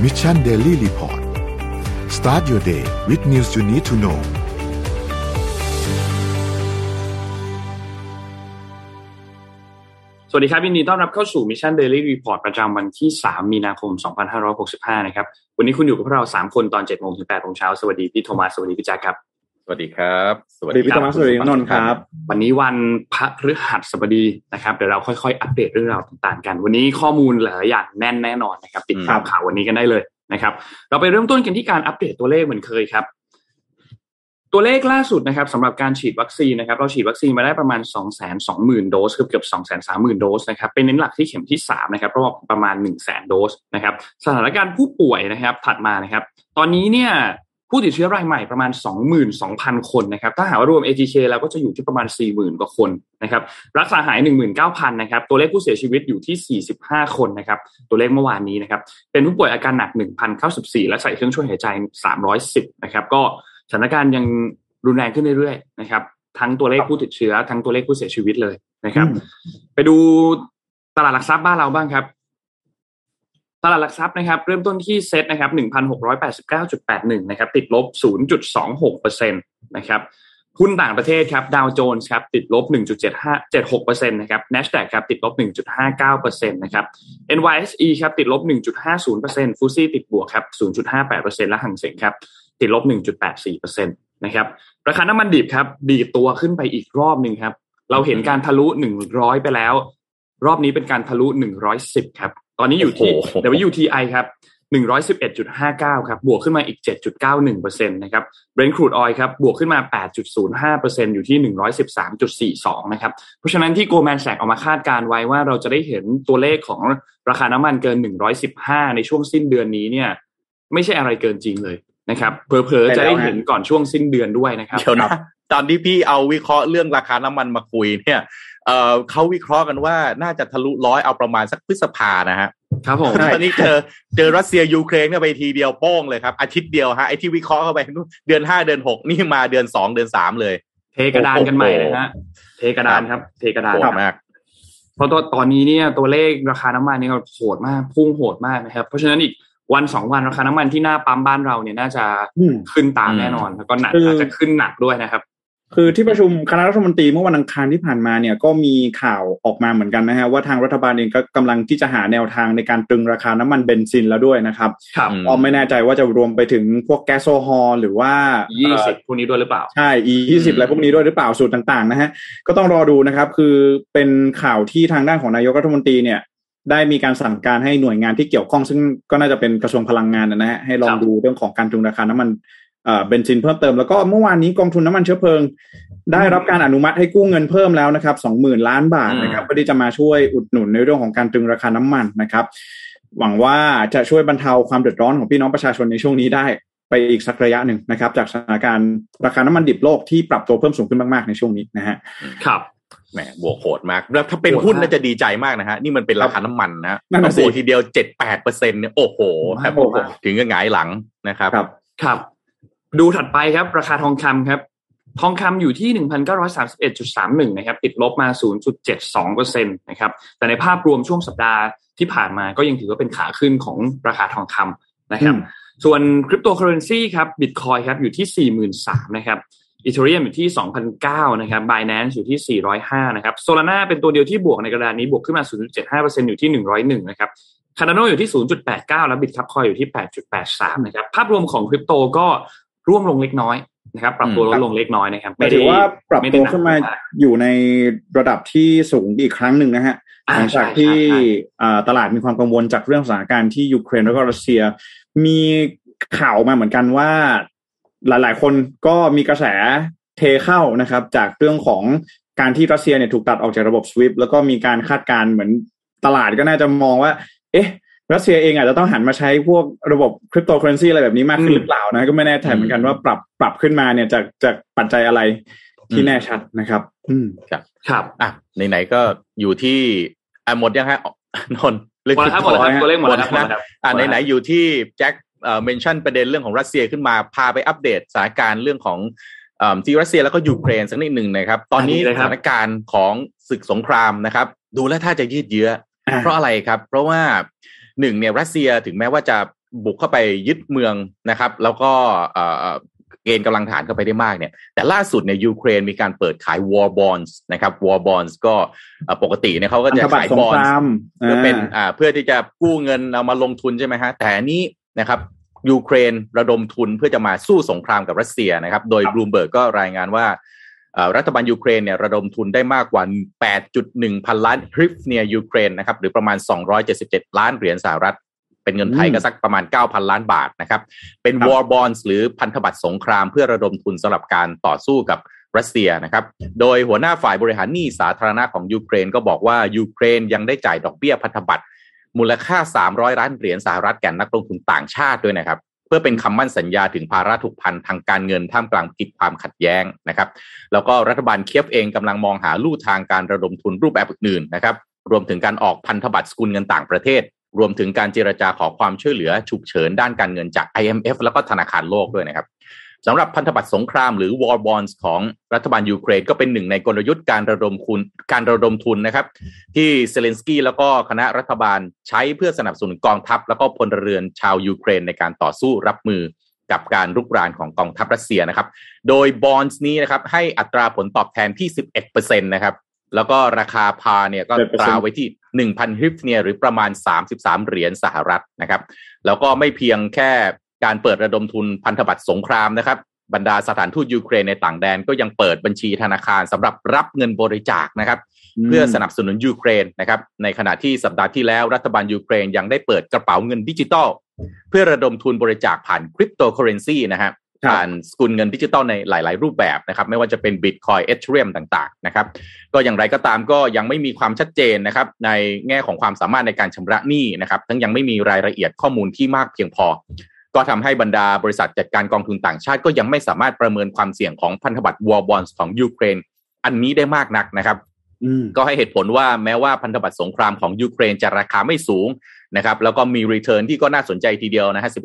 Mission Daily Report Start your day with news you need to know สวัสดีครับยินดีต้อนรับเข้าสู่ Mission Daily Report ประจำวันที่3มีนาคม2565นะครับวันนี้คุณอยู่กับพวกเรา3คนตอน 7:00 น. ถึง 8:00 น. สวัสดีพี่โทมัสสวัสดีพี่แจ็คครับสวัสดีครับสวัสดีพี่โทมัสสวัสดีนนท์ครับวันนี้วันพฤหัสบดีนะครับเดี๋ยวเราค่อยๆอัปเดตเรื่องราวต่างๆกันวันนี้ข้อมูลหลายอย่างแน่นแน่นอนนะครับติดตามข่าววันนี้กันได้เลยนะครับเราไปเริ่มต้นกันที่การอัปเดตตัวเลขเหมือนเคยครับตัวเลขล่าสุดนะครับสำหรับการฉีดวัคซีนนะครับเราฉีดวัคซีนมาได้ประมาณ 220,000 โดสเกือบ 230,000 โดสนะครับเป็นเน้นหลักที่เข็มที่3นะครับประมาณ 100,000 โดสนะครับสถานการณ์ผู้ป่วยนะครับถัดมานะครับตอนนี้เนี่ยผู้ติดเชื้อรายใหม่ประมาณ 22,000 คนนะครับถ้าหากว่ารวม ATK แล้วก็จะอยู่ที่ประมาณ 40,000 กว่าคนนะครับรักษาหาย 19,000 นะครับตัวเลขผู้เสียชีวิตอยู่ที่45คนนะครับตัวเลขเมื่อวานนี้นะครับเป็นผู้ป่วยอาการหนัก 1,094 และใส่เครื่องช่วยหายใจ310นะครับก็สถานการณ์ยังรุนแรงขึ้นเรื่อยๆนะครับทั้งตัวเลขผู้ติดเชื้อทั้งตัวเลขผู้เสียชีวิตเลยนะครับไปดูตลาดหลักทรัพย์บ้านเราบ้างครับตลาดหลักทรัพย์นะครับเริ่มต้นที่เซ็ตนะครับ 1,689.81 นะครับติดลบ 0.26% นะครับหุ้นต่างประเทศครับดาวโจนส์ครับติดลบ 1.7576% นะครับ Nasdaq ครับติดลบ 1.59% นะครับ NYSE ครับติดลบ 1.50% FTSE ติดบวกครับ 0.58% และหังเส็งครับติดลบ 1.84% นะครับราคาน้ำมันดิบครับดีดตัวขึ้นไปอีกรอบนึงครับเราเห็นการทะลุ100ไปแล้วรอบนี้เป็นการทะลุ110ครับตอนนี้อยู่ที่ WTI ครับ 111.59 ครับบวกขึ้นมาอีก 7.91% นะครับ Brent crude oil ครับบวกขึ้นมา 8.05% อยู่ที่ 113.42 นะครับเพราะฉะนั้นที่ Goldman Sachs ออกมาคาดการไว้ว่าเราจะได้เห็นตัวเลขของราคาน้ำมันเกิน115ในช่วงสิ้นเดือนนี้เนี่ยไม่ใช่อะไรเกินจริงเลยนะครับเผลอๆจะได้เห็นก่อนช่วงสิ้นเดือนด้วยนะครับเดี๋ยวนะตอนที่พี่เอาวิเคราะห์เรื่องราคาน้ำมันมาคุยเนี่ยเขาวิเคราะห์กันว่าน่าจะทะลุ100เอาประมาณสักพฤษภานะฮะครับผมตอนนี้เจอรัสเซียยูเครนเข้าไปทีเดียวโป้งเลยครับอาทิตย์เดียวฮะไอ้ที่วิเคราะห์เข้าไปเดือน5เดือน6นี่มาเดือน2เดือน3เลยเทกระดานกันใหม่นะฮะเทกระดานครับเทกระดานมากเพราะตอนนี้เนี่ยตัวเลขราคาน้ำมันนี่โหดมากพุ่งโหดมากนะครับเพราะฉะนั้นอีกวัน2วันราคาน้ำมันที่หน้าปั๊มบ้านเราเนี่ยน่าจะขึ้นตามแน่นอนแล้วก็หนักอาจจะขึ้นหนักด้วยนะครับคือที่ประชุมคณะรัฐมนตรีเมื่อวันอังคารที่ผ่านมาเนี่ยก็มีข่าวออกมาเหมือนกันนะฮะว่าทางรัฐบาลเองก็กำลังที่จะหาแนวทางในการตรึงราคาน้ำมันเบนซินแล้วด้วยนะครับไม่แน่ใจว่าจะรวมไปถึงพวกแก๊สโซฮอลหรือว่า 20พวกนี้ด้วยหรือเปล่าใช่ E20 อะไรพวกนี้ด้วยหรือเปล่าสูตรต่างๆนะฮะก็ต้องรอดูนะครับคือเป็นข่าวที่ทางด้านของนายกรัฐมนตรีเนี่ยได้มีการสั่งการให้หน่วยงานที่เกี่ยวข้องซึ่งก็น่าจะเป็นกระทรวงพลังงานนะฮะให้ลองดูเรื่องของการตรึงราคาน้ำมันเบนซินเพิ่มเติมแล้วก็เมื่อวานนี้กองทุนน้ำมันเชื้อเพลิงได้รับการอนุมัติให้กู้เงินเพิ่มแล้วนะครับ 20,000 ล้านบาทนะครับเพื่อที่จะมาช่วยอุดหนุนในเรื่องของการตรึงราคาน้ำมันนะครับหวังว่าจะช่วยบรรเทาความเดือดร้อนของพี่น้องประชาชนในช่วงนี้ได้ไปอีกสักระยะหนึ่งนะครับจากสถานการณ์ราคาน้ำมันดิบโลกที่ปรับตัวเพิ่มสูงขึ้นมากๆในช่วงนี้นะฮะครับแหมบวกโหดมากแล้วถ้าเป็นหุ้นน่าจะดีใจมากนะฮะนี่มันเป็นราคาน้ำมันนะบวกทีเดียว 7-8% เนี่ยโอ้โหครับถึงกับหงายหลังนะครับครับดูถัดไปครับราคาทองคำครับทองคำอยู่ที่ 1,931.31 นะครับติดลบมา 0.72% นะครับแต่ในภาพรวมช่วงสัปดาห์ที่ผ่านมาก็ยังถือว่าเป็นขาขึ้นของราคาทองคำนะครับส่วนคริปโตเคอเรนซีครับ Bitcoin ครับอยู่ที่ 43,000 นะครับEthereum อยู่ที่ 2,900 นะครับ Binance อยู่ที่ 405 นะครับ Solana เป็นตัวเดียวที่บวกในกระดานนี้บวกขึ้นมา 0.75% อยู่ที่ 101 นะครับ Cardano อยู่ที่ 0.89 แล้ว Bitcoin อยู่ที่ 8.83 นะครับภาพรวมของคริปโตก็ร่วงลงเล็กน้อยนะครับปรับตัวลดลงเล็กน้อยนะครับไม่ถือว่าปรับตัวขึ้นมาอยู่ในระดับที่สูงอีกครั้งหนึ่งนะฮะหลังจากที่ตลาดมีความกังวลจากเรื่องสถานการณ์ที่ยูเครนแล้วก็รัสเซียมีข่าวมาเหมือนกันว่าหลายๆคนก็มีกระแสเทเข้านะครับจากเรื่องของการที่รัสเซียเนี่ยถูกตัดออกจากระบบ SWIFT แล้วก็มีการคาดการณ์เหมือนตลาดก็น่าจะมองว่ารัสเซียเองอาจจะต้องหันมาใช้พวกระบบคริปโตเคอเรนซีอะไรแบบนี้มากขึ้นหรือเปล่านะก็ไม่แน่ใจเหมือนกันว่าปรับขึ้นมาเนี่ยจากปัจจัยอะไรที่แน่ชัดนะครับครับไหนๆก็อยู่ที่หมดยังฮะนนท์หมดแล้วตัวเลขหมดแล้วครับไหนๆอยู่ที่แจ็คเมนชั่นประเด็นเรื่องของรัสเซียขึ้นมาพาไปอัปเดตสถานการณ์เรื่องของที่รัสเซียแล้วก็ยูเครนสักนิดหนึ่งนะครับตอนนี้สถานการณ์ของศึกสงครามนะครับดูแล้วถ้าจะยืดเยื้อเพราะอะไรครับเพราะว่าหนึ่งเนี่ยรัสเซียถึงแม้ว่าจะบุกเข้าไปยึดเมืองนะครับแล้วก็เกณฑ์กำลังฐานเข้าไปได้มากเนี่ยแต่ล่าสุดเนี่ยยูเครนมีการเปิดขาย war bonds นะครับ war bonds ก็ปกติเนี่ยเขาก็จะขาย bonds เพื่อเป็นเพื่อที่จะกู้เงินเอามาลงทุนใช่ไหมฮะแต่อันนี้นะครับยูเครนระดมทุนเพื่อจะมาสู้สงครามกับรัสเซียนะครับโดย Bloomberg ก็รายงานว่ารัฐบาลยูเครนเนี่ยระดมทุนได้มากกว่า 8.1 พันล้านฮริฟเนียยูเครนนะครับหรือประมาณ277ล้านเหรียญสหรัฐเป็นเงินไทยก็สักประมาณ 9,000 ล้านบาทนะครับเป็น war bonds หรือพันธบัตรสงครามเพื่อระดมทุนสำหรับการต่อสู้กับรัสเซียนะครับโดยหัวหน้าฝ่ายบริหารหนี้สาธารณะของยูเครนก็บอกว่ายูเครนยังได้จ่ายดอกเบี้ยพันธบัตรมูลค่า300ล้านเหรียญสหรัฐแก่นักลงทุนต่างชาติด้วยนะครับเพื่อเป็นคำมั่นสัญญาถึงภาระผูกพันทางการเงินท่ามกลางวิกฤตความขัดแย้งนะครับแล้วก็รัฐบาลเคียฟเองกำลังมองหาลู่ทางการระดมทุนรูปแบบอื่นๆนะครับรวมถึงการออกพันธบัตรสกุลเงินต่างประเทศรวมถึงการเจรจาขอความช่วยเหลือฉุกเฉินด้านการเงินจาก IMF แล้วก็ธนาคารโลกด้วยนะครับสำหรับพันธบัตรสงครามหรือ war bonds ของรัฐบาลยูเครนก็เป็นหนึ่งในกลยุทธ์การระดมทุนนะครับที่เซเลนสกี้แล้วก็คณะรัฐบาลใช้เพื่อสนับสนุนกองทัพแล้วก็พลเรือนชาวยูเครนในการต่อสู้รับมือกับการรุกรานของกองทัพรัสเซียนะครับโดย bonds นี้นะครับให้อัตราผลตอบแทนที่ 11% นะครับแล้วก็ราคาพาเนี่ยก็ตราไว้ที่ 1,000 ฮริฟเนียหรือประมาณ33เหรียญสหรัฐนะครับแล้วก็ไม่เพียงแค่การเปิดระดมทุนพันธบัตรสงครามนะครับบรรดาสถานทูตยูเครนในต่างแดนก็ยังเปิดบัญชีธนาคารสำหรับรับเงินบริจาคนะครับเพื่อสนับสนุนยูเครนนะครับในขณะที่สัปดาห์ที่แล้วรัฐบาลยูเครนยังได้เปิดกระเป๋าเงินดิจิทัลเพื่อระดมทุนบริจาคผ่านคริปโตเคอเรนซีนะฮะผ่านสกุลเงินดิจิทัลในหลายๆรูปแบบนะครับไม่ว่าจะเป็น Bitcoin Ethereum ต่างๆนะครับก็อย่างไรก็ตามก็ยังไม่มีความชัดเจนนะครับในแง่ของความสามารถในการชำระหนี้นะครับทั้งยังไม่มีรายละเอียดข้อมูลที่มากเพียงพอก็ทำให้บรรดาบริษัทจัดการกองทุนต่างชาติก็ยังไม่สามารถประเมินความเสี่ยงของพันธบัตร war bonds ของยูเครนอันนี้ได้มากนักนะครับก็ให้เหตุผลว่าแม้ว่าพันธบัตรสงครามของยูเครนจะราคาไม่สูงนะครับแล้วก็มี return ที่ก็น่าสนใจทีเดียวนะฮะ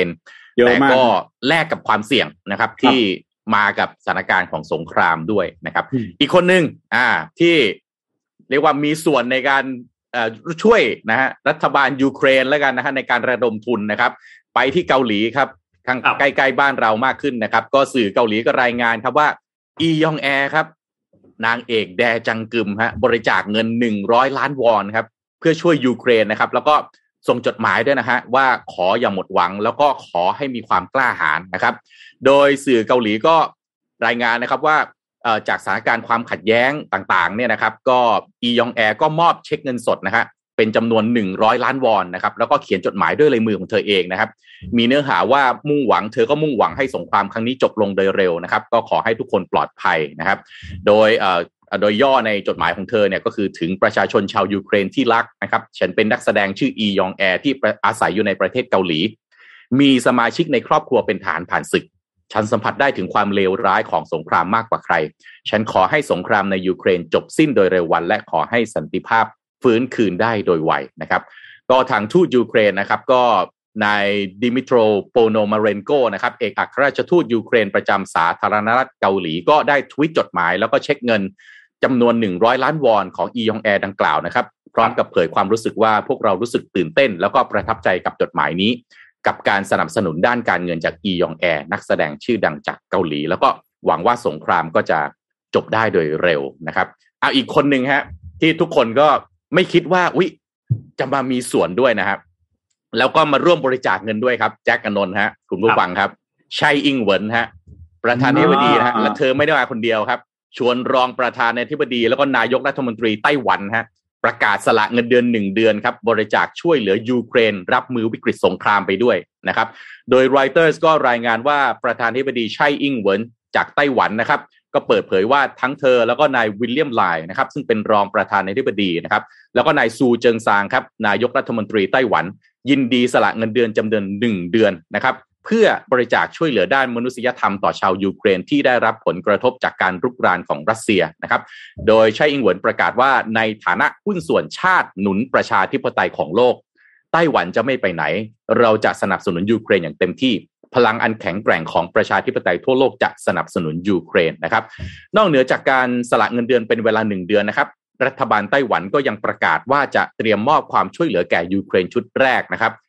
11% แต่ก็แลกกับความเสี่ยงนะครับที่มากับสถานการณ์ของสงครามด้วยนะครับอีกคนนึงที่เรียกว่ามีส่วนในการช่วยนะฮะรัฐบาลยูเครนแล้วกันนะฮะในการระดมทุนนะครับไปที่เกาหลีครับทางใกล้ๆบ้านเรามากขึ้นนะครับก็สื่อเกาหลีก็รายงานครับว่าอียองแอครับนางเอกแดจังกึมฮะบริจาคเงิน100ล้านวอนครับเพื่อช่วยยูเครนนะครับแล้วก็ส่งจดหมายด้วยนะฮะว่าขออย่าหมดหวังแล้วก็ขอให้มีความกล้าหาญนะครับโดยสื่อเกาหลีก็รายงานนะครับว่าจากสถานการณ์ความขัดแย้งต่างๆเนี่ยนะครับก็อียองแอก็มอบเช็คเงินสดนะฮะเป็นจำนวน100ล้านวอนนะครับแล้วก็เขียนจดหมายด้วยลายมือของเธอเองนะครับมีเนื้อหาว่าเธอก็มุ่งหวังให้สงครามครั้งนี้จบลงโดยเร็วนะครับก็ขอให้ทุกคนปลอดภัยนะครับโดยย่อในจดหมายของเธอเนี่ยก็คือถึงประชาชนชาวยูเครนที่รักนะครับฉันเป็นนักแสดงชื่ออียองแอที่อาศัยอยู่ในประเทศเกาหลีมีสมาชิกในครอบครัวเป็นทหารผ่านศึกฉันสัมผัสได้ถึงความเลวร้ายของสงครามมากกว่าใครฉันขอให้สงครามในยูเครนจบสิ้นโดยเร็ววันและขอให้สันติภาพฟื้นคืนได้โดยไวนะครับก็ทางทูตยูเครนนะครับก็นายดิมิโตรโปโนมาเรนโกนะครับเอกอัครราชทูตยูเครนประจำสาธารณรัฐเกาหลีก็ได้ทวีตจดหมายแล้วก็เช็คเงินจำนวน100ล้านวอนของอียองแอดังกล่าวนะครับพร้อมกับเผยความรู้สึกว่าพวกเรารู้สึกตื่นเต้นแล้วก็ประทับใจกับจดหมายนี้กับการสนับสนุนด้านการเงินจากอียองแอนักแสดงชื่อดังจากเกาหลีแล้วก็หวังว่าสงครามก็จะจบได้โดยเร็วนะครับเอาอีกคนนึงฮะที่ทุกคนก็ไม่คิดว่าจะมามีส่วนด้วยนะครับแล้วก็มาร่วมบริจาคเงินด้วยครับแจ็คอานนท์ฮะคุณผู้ฟังครับไชอิงเหวินฮะประธานาธิบดีนะฮะและเธอไม่ได้มาคนเดียวครับชวนรองประธานาธิบดีแล้วก็นายกรัฐมนตรีไต้หวันฮะประกาศสละเงินเดือน1เดือนครับบริจาคช่วยเหลือยูเครนรับมือวิกฤตสงครามไปด้วยนะครับโดย Reuters ก็รายงานว่าประธานาธิบดีไชอิงเหวินจากไต้หวันนะครับก็เปิดเผยว่าทั้งเธอแล้วก็นายวิลเลียมไลน์นะครับซึ่งเป็นรองประธานาธิบดีนะครับแล้วก็นายซูเจิงซางครับนายกรัฐมนตรีไต้หวันยินดีสละเงินเดือนจำนวน1เดือนนะครับเพื่อบริจาคช่วยเหลือด้านมนุษยธรรมต่อชาวยูเครนที่ได้รับผลกระทบจากการรุกรานของรัสเซียนะครับโดยไชอิงเหวินประกาศว่าในฐานะหุ้นส่วนชาติหนุนประชาธิปไตยของโลกไต้หวันจะไม่ไปไหนเราจะสนับสนุนยูเครนอย่างเต็มที่พลังอันแข็งแกร่งของประชาธิปไตยทั่วโลกจะสนับสนุนยูเครนนะครับนอกเหนือจากการสละเงินเดือนเป็นเวลา1เดือนนะครับรัฐบาลไต้หวันก็ยังประกาศว่าจะเตรียมมอบความช่วยเหลือแก่ยูเครนชุดแรกนะครับ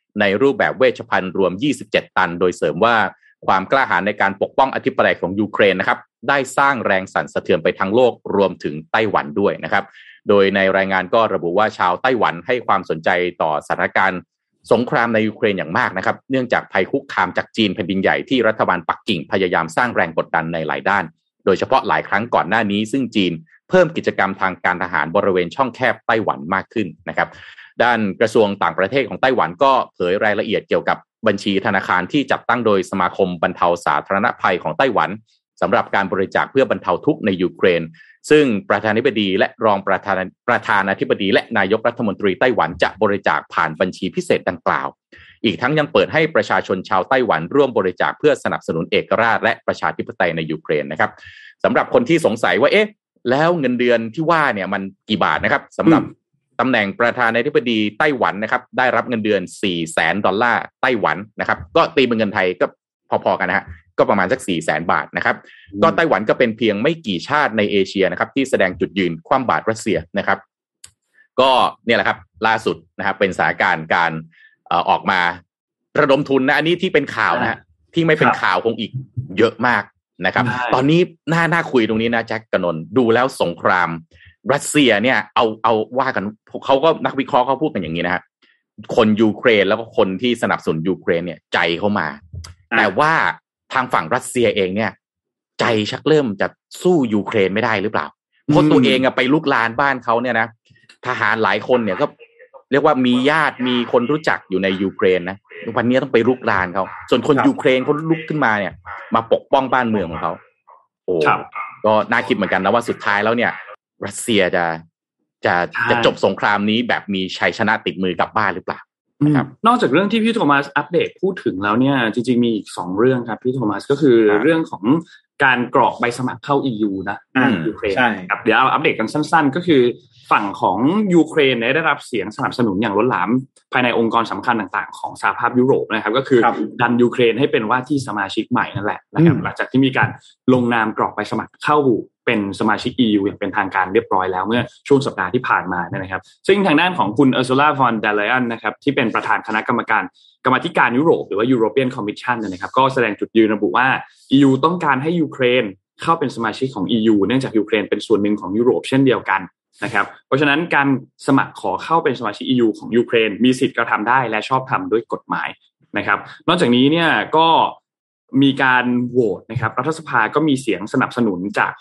ในรูปแบบเวชภัณฑ์รวม27ตันโดยเสริมว่าความกล้าหาญในการปกป้องอธิปไตยของยูเครนนะครับได้สร้างแรงสั่นสะเทือนไปทั้งโลกรวมถึงไต้หวันด้วยนะครับโดยในรายงานก็ระบุว่าชาวไต้หวันให้ความสนใจต่อสถานการณ์สงครามในยูเครนอย่างมากนะครับเนื่องจากภัยคุกคามจากจีนแผ่นดินใหญ่ที่รัฐบาลปักกิ่งพยายามสร้างแรงกดดันในหลายด้านโดยเฉพาะหลายครั้งก่อนหน้านี้ซึ่งจีนเพิ่มกิจกรรมทางการทหารบริเวณช่องแคบไต้หวันมากขึ้นนะครับด้านกระทรวงต่างประเทศของไต้หวันก็เผยรายละเอียดเกี่ยวกับบัญชีธนาคารที่จัดตั้งโดยสมาคมบรรเทาสาธารณภัยของไต้หวันสำหรับการบริจาคเพื่อบรรเทาทุกข์ในยูเครนซึ่งประธานาธิบดีและรองประธานาธิบดีและนายกรัฐมนตรีไต้หวันจะบริจาคผ่านบัญชีพิเศษดังกล่าวอีกทั้งยังเปิดให้ประชาชนชาวไต้หวันร่วมบริจาคเพื่อสนับสนุนเอกราชและประชาธิปไตยในยูเครนนะครับสำหรับคนที่สงสัยว่าแล้วเงินเดือนที่ว่าเนี่ยมันกี่บาทนะครับสำหรับตำแหน่งประธานาธิบดีไต้หวันนะครับได้รับเงินเดือน$400,000ไต้หวันนะครับก็ตีเป็นเงินไทยก็พอๆกันนะฮะก็ประมาณสัก$400,000นะครับก็ไต้หวันก็เป็นเพียงไม่กี่ชาติในเอเชียนะครับที่แสดงจุดยืนคว่ำบาตรรัสเซียนะครับก็เนี่ยแหละครับล่าสุดนะครับเป็นสถานการณ์การออกมาระดมทุนนะอันนี้ที่เป็นข่าวนะฮะที่ไม่เป็นข่าวคงอีกเยอะมากนะครับตอนนี้น่าคุยตรงนี้นะแจ็คกนนท์ดูแล้วสงครามรัสเซียเนี่ยเอาว่ากันเขาก็นักวิเคราะห์เขาพูดกันอย่างนี้นะฮะคนยูเครนแล้วก็คนที่สนับสนุนยูเครนเนี่ยใจเข้ามาแต่ว่าทางฝั่งรัสเซียเองเนี่ยใจชักเริ่มจะสู้ยูเครนไม่ได้หรือเปล่าเพราะตัวเองไปลุกลานบ้านเขาเนี่ยนะทหารหลายคนเนี่ยก็เรียกว่ามีญาติมีคนรู้จักอยู่ในยูเครนนะวันนี้ต้องไปลุกลานเขาส่วนคนยูเครนเขาลุกขึ้นมาเนี่ยมาปกป้องบ้านเมืองของเขาโอ้ก็น่าคิดเหมือนกันนะว่าสุดท้ายแล้วเนี่ยรัสเซียจะจบสงครามนี้แบบมีชัยชนะติดมือกลับบ้านหรือเปล่านะครับนอกจากเรื่องที่พี่โทมัสอัปเดตพูดถึงแล้วเนี่ยจริงๆมีอีก2เรื่องครับพี่โทมัสก็คือเรื่องของการกรอกใบสมัครเข้า EU นะยูเครนครับเดี๋ยวเอาอัปเดตกันสั้นๆก็คือฝั่งของยูเครนได้รับเสียงสนับสนุนอย่างล้นหลามภายในองค์กรสำคัญต่างๆของสหภาพยุโรปนะครับก็คือดันยูเครนให้เป็นว่าที่สมาชิกใหม่นั่นแหละนะครับหลังจากที่มีการลงนามกรอกใบสมัครเข้าเป็นสมาชิก EU อย่างเป็นทางการเรียบร้อยแล้วเมื่อช่วงสัปดาห์ที่ผ่านมานะครับซึ่งทางด้านของคุณอุร์ซูลา ฟอน เดอร์ไลน์นะครับที่เป็นประธานคณะกรรมการยุโรปหรือว่า European Commission นะครับก็แสดงจุดยืนระบุว่า EU ต้องการให้ยูเครนเข้าเป็นสมาชิกของ EU เนื่องจากยูเครนเป็นส่วนหนึ่งของยุโรปเช่นเดียวกันนะครับเพราะฉะนั้นการสมัครขอเข้าเป็นสมาชิก EU ของยูเครนมีสิทธิ์กระทำได้และชอบธรรมด้วยกฎหมายนะครับนอกจากนี้เนี่ยก็มีการโหวตนะครับรัฐสภาก็มีเสียงสนับสนุนจาก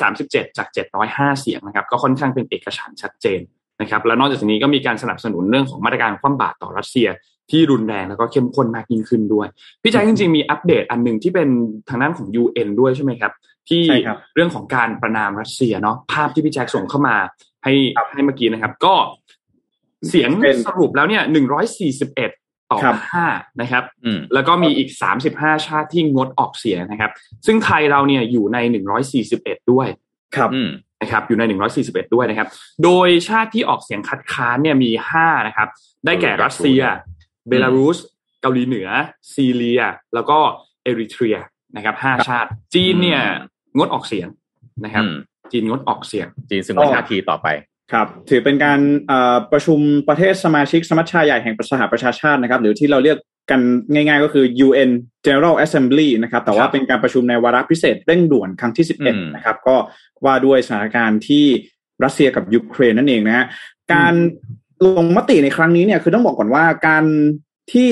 637จาก705เสียงนะครับก็ค่อนข้างเป็นเอกฉันท์ชัดเจนนะครับแล้วนอกจากนี้ก็มีการสนับสนุนเรื่องของมาตรการคว่ำบาตรต่อรัสเซียที่รุนแรงแล้วก็เข้มข้นมากยิ่งขึ้นด้วยพี่แจ๊คจริงๆมีอัปเดตอันนึงที่เป็นทางด้านของ UN ด้วยใช่ไหมครับที่เรื่องของการประณามรัสเซียเนาะภาพที่พี่แจ๊คส่งเข้ามาให้เมื่อกี้นะครับก็เสียงสรุปแล้วเนี่ย141ต่อ5นะครับแล้วก็มีอีก35ชาติที่งดออกเสียงนะครับซึ่งไทยเราเนี่ยอยู่ใน141ด้วยครับนะครับอยู่ใน141ด้วยนะครับโดยชาติที่ออกเสียงคัดค้านเนี่ยมี5นะครับได้แก่รัสเซียเบลารุสเกาหลีเหนือซีเรียแล้วก็เอริเทรียนะครับ5ชาติจีนเนี่ยงดออกเสียงนะครับจีนงดออกเสียงจีนซึ่งเป็นท่าทีต่อไปครับถือเป็นการประชุมประเทศสมาชิกสมัชชาใหญ่แห่งสหประชาชาตินะครับหรือที่เราเรียกกันง่ายๆก็คือ UN General Assembly นะครับแต่ว่าเป็นการประชุมในวาระพิเศษเร่งด่วนครั้งที่11นะครับก็ว่าด้วยสถานการณ์ที่รัสเซียกับยูเครนนั่นเองนะฮะการลงมติในครั้งนี้เนี่ยคือต้องบอกก่อนว่าการที่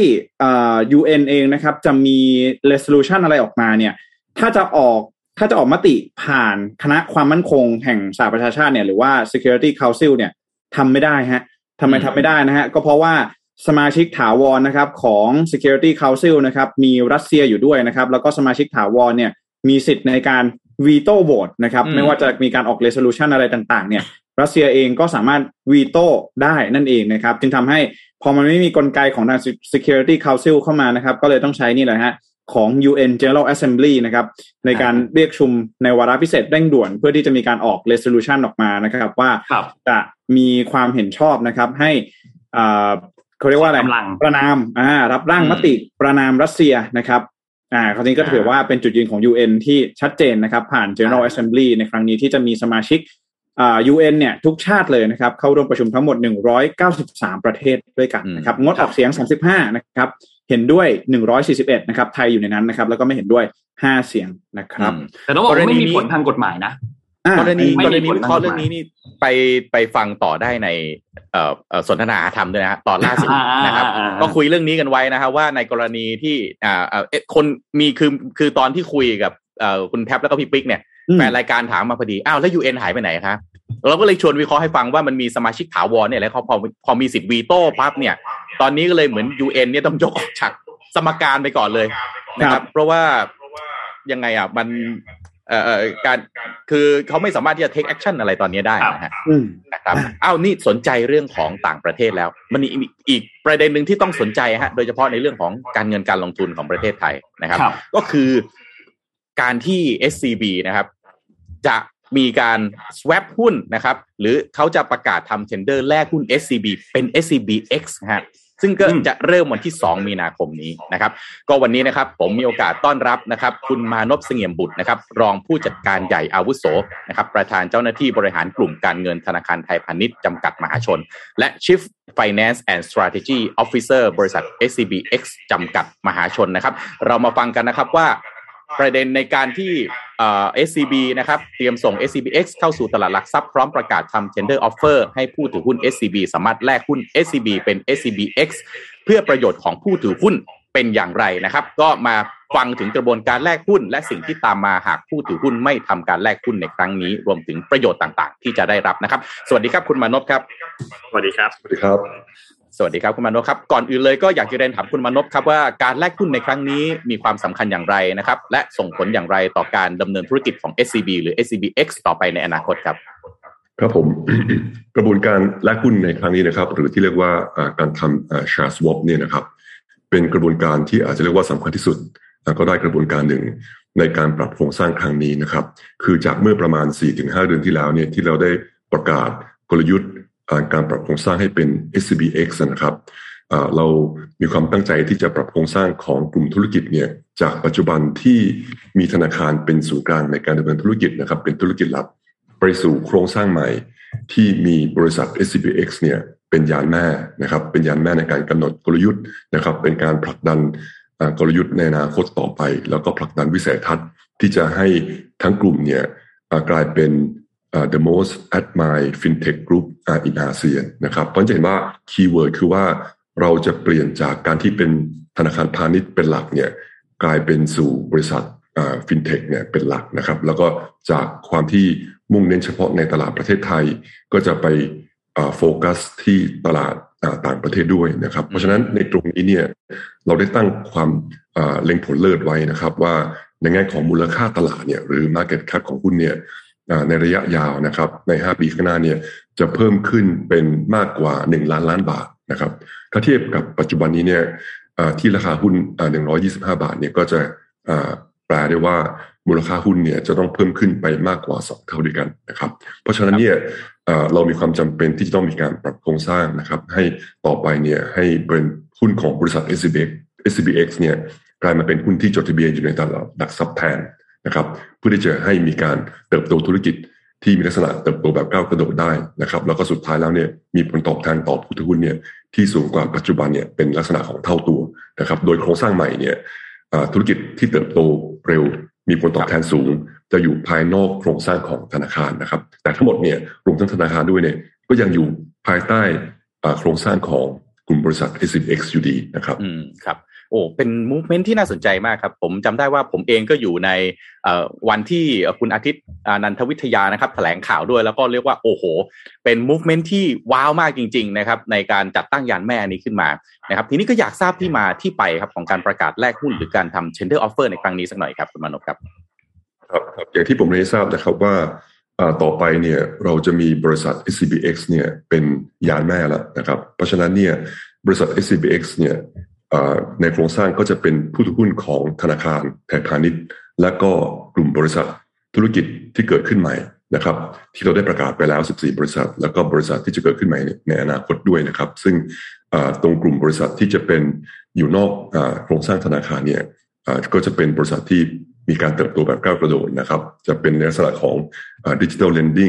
UN เองนะครับจะมี resolution อะไรออกมาเนี่ยถ้าจะออกมติผ่านคณะความมั่นคงแห่งสหประชาชาติเนี่ยหรือว่า Security Council เนี่ยทำไม่ได้ฮะทำไมทำไม่ได้นะฮะก็เพราะว่าสมาชิกถาวรนะครับของ Security Council นะครับมีรัสเซียอยู่ด้วยนะครับแล้วก็สมาชิกถาวรเนี่ยมีสิทธิ์ในการ veto vote นะครับไม่ว่าจะมีการออก resolution อะไรต่างๆเนี่ยรัสเซียเองก็สามารถ veto ได้นั่นเองนะครับจึงทำให้พอมันไม่มีกลไกของทาง Security Council เข้ามานะครับก็เลยต้องใช้นี่แหละฮะของ UN General Assembly นะครับในการเรียกชุมในวาระพิเศษเร่งด่วนเพื่อที่จะมีการออก resolution ออกมานะครับว่าจะมีความเห็นชอบนะครับให้เขาเรียกว่าอะไรประนามรับร่างมติประนามรัสเซียนะครับคราวนี้ก็ถือว่าเป็นจุดยืนของ UN ที่ชัดเจนนะครับผ่าน General Assembly ในครั้งนี้ที่จะมีสมาชิก UN เนี่ยทุกชาติเลยนะครับเข้าร่วมประชุมทั้งหมด193ประเทศด้วยกันนะครับงดออกเสียง35นะครับเห็นด้วย141นะครับไทยอยู่ในนั้นนะครับแล้วก็ไม่เห็นด้วย5เสียงนะครับแต่ต้องบอกว่าไม่มีผลทางกฎหมายนะกรณีวิเคราะห์เรื่องนี้นี่ไปฟังต่อได้ในสนทนาธรรมด้วยนะฮะตอนล่าสุดนะครับก็คุยเรื่องนี้กันไว้นะครับว่าในกรณีที่คนมีคือตอนที่คุยกับคุณแท็บแล้วก็พี่ปิ๊กเนี่ยแฟนรายการถามมาพอดีอ้าวแล้ว UN หายไปไหนครับเราก็เลยชวนวิเคราะห์ให้ฟังว่ามันมีสมาชิกถาวรเนี่ยแล้วเขาพอมีสิทธิ์วีโต้ปั๊บเนี่ยตอนนี้ก็เลยเหมือน UN เนี่ยต้องยกออกจากสมการไปก่อนเลยนะครับเพราะว่ายังไงมันการคือเขาไม่สามารถที่จะ take action อะไรตอนนี้ได้นะฮะนะครับนี่สนใจเรื่องของต่างประเทศแล้วมันอีกประเด็นหนึ่งที่ต้องสนใจฮะโดยเฉพาะในเรื่องของการเงินการลงทุนของประเทศไทยนะครับก็คือการที่ SCB นะครับจะมีการ swap หุ้นนะครับหรือเขาจะประกาศทำ tender แลกหุ้น SCB เป็น SCBX ฮะซึ่งก็จะเริ่มวันที่2มีนาคมนี้นะครับก็วันนี้นะครับผมมีโอกาสต้อนรับนะครับคุณมานพเสงี่ยมบุตรนะครับรองผู้จัดการใหญ่อาวุโสนะครับประธานเจ้าหน้าที่บริหารกลุ่มการเงินธนาคารไทยพาณิชย์จำกัดมหาชนและ Chief Finance and Strategy Officer บริษัท SCBX จำกัดมหาชนนะครับเรามาฟังกันนะครับว่าประเด็นในการที่SCB นะครับเตรียมส่ง SCBX เข้าสู่ตลาดหลักทรัพย์พร้อมประกาศทำ tender offer ให้ผู้ถือหุ้น SCB สามารถแลกหุ้น SCB เป็น SCBX เพื่อประโยชน์ของผู้ถือหุ้นเป็นอย่างไรนะครับก็มาฟังถึงกระบวนการแลกหุ้นและสิ่งที่ตามมาหากผู้ถือหุ้นไม่ทำการแลกหุ้นในครั้งนี้รวมถึงประโยชน์ต่างๆที่จะได้รับนะครับสวัสดีครับคุณมานพครับสวัสดีครับสวัสดีครับสวัสดีครับคุณมานพครับก่อนอื่นเลยก็อยากจะเรียนถามคุณมานพครับว่าการแลกหุ้นในครั้งนี้มีความสำคัญอย่างไรนะครับและส่งผลอย่างไรต่อการดำเนินธุรกิจของ SCB หรือ SCBX ต่อไปในอนาคตครับครับผม กระบวนการแลกหุ้นในครั้งนี้นะครับหรือที่เรียกว่าการทำshare swap เนี่ยนะครับเป็นกระบวนการที่อาจจะเรียกว่าสำคัญที่สุดก็ได้กระบวนการหนึ่งในการปรับโครงสร้างครั้งนี้นะครับคือจากเมื่อประมาณ 4-5 เดือนที่แล้วเนี่ยที่เราได้ประกาศกลยุทธ์การปรับโครงสร้างให้เป็น SCBX นะครับเรามีความตั้งใจที่จะปรับโครงสร้างของกลุ่มธุรกิจเนี่ยจากปัจจุบันที่มีธนาคารเป็นศูนย์กลางในการดำเนินธุรกิจนะครับเป็นธุรกิจหลักไปสู่โครงสร้างใหม่ที่มีบริษัท SCBX เนี่ยเป็นยานแม่นะครับเป็นยานแม่ในการกำหนดกลยุทธ์นะครับเป็นการผลักดันกลยุทธ์ในอนาคตต่อไปแล้วก็ผลักดันวิสัยทัศน์ที่จะให้ทั้งกลุ่มเนี่ยกลายเป็นthe most admired fintech group in ASEAN นะครับเพราะจะเห็นว่าคีย์เวิร์ดคือว่าเราจะเปลี่ยนจากการที่เป็นธนาคารพาณิชย์เป็นหลักเนี่ยกลายเป็นสู่บริษัทfintech เนี่ยเป็นหลักนะครับแล้วก็จากความที่มุ่งเน้นเฉพาะในตลาดประเทศไทยก็จะไปโฟกัสที่ตลาดต่างประเทศด้วยนะครับเพราะฉะนั้นในตรงนี้เนี่ยเราได้ตั้งความเล็งผลเลิศไว้นะครับว่าในแง่ของมูลค่าตลาดเนี่ยหรือ market cap ของหุ้นเนี่ยในระยะยาวนะครับใน5ปีข้างหน้าเนี่ยจะเพิ่มขึ้นเป็นมากกว่า1ล้านล้านบาทนะครับถ้าเทียบกับปัจจุบันนี้เนี่ยที่ราคาหุ้น125บาทเนี่ยก็จะแปลได้ว่ามูลค่าหุ้นเนี่ยจะต้องเพิ่มขึ้นไปมากกว่า2เท่าด้วยกันนะครับเพราะฉะนั้นเนี่ยเรามีความจำเป็นที่จะต้องมีการปรับโครงสร้างนะครับให้ต่อไปเนี่ยให้เป็นหุ้นของบริษัท SCBX เนี่ยกลายมาเป็นหุ้นที่จดทะเบียนอยู่ในตลาดหลักทรัพย์แทนนะครับเพื่อที่จะให้มีการเติบโตธุรกิจที่มีลักษณะเติบโตแบบก้าวกระโดดได้นะครับแล้วก็สุดท้ายแล้วเนี่ยมีผลตอบแทนต่อผู้ถือหุ้นเนี่ยที่สูงกว่าปัจจุบันเนี่ยเป็นลักษณะของเท่าตัวนะครับโดยโครงสร้างใหม่เนี่ยธุรกิจที่เติบโตเร็วมีผลตอบแทนสูงจะอยู่ภายนอกโครงสร้างของธนาคารนะครับแต่ทั้งหมดเนี่ยรวมทั้งธนาคารด้วยเนี่ยก็ยังอยู่ภายใต้โครงสร้างของกลุ่มบริษัท SCBX อยู่ดีนะครับครับโอ้เป็นมูฟเมนท์ที่น่าสนใจมากครับผมจำได้ว่าผมเองก็อยู่ในวันที่คุณอาทิตย์นันทวิทยานะครับแถลงข่าวด้วยแล้วก็เรียกว่าโอ้โหเป็นมูฟเมนท์ที่ว้าวมากจริงๆนะครับในการจัดตั้งยานแม่นี้ขึ้นมานะครับทีนี้ก็อยากทราบที่มาที่ไปครับของการประกาศแลกหุ้นหรือการทำ tender offer ในครั้งนี้สักหน่อยครับคุณมานพครับครับอย่างที่ผมได้ทราบนะครับว่าต่อไปเนี่ยเราจะมีบริษัท SCBX เนี่ยเป็นยานแม่แล้วนะครับเพราะฉะนั้นเนี่ยบริษัท SCBX เนี่ยในโครงสร้างก็จะเป็นผู้ถือหุ้นของธนาคารไทยพาณิชย์และก็กลุ่มบริษัทธุรกิจที่เกิดขึ้นใหม่นะครับที่เราได้ประกาศไปแล้ว14บริษัทแล้วก็บริษัทที่จะเกิดขึ้นใหม่ในอนาคตด้วยนะครับซึ่งตรงกลุ่มบริษัทที่จะเป็นอยู่นอกโครงสร้างธนาคารเนี่ยก็จะเป็นบริษัทที่มีการเติบโตแบบก้าวกระโดดนะครับจะเป็นในลักษณะของdigital lending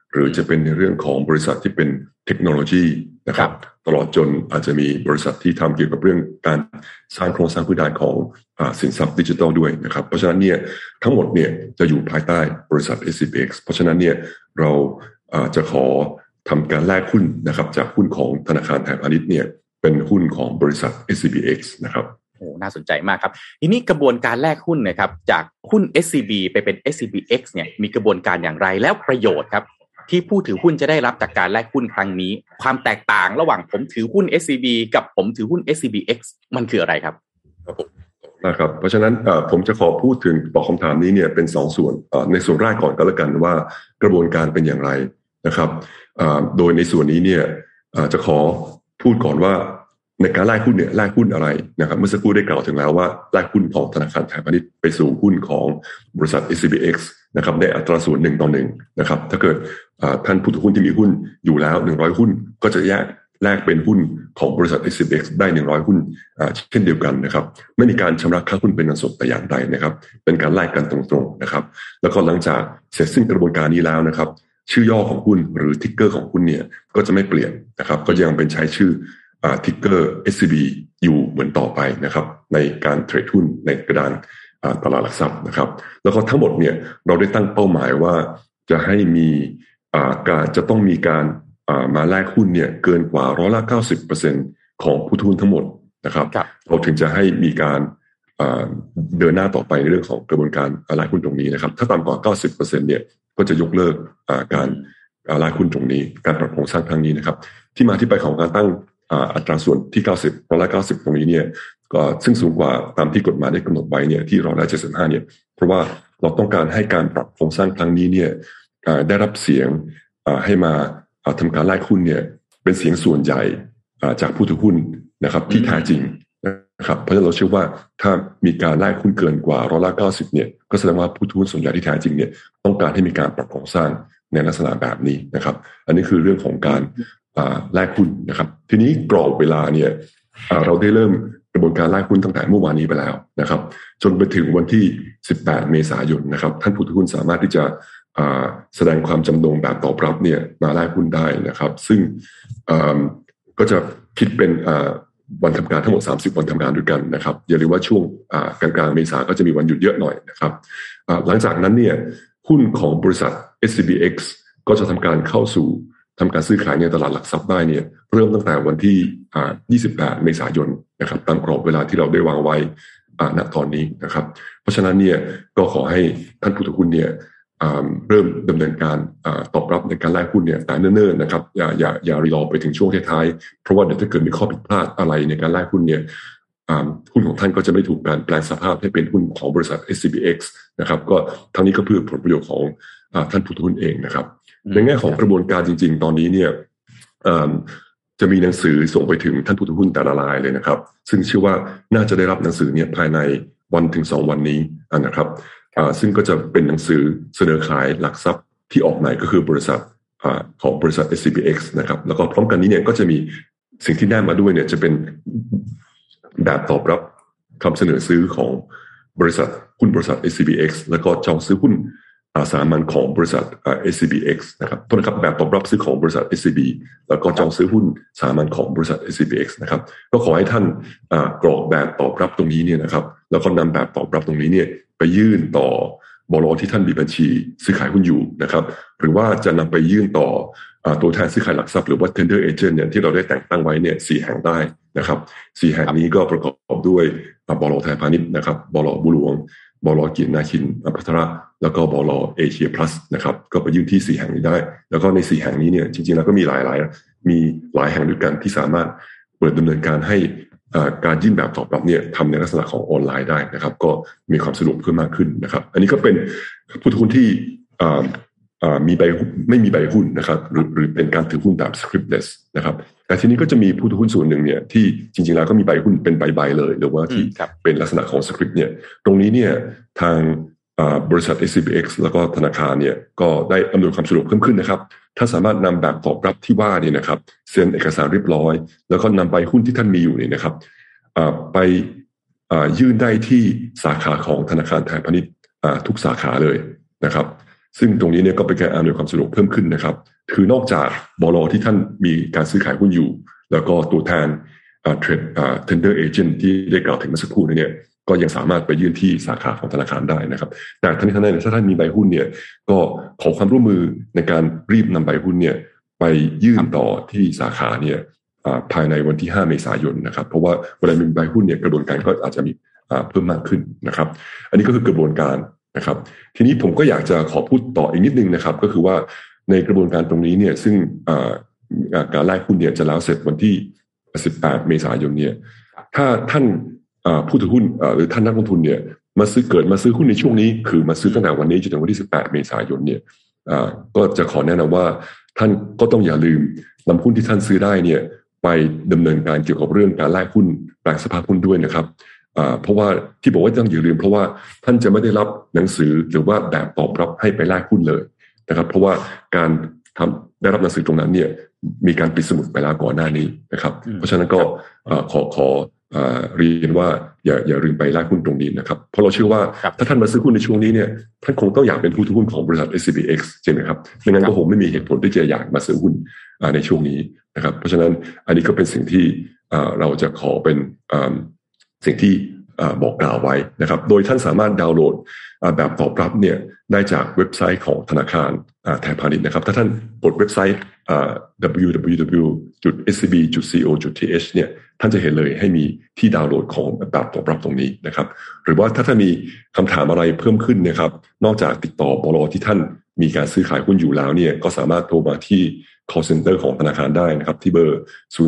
หรือจะเป็นในเรื่องของบริษัทที่เป็นเทคโนโลยีนะครับตลอดจนอาจจะมีบริษัทที่ทำเกี่ยวกับเรื่องการสร้างโครงสร้างพื้นฐานของสินทรัพย์ดิจิทัลด้วยนะครับเพราะฉะนั้นเนี่ยทั้งหมดเนี่ยจะอยู่ภายใต้บริษัท SCBX เพราะฉะนั้นเนี่ยเราจะขอทำการแลกหุ้นนะครับจากหุ้นของธนาคารไทยพาณิชย์เนี่ยเป็นหุ้นของบริษัท SCBX นะครับโอ้น่าสนใจมากครับทีนี้กระบวนการแลกหุ้นนะครับจากหุ้น SCB ไปเป็น SCBX เนี่ยมีกระบวนการอย่างไรแล้วประโยชน์ครับที่ผู้ถือหุ้นจะได้รับจากการแลกหุ้นครั้งนี้ความแตกต่างระหว่างผมถือหุ้น SCB กับผมถือหุ้น SCBX มันคืออะไรครับนะครับเพราะฉะนั้นผมจะขอพูดถึงตอบคำถามนี้เนี่ยเป็น2 ส่วนในส่วนแรกก่อนก็แล้วกันว่ากระบวนการเป็นอย่างไรนะครับโดยในส่วนนี้เนี่ยจะขอพูดก่อนว่าในการแลกหุ้นเนี่ยแลกหุ้นอะไรนะครับเมื่อสักครู่ได้กล่าวถึงแล้วว่าแลกหุ้นของธนาคารไทยพาณิชย์ไปสู่หุ้นของบริษัท SCBX นะครับในอัตราส่วน1:1นะครับถ้าเกิดท่านผู้ถือหุ้นที่มีหุ้นอยู่แล้ว100หุ้นก็จะแลกเป็นหุ้นของบริษัท SCBX ได้100หุ้นเช่นเดียวกันนะครับไม่มีการชำระค่าหุ้นเป็นเงินสดแต่อย่างใดนะครับเป็นการแลกกันตรงๆนะครับแล้วก็หลังจากเสร็จสิ้นกระบวนการนี้แล้วนะครับชื่อย่อของหุ้นหรือทิกเกอร์ของหุ้นเนี่ยก็จะไม่เปลี่ยนนะครับก็ยังเป็นใช้ชื่อทิกเกอร์ SCB อยู่เหมือนต่อไปนะครับในการเทรดหุ้นในกระดานตลาดหลักทรัพย์นะครับแล้วก็ทั้งหมดเนี่ยเราได้ตั้งเป้าหมายว่าจะให้มีจะต้องมีการมาแลกหุ้นเนี่ยเกินกว่า90% ของผู้ถือหุ้นทั้งหมดนะครับเราถึงจะให้มีการเดินหน้าต่อไปในเรื่องของกระบวนการแลกหุ้นตรงนี้นะครับถ้าต่ำกว่า 90% เนี่ยก็จะยกเลิกการแลกหุ้นตรงนี้การปรับโครงสร้างครั้งนี้นะครับที่มาที่ไปของการตั้งอัตราส่วนที่90%ตรงนี้เนี่ยก็ซึ่งสูงกว่าตามที่กฎหมายได้กำหนดไว้เนี่ยที่175เนี่ยเพราะว่าเราต้องการให้การปรับโครงสร้างครั้งนี้เนี่ยได้รับเสียงให้มาทำการแลกหุ้นเนี่ยเป็นเสียงส่วนใหญ่จากผู้ถือหุ้นนะครับที่แท้จริงนะครับเพราะฉะนั้นเราเชื่อว่าถ้ามีการแลกหุ้นเกินกว่า90%เนี่ยก็แสดงว่าผู้ถือหุ้นส่วนใหญ่ที่แท้จริงเนี่ยต้องการให้มีการปรับโครงสร้างในลักษณะแบบนี้นะครับอันนี้คือเรื่องของการแลกหุ้นนะครับทีนี้กรอบเวลาเนี่ยเราได้เริ่มกระบวนการแลกหุ้นตั้งแต่เมื่อวานนี้ไปแล้วนะครับจนไปถึงวันที่18 เมษายนนะครับท่านผู้ถือหุ้นสามารถที่จะแสดงความจำนงแบบตอบรับเนี่ยมาแลกหุ้นได้นะครับซึ่งก็จะคิดเป็นวันทำการทั้งหมด30 วันทำการด้วยกันนะครับอย่าลืมว่าช่วงกลางเมษาก็จะมีวันหยุดเยอะหน่อยนะครับหลังจากนั้นเนี่ยหุ้นของบริษัท SCBX ก็จะทำการเข้าสู่ทำการซื้อขายในตลาดหลักทรัพย์ได้เนี่ยเริ่มตั้งแต่วันที่28 เมษายนนะครับตามกรอบเวลาที่เราได้วางไว้ณตอนนี้นะครับเพราะฉะนั้นเนี่ยก็ขอให้ท่านผู้ถือหุ้นเนี่ยเริ่มดำเนินการตอบรับในการแลกหุ้นเนี่ยแต่เนิ่นๆนะครับอย่ารอไปถึงช่วงท้ายๆเพราะว่าเดี๋ยวถ้าเกิดมีข้อผิดพลาดอะไรในการแลกหุ้นเนี่ยหุ้นของท่านก็จะไม่ถูกการแปลงสภาพให้เป็นหุ้นของบริษัท SCBX นะครับก็ทั้งนี้ก็เพื่อผลประโยชน์ของท่านผู้ถือหุ้นเองนะครับในแง่ของกระบวนการจริงๆตอนนี้เนี่ยจะมีหนังสือส่งไปถึงท่านผู้ถือหุ้นแต่ละรายเลยนะครับซึ่งเชื่อว่าน่าจะได้รับหนังสือเนี่ยภายใน1 ถึง 2 วันนี้นะครับซึ่งก็จะเป็นหนังสือเสนอขายหลักทรัพย์ที่ออกใหม่ก็คือบริษัทของบริษัท SCBX นะครับแล้วก็พร้อมกันนี้เนี่ยก็จะมีสิ่งที่แนบมาด้วยเนี่ยจะเป็นแบบตอบรับคำเสนอซื้อของบริษัทหุ้นบริษัท SCBX แล้วก็จองซื้อหุ้นสามัญของบริษัท SCBX นะครับต้นครับแบบตอบรับซื้อของบริษัท SCB แล้วก็จองซื้อหุ้นสามัญของบริษัท SCBX นะครับก็ขอให้ท่านกรอกแบบตอบรับตรงนี้เนี่ยนะครับแล้วก็นำแบบตอบรับตรงนี้เนี่ยไปยื่นต่อบล.ที่ท่านมีบัญชีซื้อขายหุ้นอยู่นะครับหรือว่าจะนำไปยื่นต่อตัวแทนซื้อขายหลักทรัพย์หรือว่า tender agent เนี่ยที่เราได้แต่งตั้งไว้เนี่ย4 แห่งได้นะครับ4 แห่งนี้ก็ประกอบด้วยบล.ไทยพาณิชย์นะครับบล.บัวหลวงบล.กิจนาคินภัทรแล้วก็บล.เอเชียพลัสนะครับก็ไปยื่นที่4 แห่งนี้ได้แล้วก็ใน4 แห่งนี้เนี่ยจริงๆแล้วก็มีหลายแห่งด้วยกันที่สามารถเปิดดำเนินการให้การยื่นแบบตอบรับเนี่ยทำในลักษณะของออนไลน์ได้นะครับก็มีความสะดวกเพิ่มมากขึ้นนะครับอันนี้ก็เป็นผู้ถือหุ้นที่มีใบไม่มีใบหุ้นนะครับหรือเป็นการถือหุ้นแบบ scriptless นะครับแต่ทีนี้ก็จะมีผู้ถือหุ้นส่วนหนึ่งเนี่ยที่จริงๆแล้วก็มีใบหุ้นเป็นใบเลยหรือว่าที่เป็นลักษณะของ script เนี่ยตรงนี้เนี่ยทางบริษัท SCBX แล้วก็ธนาคารเนี่ยก็ได้อำนวยความสะดวกเพิ่มขึ้นนะครับถ้าสามารถนำแบบตอบรับที่ว่านี่นะครับเซ็นเอกสารเรียบร้อยแล้วก็นำใบหุ้นที่ท่านมีอยู่นี่นะครับไปยื่นได้ที่สาขาของธนาคารไทยพาณิชย์ทุกสาขาเลยนะครับซึ่งตรงนี้เนี่ยก็เป็นการอำนวยความสะดวกเพิ่มขึ้นนะครับคือนอกจากบล.ที่ท่านมีการซื้อขายหุ้นอยู่แล้วก็ตัวแทนtender agent ที่ได้กล่าวถึงเมื่อสักครู่นี้เนี่ยก็ยังสามารถไปยื่นที่สาขาของธนาคารได้นะครับแต่ทั้งนี้ทั้งนั้นถ้าท่านมีใบหุ้นเนี่ยก็ขอความร่วมมือในการรีบนำใบหุ้นเนี่ยไปยื่นต่อที่สาขาเนี่ยภายในวันที่5 เมษายนนะครับเพราะว่าเวลามีใบหุ้นเนี่ยกระบวนการก็อาจจะมีเพิ่มมากขึ้นนะครับอันนี้ก็คือกระบวนการนะครับทีนี้ผมก็อยากจะขอพูดต่ออีกนิดนึงนะครับก็คือว่าในกระบวนการตรงนี้เนี่ยซึ่งการแลกหุ้นเนี่ยจะแล้วเสร็จวันที่18 เมษายนเนี่ยถ้าท่านผู้ถือหุ้นหรือท่านนักลงทุนเนี่ยมาซื้อหุ้นในช่วงนี้คือมาซื้อตั้งแต่วันนี้จนถึงวันที่18 เมษายนเนี่ยก็จะขอแนะนำว่าท่านก็ต้องอย่าลืมนำหุ้นที่ท่านซื้อได้เนี่ยไปดำเนินการเกี่ยวกับเรื่องการแลกหุ้นแปลงสภาพหุ้นด้วยนะครับเพราะว่าที่บอกว่าต้องอย่าลืมเพราะว่าท่านจะไม่ได้รับหนังสือหรือว่าแบบตอบรับให้ไปแลกหุ้นเลยนะครับเพราะว่าการได้รับหนังสือตรงนั้นเนี่ยมีการปิดสมุดไปแล้วก่อนหน้านี้นะครับเพราะฉะนั้นก็ขอเรียนว่าอย่าลืมไปแลกหุ้นตรงนี้นะครับเพราะเราเชื่อว่าถ้าท่านมาซื้อหุ้นในช่วงนี้เนี่ยท่านคงต้องอยากเป็นผู้ถือหุ้นของบริษัท SCBX ใช่ไหมครับไม่งั้นก็คงไม่มีเหตุผลที่จะอยากมาซื้อหุ้นในช่วงนี้นะครับเพราะฉะนั้นอันนี้ก็เป็นสิ่งที่เราจะขอเป็นสิ่งที่บอกกล่าวไว้นะครับโดยท่านสามารถดาวน์โหลดแบบตอบรับเนี่ยได้จากเว็บไซต์ของธนาคารไทยพาณิชย์นะครับถ้าท่านกดเว็บไซต์www.scb.co.th เนี่ยท่านจะเห็นเลยให้มีที่ดาวน์โหลดของแบบตอบรับตรงนี้นะครับหรือว่าถ้าท่านมีคำถามอะไรเพิ่มขึ้นนะครับนอกจากติดต่อบล.ที่ท่านมีการซื้อขายหุ้นอยู่แล้วเนี่ยก็สามารถโทรมาที่ call center ของธนาคารได้นะครับที่เบอร์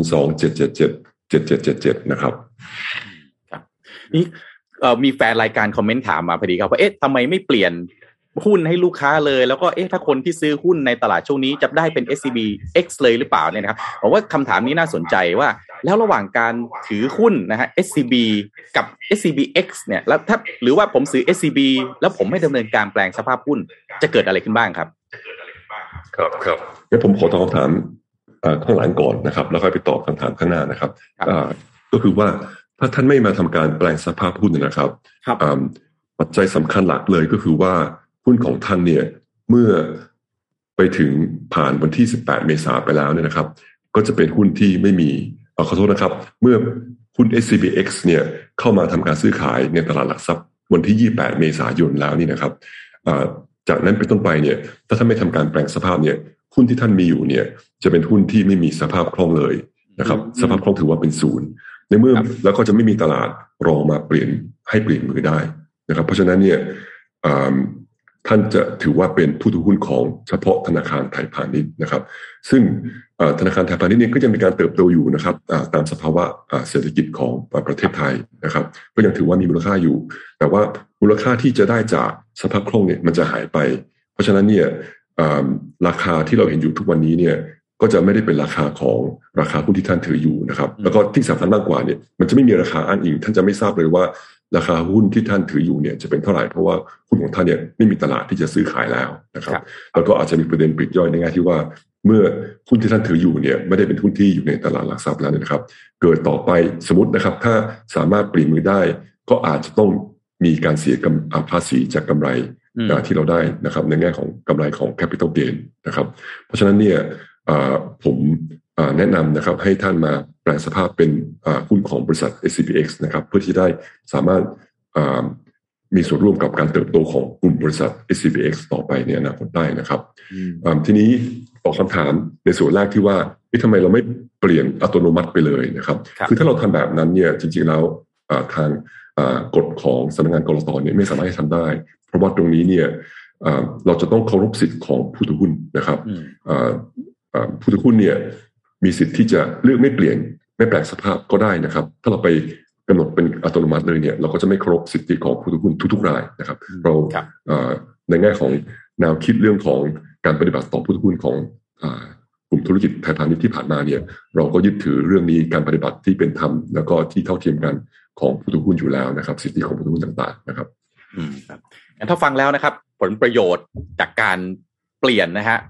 02-777-7777 นะครับนี่มีแฟนรายการคอมเมนต์ถามมาพอดีครับว่าทำไมไม่เปลี่ยนหุ้นให้ลูกค้าเลยแล้วก็ถ้าคนที่ซื้อหุ้นในตลาดช่วงนี้จะได้เป็น SCBX เลยหรือเปล่าเนี่ยนะครับผมว่าคำถามนี้น่าสนใจว่าแล้วระหว่างการถือหุ้นนะฮะ SCB กับ SCBX เนี่ยแล้วถ้าหรือว่าผมซื้อ SCB แล้วผมไม่ดำเนินการแปลงสภาพหุ้นจะเกิดอะไรขึ้นบ้างครับครับงั้นผมขอตอบคำถามข้างหลังก่อนนะครับแล้วค่อยไปตอบคำถามข้างหน้านะครับก็คือว่าถ้าท่านไม่มาทำการแปลงสภาพหุ้นนะครับปัจจัยสำคัญหลักเลยก็คือว่าหุ้นของท่านเนี่ยเมื่อไปถึงผ่านวันที่18 เมษายนไปแล้วเนี่ยนะครับก็จะเป็นหุ้นที่ไม่มีขอโทษนะครับเมื่อหุ้น SCBX เนี่ยเข้ามาทำการซื้อขายในตลาดหลักทรัพย์วันที่28 เมษายนแล้วนี่นะครับจากนั้นเป็นต้นไปเนี่ยถ้าท่านไม่ทำการแปลงสภาพเนี่ยหุ้นที่ท่านมีอยู่เนี่ยจะเป็นหุ้นที่ไม่มีสภาพคล่องเลยนะครับสภาพคล่องถือว่าเป็นศูนย์ในเมื่อแล้วก็จะไม่มีตลาดรองมาเปลี่ยนมือได้นะครับเพราะฉะนั้นเนี่ยท่านจะถือว่าเป็นผู้ถือหุ้นของเฉพาะธนาคารไทยพาณิชย์นะครับซึ่งธนาคารไทยพาณิชย์เนี่ยก็ยังมีการเติบโตอยู่นะครับตามสภาวะเศรษฐกิจของประเทศไทยนะครับก็ยังถือว่ามีมูลค่าอยู่แต่ว่ามูลค่าที่จะได้จากสภาพคล่องเนี่ยมันจะหายไปเพราะฉะนั้นเนี่ยราคาที่เราเห็นอยู่ทุกวันนี้เนี่ยก็จะไม่ได้เป็นราคาของราคาหุ้นที่ท่านถืออยู่นะครับแล้วก็ที่สำคัญมากกว่าเนี่ยมันจะไม่มีราคาอ้างอิงท่านจะไม่ทราบเลยว่าราคาหุ้นที่ท่านถืออยู่เนี่ยจะเป็นเท่าไหร่เพราะว่าหุ้นของท่านเนี่ยไม่มีตลาดที่จะซื้อขายแล้วนะครับแล้วก็อาจจะมีประเด็นปลีกย่อยในแง่ที่ว่าเมื่อหุ้นที่ท่านถืออยู่เนี่ยไม่ได้เป็นหุ้นที่อยู่ในตลาดหลักทรัพย์แล้วนะครับเกิดต่อไปสมมตินะครับถ้าสามารถเปลี่ยนมือได้ก็อาจจะต้องมีการเสียภาษีจากกำไรที่เราได้นะครับในแง่ของกำไรของ capital gain นะครับเพราะฉะนั้นเนี่ยผมแนะนำนะครับให้ท่านมาแปลงสภาพเป็นหุ้นของบริษัท SCBX นะครับเพื่อที่ได้สามารถมีส่วนร่วมกับการเติบโตของกลุ่มบริษัท SCBX ต่อไปในอนาคตได้นะครับทีนี้ตอบคำถามในส่วนแรกที่ว่าทำไมเราไม่เปลี่ยนอัตโนมัติไปเลยนะครับคือถ้าเราทำแบบนั้นเนี่ยจริงๆแล้วทางกฎของสำนักงานกลตเนี่ยไม่สามารถให้ทำได้เพราะว่าตรงนี้เนี่ยเราจะต้องเคารพสิทธิ์ของผู้ถือหุ้นนะครับผู้ถือหุ้นเนี่ยมีสิทธิ์ที่จะเลือกไม่เปลี่ยนไม่แปลงสภาพก็ได้นะครับถ้าเราไปกำหนดเป็นอัตโนมัติเลยเนี่ยเราก็จะไม่เคารพสิทธิของผู้ถือหุ้นทุกๆรายนะครับเราในแง่ของแนวคิดเรื่องของการปฏิบัติต่อผู้ถือหุ้นของกลุ่มธุรกิจไทยพาณิชย์ที่ผ่านมาเนี่ยเราก็ยึดถือเรื่องนี้การปฏิบัติที่เป็นธรรมแล้วก็ที่เท่าเทียมกันของผู้ถือหุ้นอยู่แล้วนะครับสิทธิของผู้ถือหุ้นต่างๆนะครับครับงั้นถ้าฟังแล้วนะครับผลประโยชน์จากการเปลี่ยนนะฮะ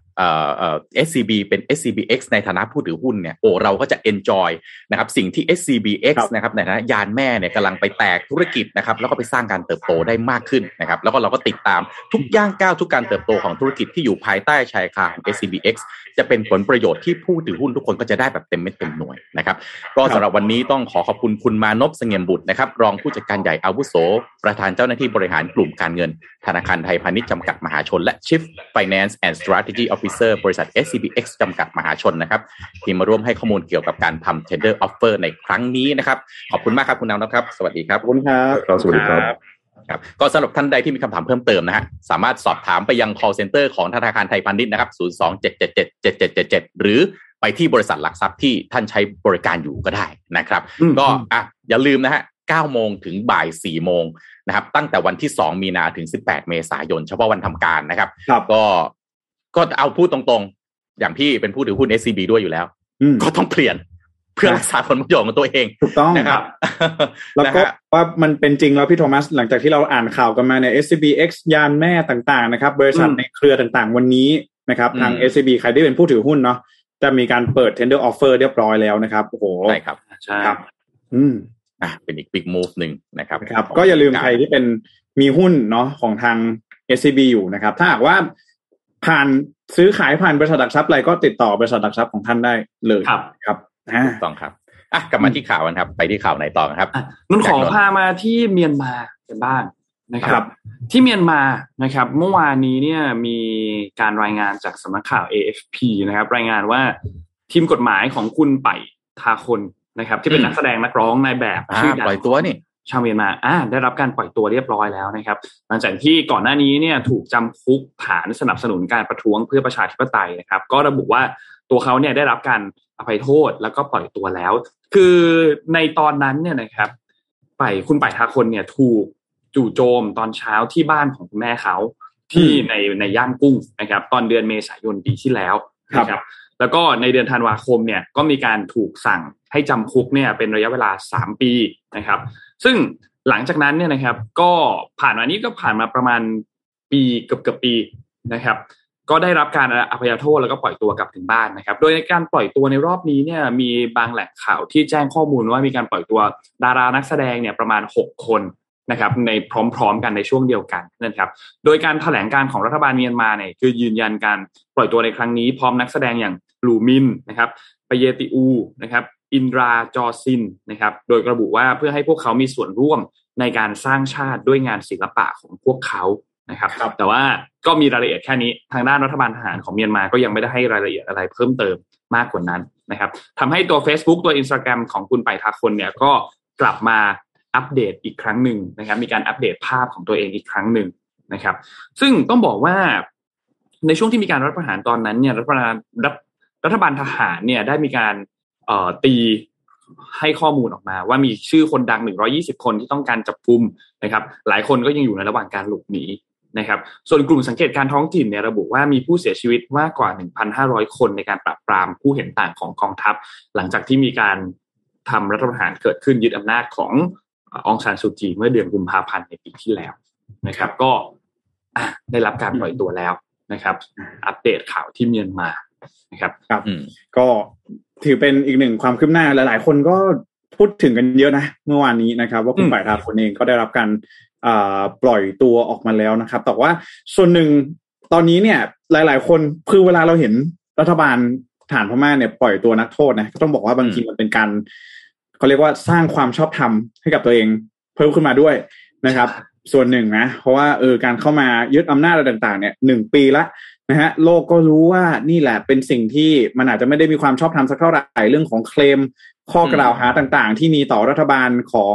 SCB เป็น SCBX ในฐานะผู้ถือหุ้นเนี่ยเราก็จะ enjoy นะครับสิ่งที่ SCBX นะครับในฐานะยานแม่เนี่ยกำลังไปแตกธุรกิจนะครับแล้วก็ไปสร้างการเติบโตได้มากขึ้นนะครับแล้วก็เราก็ติดตามทุกย่างก้าวทุกการเติบโตของธุรกิจที่อยู่ภายใต้ชายคาของ SCBX จะเป็นผลประโยชน์ที่ผู้ถือหุ้นทุกคนก็จะได้แบบเต็มเม็ดเต็มหน่วยนะครับก็สำหรับวันนี้ต้องขอบคุณคุณมานพเสงี่ยมบุตรนะครับรองผู้จัดการใหญ่อาวุโสประธานเจ้าหน้าที่บริหารกลุ่มการเงินธนาคารไทยพาณิชย์จำกัดมหาชนและ Chief Finance and Strategy Officer บริษัท SCBX จำกัดมหาชนนะครับที่มาร่วมให้ข้อมูลเกี่ยวกับการทำ Tender Offer ในครั้งนี้นะครับขอบคุณมากครับคุณนำครับสวัสดีครับขอบคุณครับสวัสดีครับครับก็สำหรับท่านใดที่มีคำถามเพิ่มเติมนะฮะสามารถสอบถามไปยัง call center ของธนาคารไทยพาณิชย์นะครับ027777777หรือไปที่บริษัทหลักทรัพย์ที่ท่านใช้บริการอยู่ก็ได้นะครับก็อย่าลืมนะฮะ 9 โมงถึงบ่าย 4 โมงนะครับตั้งแต่วันที่2มีนาถึง18เมษายนเฉพาะวันทำการนะครับก็เอาพูดตรงๆอย่างพี่เป็นผู้ถือหุ้น SCB ด้วยอยู่แล้วก็ต้องเปลี่ยนเพื่อรักษาผลประโยชน์ของตัวเองถูกต้องนะครับแล้วก็ว่ามันเป็นจริงแล้วพี่โทมัสหลังจากที่เราอ่านข่าวกันมาเนี่ย SCBX ยานแม่ต่างๆนะครับบริษัทในเครือต่างๆวันนี้นะครับทาง SCB ใครที่เป็นผู้ถือหุ้นเนาะจะมีการเปิด tender offer เรียบร้อยแล้วนะครับโอ้โหใช่ครับใช่ครับเป็นอีก big move นึงนะครับก็อย่าลืมใครที่เป็นมีหุ้นเนาะของทาง SCB อยู่นะครับถ้าหากว่าผ่านซื้อขายผ่านบริษัทหลักทรัพย์อะไรก็ติดต่อบริษัทหลักทรัพย์ของท่านได้เลยครับถูกต้องครับกลับมาที่ข่าวกันครับไปที่ข่าวไหนต่อครับนุ่นขอพามาที่เมียนมากันบ้างนะครับที่เมียนมานะครับเมื่อวานนี้เนี่ยมีการรายงานจากสำนักข่าว AFP นะครับรายงานว่าทีมกฎหมายของคุณไปทาคนนะครับที่เป็นนักแสดงนักร้องนายแบบชื่อดังปล่อยตัวนี่ชาวเมียนมาได้รับการปล่อยตัวเรียบร้อยแล้วนะครับหลังจากที่ก่อนหน้านี้เนี่ยถูกจำคุกฐานสนับสนุนการประท้วงเพื่อประชาธิปไตยนะครับก็ระบุว่าตัวเขาเนี่ยได้รับการอภัยโทษแล้วก็ปล่อยตัวแล้วคือในตอนนั้นเนี่ยนะครับคุณไปทาคนเนี่ยถูกจู่โจมตอนเช้าที่บ้านของคุณแม่เขาที่ในย่างกุ้งนะครับตอนเดือนเมษายนปีที่แล้วนะครับแล้วก็ในเดือนธันวาคมเนี่ยก็มีการถูกสั่งให้จำคุกเนี่ยเป็นระยะเวลา3 ปีนะครับซึ่งหลังจากนั้นเนี่ยนะครับก็ผ่านมาประมาณปีเกือบปีนะครับก็ได้รับการอภัยโทษแล้วก็ปล่อยตัวกลับถึงบ้านนะครับโดยในการปล่อยตัวในรอบนี้เนี่ยมีบางแหล่งข่าวที่แจ้งข้อมูลว่ามีการปล่อยตัวดารานักแสดงเนี่ยประมาณ6 คนนะครับในพร้อมๆกันในช่วงเดียวกันนะครับโดยการแถลงการของรัฐบาลเมียนมาเนี่ยคือยืนยันการปล่อยตัวในครั้งนี้พร้อมนักแสดงอย่างลูมินนะครับปเยติอูนะครับอินดราจอซินนะครับโดยระบุว่าเพื่อให้พวกเขามีส่วนร่วมในการสร้างชาติด้วยงานศิลปะของพวกเขานะครับแต่ว่าก็มีรายละเอียดแค่นี้ทางด้านรัฐบาลทหารของเมียนมาก็ยังไม่ได้ให้รายละเอียดอะไรเพิ่มเติมมากกว่านั้นนะครับทำให้ตัว Facebook ตัว Instagram ของคุณไปทาคนเนี่ยก็กลับมาอัปเดตอีกครั้งหนึ่งนะครับมีการอัปเดตภาพของตัวเองอีกครั้งหนึ่งนะครับซึ่งต้องบอกว่าในช่วงที่มีการรัฐประหารตอนนั้นเนี่ยรัฐบาลทหารเนี่ยได้มีการตีให้ข้อมูลออกมาว่ามีชื่อคนดัง120 คนที่ต้องการจับกุมนะครับหลายคนก็ยังอยู่ในระหว่างการหลบหนีนะครับส่วนกลุ่มสังเกตการท้องถิ่นเนี่ยระบุว่ามีผู้เสียชีวิตมากกว่า 1,500 คนในการปราบปรามผู้เห็นต่างของกองทัพหลังจากที่มีการทำรัฐประหารเกิดขึ้นยึดอำนาจขององซานซูจีเมื่อเดือนกุมภาพันธ์ในปีที่แล้วนะครับก็ได้รับการปล่อยตัวแล้วนะครับอัปเดตข่าวที่เมียนมานะครับก็ถือเป็นอีกหนึ่งความคืบหน้าหลายๆคนก็พูดถึงกันเยอะนะเมื่อวานนี้นะครับว่าคุณไปทาคนเองก็ได้รับการปล่อยตัวออกมาแล้วนะครับแต่ว่าส่วนหนึ่งตอนนี้เนี่ยหลายๆคนคือเวลาเราเห็นรัฐบาลทหารพม่าเนี่ยปล่อยตัวนักโทษนะก็ต้องบอกว่าบางทีมันเป็นการเขาเรียกว่าสร้างความชอบธรรมให้กับตัวเองเพิ่มขึ้นมาด้วยนะครับส่วนหนึ่งนะเพราะว่าการเข้ามายึดอำนาจอะไรต่างๆเนี่ย1 ปีละนะฮะโลกก็รู้ว่านี่แหละเป็นสิ่งที่มันอาจจะไม่ได้มีความชอบธรรมสักเท่าไหร่เรื่องของเคลมข้อกล่าวหาต่างๆที่มีต่อรัฐบาลของ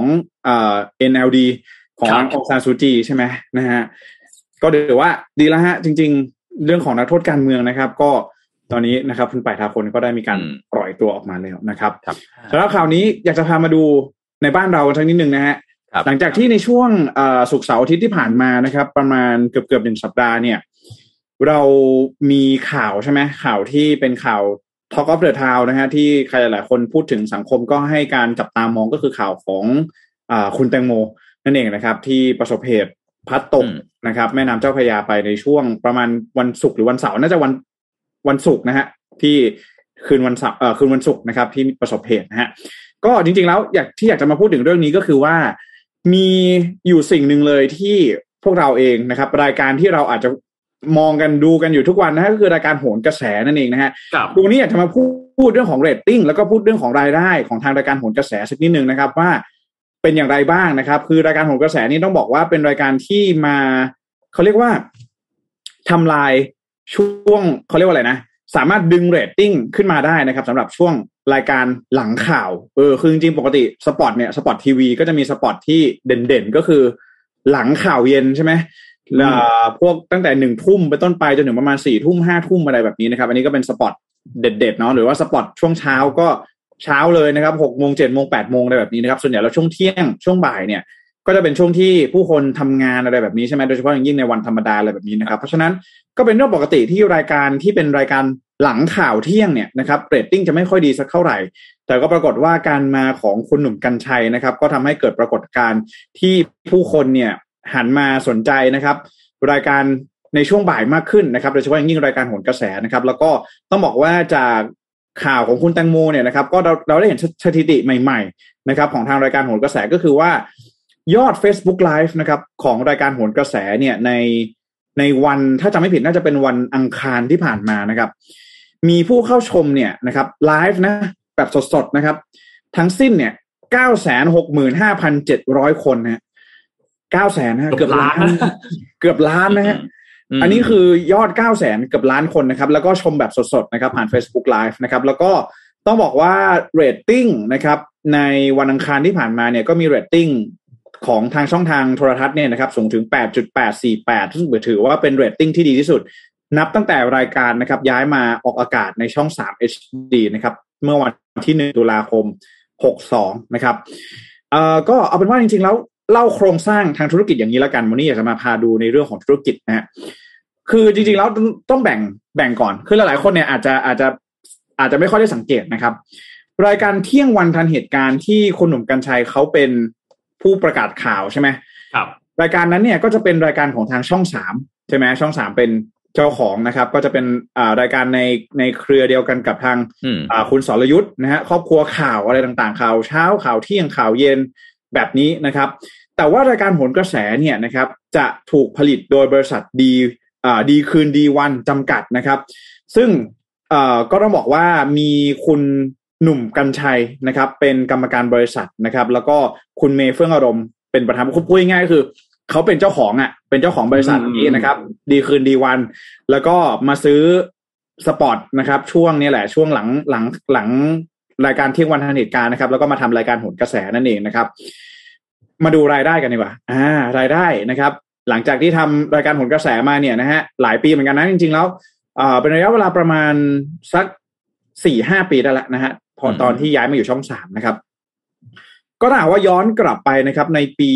NLD ขององซานซูจีใช่ไหมนะฮะก็ถือว่าดีแล้วฮะจริงๆเรื่องของนักโทษการเมืองนะครับก็ตอนนี้นะครับคุณไปทาคนก็ได้มีการปล่อยตัวออกมาแล้วนะครับสำหรับข่าวนี้อยากจะพามาดูในบ้านเราทั้งนิดนึงนะฮะหลังจากที่ในช่วงศุกร์เสาร์อาทิตย์ที่ผ่านมานะครับประมาณเกือบ1 สัปดาห์เนี่ยเรามีข่าวใช่ไหมข่าวที่เป็นข่าว Talk of the Town นะฮะที่ใครหลายคนพูดถึงสังคมก็ให้การจับตามองก็คือข่าวของคุณแตงโมนั่นเองนะครับที่ประสบเหตุพลัดตกนะครับแม่น้ำเจ้าพระยาไปในช่วงประมาณวันศุกร์หรือวันเสาร์น่าจะวันวันศุกร์นะฮะที่คืนวันศุกร์นะครับที่ประสบเหตุนะฮะก็จริงๆแล้วอยากจะมาพูดถึงเรื่องนี้ก็คือว่ามีอยู่สิ่งหนึ่งเลยที่พวกเราเองนะครับรายการที่เราอาจจะมองกันดูกันอยู่ทุกวันนะฮะก็คือรายการโหนกระแสนั่นเองนะฮะตรงนี้อยากจะมาพูดเรื่องของเรตติ้งแล้วก็พูดเรื่องของรายได้ของทางรายการโหนกระแสสักนิดนึงนะครับว่าเป็นอย่างไรบ้างนะครับคือรายการโหนกระแสนี่ต้องบอกว่าเป็นรายการที่มาเขาเรียกว่าทำลายช่วงเขาเรียกว่าอะไรนะสามารถดึงเรตติ้งขึ้นมาได้นะครับสำหรับช่วงรายการหลังข่าวคือจริงๆปกติสปอตทีวีก็จะมีสปอตที่เด่นๆก็คือหลังข่าวเย็นใช่ไหมพวกตั้งแต่ 1 ทุ่มไปต้นไปจนถึงประมาณ 4 ทุ่ม 5 ทุ่มอะไรแบบนี้นะครับอันนี้ก็เป็นสปอตเด็ดๆเนาะหรือว่าสปอตช่วงเช้าก็เช้าเลยนะครับ 6 โมง 7 โมง 8 โมงอะไรแบบนี้นะครับส่วนใหญ่แล้วช่วงเที่ยงช่วงบ่ายเนี่ยก็จะเป็นช่วงที่ผู้คนทำงานอะไรแบบนี้ใช่ไหมโดยเฉพาะอย่างยิ่งในวันธรรมดาอะไรแบบนี้นะครับเพราะฉะนั้นก็เป็นเรื่องปกติที่รายการที่เป็นรายการหลังข่าวเที่ยงเนี่ยนะครับเรตติ้งจะไม่ค่อยดีสักเท่าไหร่แต่ก็ปรากฏว่าการมาของคุณหนุ่มกรรชัยนะครับก็ทำให้เกิดปรากฏการณ์ที่ผู้คนเนี่ยหันมาสนใจนะครับรายการในช่วงบ่ายมากขึ้นนะครับโดยเฉพาะอย่างยิ่งรายการโหนกระแสนะครับแล้วก็ต้องบอกว่าจากข่าวของคุณแตงโมเนี่ยนะครับก็เราได้เห็นสถิติใหม่ๆนะครับของทางรายการโหนกระแสก็คือว่ายอด Facebook Live นะครับของรายการโหนกระแสเนี่ยในวันถ้าจำไม่ผิดน่าจะเป็นวันอังคารที่ผ่านมานะครับมีผู้เข้าชมเนี่ยนะครับไลฟ์นะแบบสดๆนะครับทั้งสิ้นเนี่ย 965,700 คนนะ 900,000 นะเกือบล้านนะฮะอันนี้คือยอด 900,000 เกือบล้านคนนะครับแล้วก็ชมแบบสดๆนะครับผ่าน Facebook Live นะครับแล้วก็ต้องบอกว่าเรตติ้งนะครับในวันอังคารที่ผ่านมาเนี่ยก็มีเรตติ้งของทางช่องทางโทรทัศน์เนี่ยนะครับสูงถึง 8.848 ซึ่งถือว่าเป็นเรตติ้งที่ดีที่สุดนับตั้งแต่รายการนะครับย้ายมาออกอากาศในช่อง3 HD นะครับเมื่อวันที่1 ตุลาคม 62นะครับก็เอาเป็นว่าจริงๆแล้วเล่าโครงสร้างทางธุรกิจอย่างนี้แล้วกันวันนี้อยากจะมาพาดูในเรื่องของธุรกิจนะฮะคือจริงๆแล้วต้องแบ่งก่อนคือหลายๆคนเนี่ยอาจจะไม่ค่อยได้สังเกตนะครับรายการเที่ยงวันทันเหตุการณ์ที่คุณหนุ่มกรรชัยเขาเป็นผู้ประกาศข่าวใช่ไหมครับรายการนั้นเนี่ยก็จะเป็นรายการของทางช่อง3ใช่ไหมช่อง3เป็นเจ้าของนะครับก็จะเป็นรายการในเครือเดียวกันกับทางคุณสรยุทธ์นะฮะครอบครัวข่าวอะไรต่างๆข่าวเช้าข่าวเที่ยงข่าวเย็นแบบนี้นะครับแต่ว่ารายการโหนกระแสเนี่ยนะครับจะถูกผลิตโดยบริษัทดีคืนดีวันจำกัดนะครับซึ่งก็ต้องบอกว่ามีคุณหนุ่มกรรชัยนะครับเป็นกรรมการบริษัทนะครับแล้วก็คุณเมย์เฟื่องอารมณ์เป็นประธานพูดง่ายๆคือเขาเป็นเจ้าของเป็นเจ้าของบริษัทนี้นะครับดีคืนดีวันแล้วก็มาซื้อสปอตนะครับช่วงนี้แหละช่วงหลังรายการเที่ยงวันทันเหตุการณ์นะครับแล้วก็มาทำรายการโหนกระแสนั่นเองนะครับมาดูรายได้กันดีกว่ารายได้นะครับหลังจากที่ทำรายการโหนกระแสมาเนี่ยนะฮะหลายปีเหมือนกันนะจริงๆแล้วเป็นระยะเวลาประมาณสัก 4-5 ปีได้แล้วนะฮะพอตอนที่ย้ายมาอยู่ช่อง3นะครับก็ถ้าว่าย้อนกลับไปนะครับในปี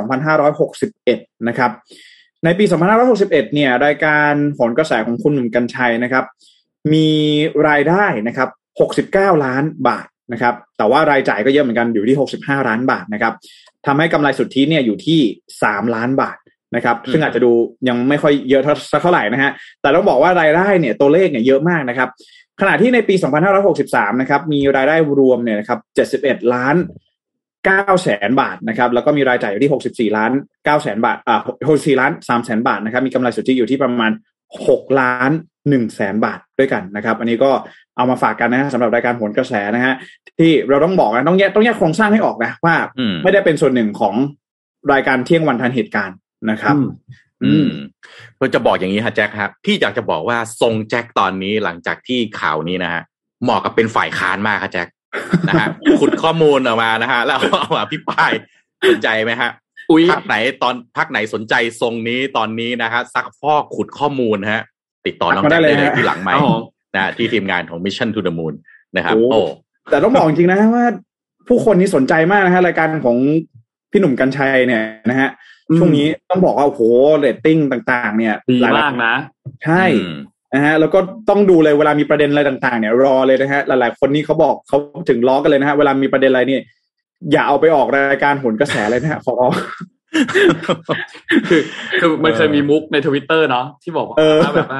2561นะครับในปี2561เนี่ยรายการโหนกระแสของคุณหนุ่มกรรชัยนะครับมีรายได้นะครับ69 ล้านบาทนะครับแต่ว่ารายจ่ายก็เยอะเหมือนกันอยู่ที่65 ล้านบาทนะครับทำให้กำไรสุทธิเนี่ยอยู่ที่3 ล้านบาทนะครับซึ่งอาจจะดูยังไม่ค่อยเยอะเท่าไหร่นะฮะแต่ต้องบอกว่ารายได้เนี่ยตัวเลขเนี่ยเยอะมากนะครับขณะที่ในปี2563นะครับมีรายได้รวมเนี่ยนะครับ71 ล้าน9แสนบาทนะครับแล้วก็มีรายจ่ายอยู่ที่64 ล้าน9แสนบาท64 ล้าน3แสนบาทนะครับมีกำไรสุทธิอยู่ที่ประมาณ6 ล้าน1แสนบาทด้วยกันนะครับอันนี้ก็เอามาฝากกันนะสำหรับรายการโหนกระแสนะฮะที่เราต้องบอกนะต้องแยกโครงสร้างให้ออกนะว่าไม่ได้เป็นส่วนหนึ่งของรายการเที่ยงวันทันเหตุการณ์นะครับเพื่อจะบอกอย่างนี้ฮะแจ็คครับพี่อยากจะบอกว่าทรงแจ็คตอนนี้หลังจากที่ข่าวนี้นะฮะเหมาะกับเป็นฝ่ายค้านมากครับแจ็คนะฮะขุดข้อมูลออกมานะฮะแล้วเอามาพิพายสนใจไหมฮะพักไหนสนใจทรงนี้ตอนนี้นะฮะซักฟอกขุดข้อมูลฮะติดต่อน้องแจ็คได้เลยที่หลังไมค์นะที่ทีมงานของ Mission to the Moon นะครับโอ้แต่ต้องบอกจริงๆนะว่าผู้คนนี้สนใจมากนะฮะรายการของพี่หนุ่มกรรชัยเนี่ยนะฮะช่วงนี้ต้องบอกว่าโอ้โหเรตติ้งต่างๆเนี่ยดีมากนะใช่นะฮะแล้วก็ต้องดูเลยเวลามีประเด็นอะไรต่างๆเนี่ยรอเลยนะฮะหลายๆคนนี่เขาบอกเขาถึงล้อกันเลยนะฮะเวลามีประเด็นอะไรนี่อย่าเอาไปออกรายการโหนกระแสเลยนะฮะขอคือมันเคยมีมุกใน Twitter เนาะที่บอกว่าแบบว่า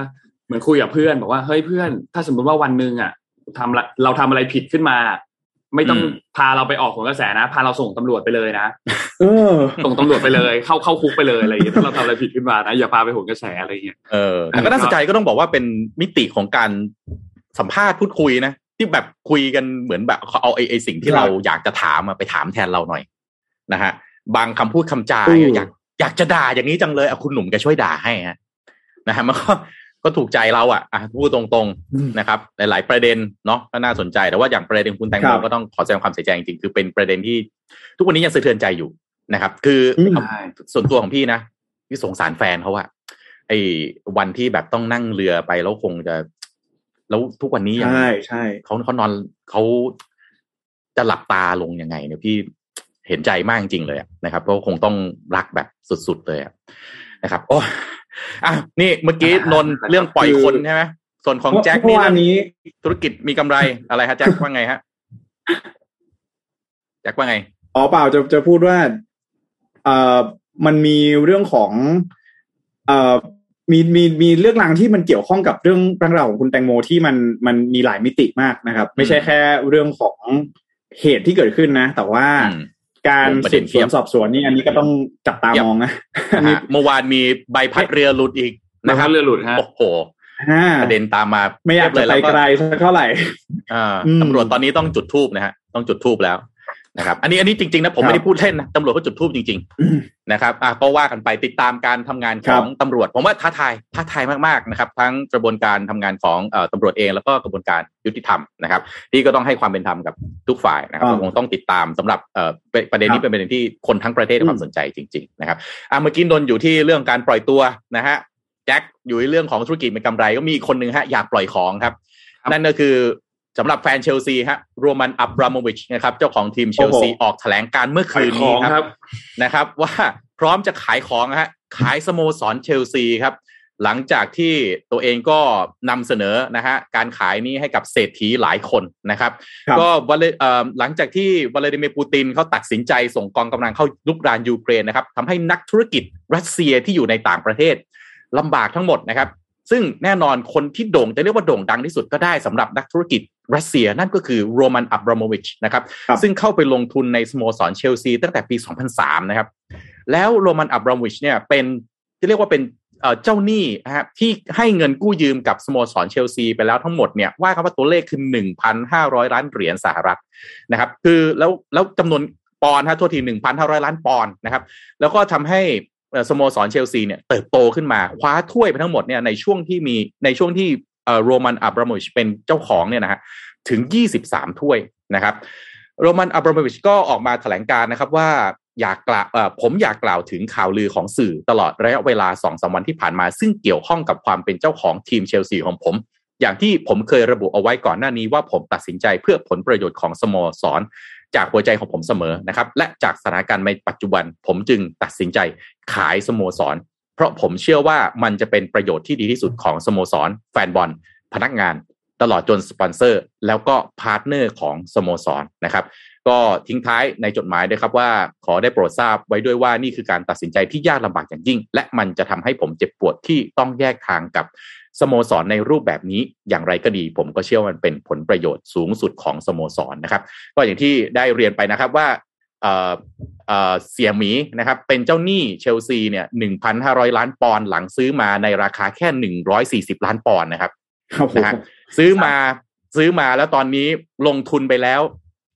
เหมือนคุยกับเพื่อนบอกว่าเฮ้ยเพื่อนถ้าสมมติว่าวันนึงอ่ะเราทำอะไรผิดขึ้นมาไม่ต้องพาเราไปออกโหนกระแสนะพาเราส่งตำรวจไปเลยนะส่งตำรวจไปเลยเข้าคุกไปเลยอะไรอย่างเงี้ยถ้าเราทำอะไรผิดขึ้นมานะอย่าพาไปโหนกระแสอะไรอย่างเงี้ยแต่ก็น่าสนใจก็ต้องบอกว่าเป็นมิติของการสัมภาษณ์พูดคุยนะที่แบบคุยกันเหมือนแบบเอาไอ้สิ่งที่เราอยากจะถามไปถามแทนเราหน่อยนะฮะบางคำพูดคำจาอยากจะด่าอย่างนี้จังเลยคุณหนุ่มแกช่วยด่าให้ฮะนะฮะมันก็ถูกใจเราพูดตรงๆนะครับหลายๆประเด็นเนาะก็น่าสนใจแต่ว่าอย่างประเด็นคุณแตงโมก็ต้องขอแสดงความเสียใจจริงๆคือเป็นประเด็นที่ทุกวันนี้ยังสะเทือนใจอยู่นะครับคือส่วนตัวของพี่นะพี่สงสารแฟนเขาไอ้วันที่แบบต้องนั่งเรือไปแล้วคงจะแล้วทุกวันนี้ยังใช่เขานอนเขาจะหลับตาลงยังไงเนี่ยพี่เห็นใจมากจริงเลยนะครับเพราะคงต้องรักแบบสุดๆเลยนะครับโอ้นี่เมื่อกี้นนเรื่องปล่อยคนใช่ไหมส่วนของแจ็คนี่ธุรกิจมีกำไรอะไรฮะแจ็คว่าไงฮะแจ็คว่าไงเปล่าจะพูดว่ามันมีเรื่องของมีเรื่องราวที่มันเกี่ยวข้องกับเรื่องราวของคุณแตงโมที่มันมีหลายมิติมากนะครับไม่ใช่แค่เรื่องของเหตุที่เกิดขึ้นนะแต่ว่าการสืบสวนสอบสวนนี่อันนี้ก็ต้องจับตามองนะเมื่อวานมีใบพัดเรือหลุดอีกนะครับเรือหลุดฮะโอ้โหประเด็นตามมาไม่อยากจะไปไกลสักเท่าไหร่ตำรวจตอนนี้ต้องจุดธูปนะฮะต้องจุดธูปแล้วนะครับอันนี้จริงๆนะผมไม่ได้พูดเล่นนะตำรวจก็จุดธูปจริงๆนะครับก็ว่ากันไปติดตามการทำงานของตำรวจผมว่าท้าทายมากๆนะครับทั้งกระบวนการทำงานของตำรวจเองแล้วก็กระบวนการยุติธรรมนะครับที่ก็ต้องให้ความเป็นธรรมกับทุกฝ่ายนะครับคงต้องติดตามสำหรับประเด็นนี้เป็นประเด็นที่คนทั้งประเทศให้ความสนใจจริงๆนะครับเมื่อกี้นนอยู่ที่เรื่องการปล่อยตัวนะฮะแจ็คอยู่ในเรื่องของธุรกิจเป็นกำไรก็มีคนนึงฮะอยากปล่อยของครับนั่นก็คือสำหรับแฟนเชลซีฮะโรมันอับราโมวิชนะครับเจ้าของทีมเชลซีออกแถลงการเมื่อคืนนี้ครับนะครับว่าพร้อมจะขายของฮะขายสโมสรเชลซีครับหลังจากที่ตัวเองก็นำเสนอนะฮะการขายนี้ให้กับเศรษฐีหลายคนนะครับก็หลังจากที่วลาดิเมียร์ปูตินเขาตัดสินใจส่งกองกำลังเข้าลุกรานยูเครนนะครับทำให้นักธุรกิจรัสเซียที่อยู่ในต่างประเทศลำบากทั้งหมดนะครับซึ่งแน่นอนคนที่จะเรียกว่าโด่งดังที่สุดก็ได้สำหรับนักธุรกิจรัสเซียนั่นก็คือโรมันอับราโมวิชนะครับซึ่งเข้าไปลงทุนในสโมสรเชลซีตั้งแต่ปี 2003 นะครับแล้วโรมันอับราโมวิชเนี่ยเป็นที่เรียกว่าเป็นเจ้าหนี้นะครับที่ให้เงินกู้ยืมกับสโมสรเชลซีไปแล้วทั้งหมดเนี่ยว่ากันว่าตัวเลขคือ 1,500 ล้านเหรียญสหรัฐนะครับคือแล้วจำนวนปอนด์โทษที 1,500 ล้านปอนด์นะครับแล้วก็ทำให้สโมสรเชลซีเนี่ยเติบโตขึ้นมาคว้าถ้วยไปทั้งหมดเนี่ยในช่วงที่โรมันอับราโมวิชเป็นเจ้าของเนี่ยนะฮะถึง23ถ้วยนะครับโรมันอับราโมวิชก็ออกมาแถลงการนะครับว่าผมอยากกล่าวถึงข่าวลือของสื่อตลอดระยะเวลา 2-3 วันที่ผ่านมาซึ่งเกี่ยวข้องกับความเป็นเจ้าของทีมเชลซีของผมอย่างที่ผมเคยระบุเอาไว้ก่อนหน้านี้ว่าผมตัดสินใจเพื่อผลประโยชน์ของสโมสรจากหัวใจของผมเสมอนะครับและจากสถานการณ์ในปัจจุบันผมจึงตัดสินใจขายสโมสรเพราะผมเชื่อว่ามันจะเป็นประโยชน์ที่ดีที่สุดของสโมสรแฟนบอลพนักงานตลอดจนสปอนเซอร์แล้วก็พาร์ทเนอร์ของสโมสรนะครับก็ทิ้งท้ายในจดหมายด้วยครับว่าขอได้โปรดทราบไว้ด้วยว่านี่คือการตัดสินใจที่ยากลำบากอย่างยิ่งและมันจะทำให้ผมเจ็บปวดที่ต้องแยกทางกับสโมสรในรูปแบบนี้อย่างไรก็ดีผมก็เชื่อว่ามันเป็นผลประโยชน์สูงสุดของสโมสรนะครับก็อย่างที่ได้เรียนไปนะครับว่าเสี่ยหมีนะครับเป็นเจ้าหนี้เชลซีเนี่ย 1,500 ล้านปอนด์หลังซื้อมาในราคาแค่140ล้านปอนด์นะครับนะฮะซื้อมาแล้วตอนนี้ลงทุนไปแล้ว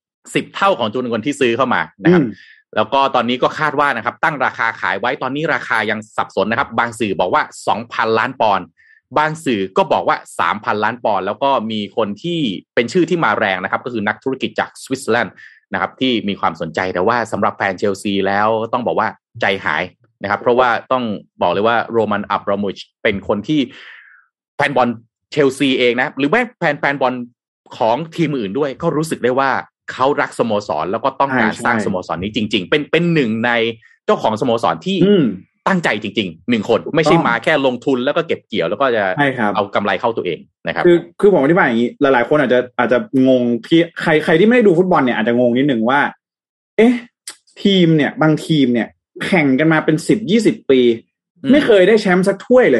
10เท่าของจำนวนคนที่ซื้อเข้ามานะครับแล้วก็ตอนนี้ก็คาดว่านะครับตั้งราคาขายไว้ตอนนี้ราคายังสับสนนะครับบางสื่อบอกว่า 2,000 ล้านปอนด์บางสื่อก็บอกว่า 3,000 ล้านปอนด์แล้วก็มีคนที่เป็นชื่อที่มาแรงนะครับก็คือนักธุรกิจจากสวิตเซอร์แลนด์นะครับที่มีความสนใจแต่ว่าสำหรับแฟนเชลซีแล้วต้องบอกว่าใจหายนะครับเพราะว่าต้องบอกเลยว่าโรมันอับราโมวิชเป็นคนที่แฟนบอลเชลซีเองนะหรือแม้แฟนบอลของทีมอื่นด้วยก็รู้สึกได้ว่าเขารักสโมสรแล้วก็ต้องการสร้างสโมสรนี้จริงๆเป็นหนึ่งในเจ้าของสโมสรที่ตั้งใจจริงๆ1คนไม่ใช่มาแค่ลงทุนแล้วก็เก็บเกี่ยวแล้วก็จะเอากำไรเข้าตัวเองนะครับคือผมอธิบายอย่างนี้หลายๆคนอาจจะงงที่ใครที่ไม่ได้ดูฟุตบอลเนี่ยอาจจะงงนิดนึงว่าเอ๊ะทีมเนี่ยบางทีมเนี่ยแข่งกันมาเป็น10-20 ปีไม่เคยได้แชมป์สักถ้วยเลย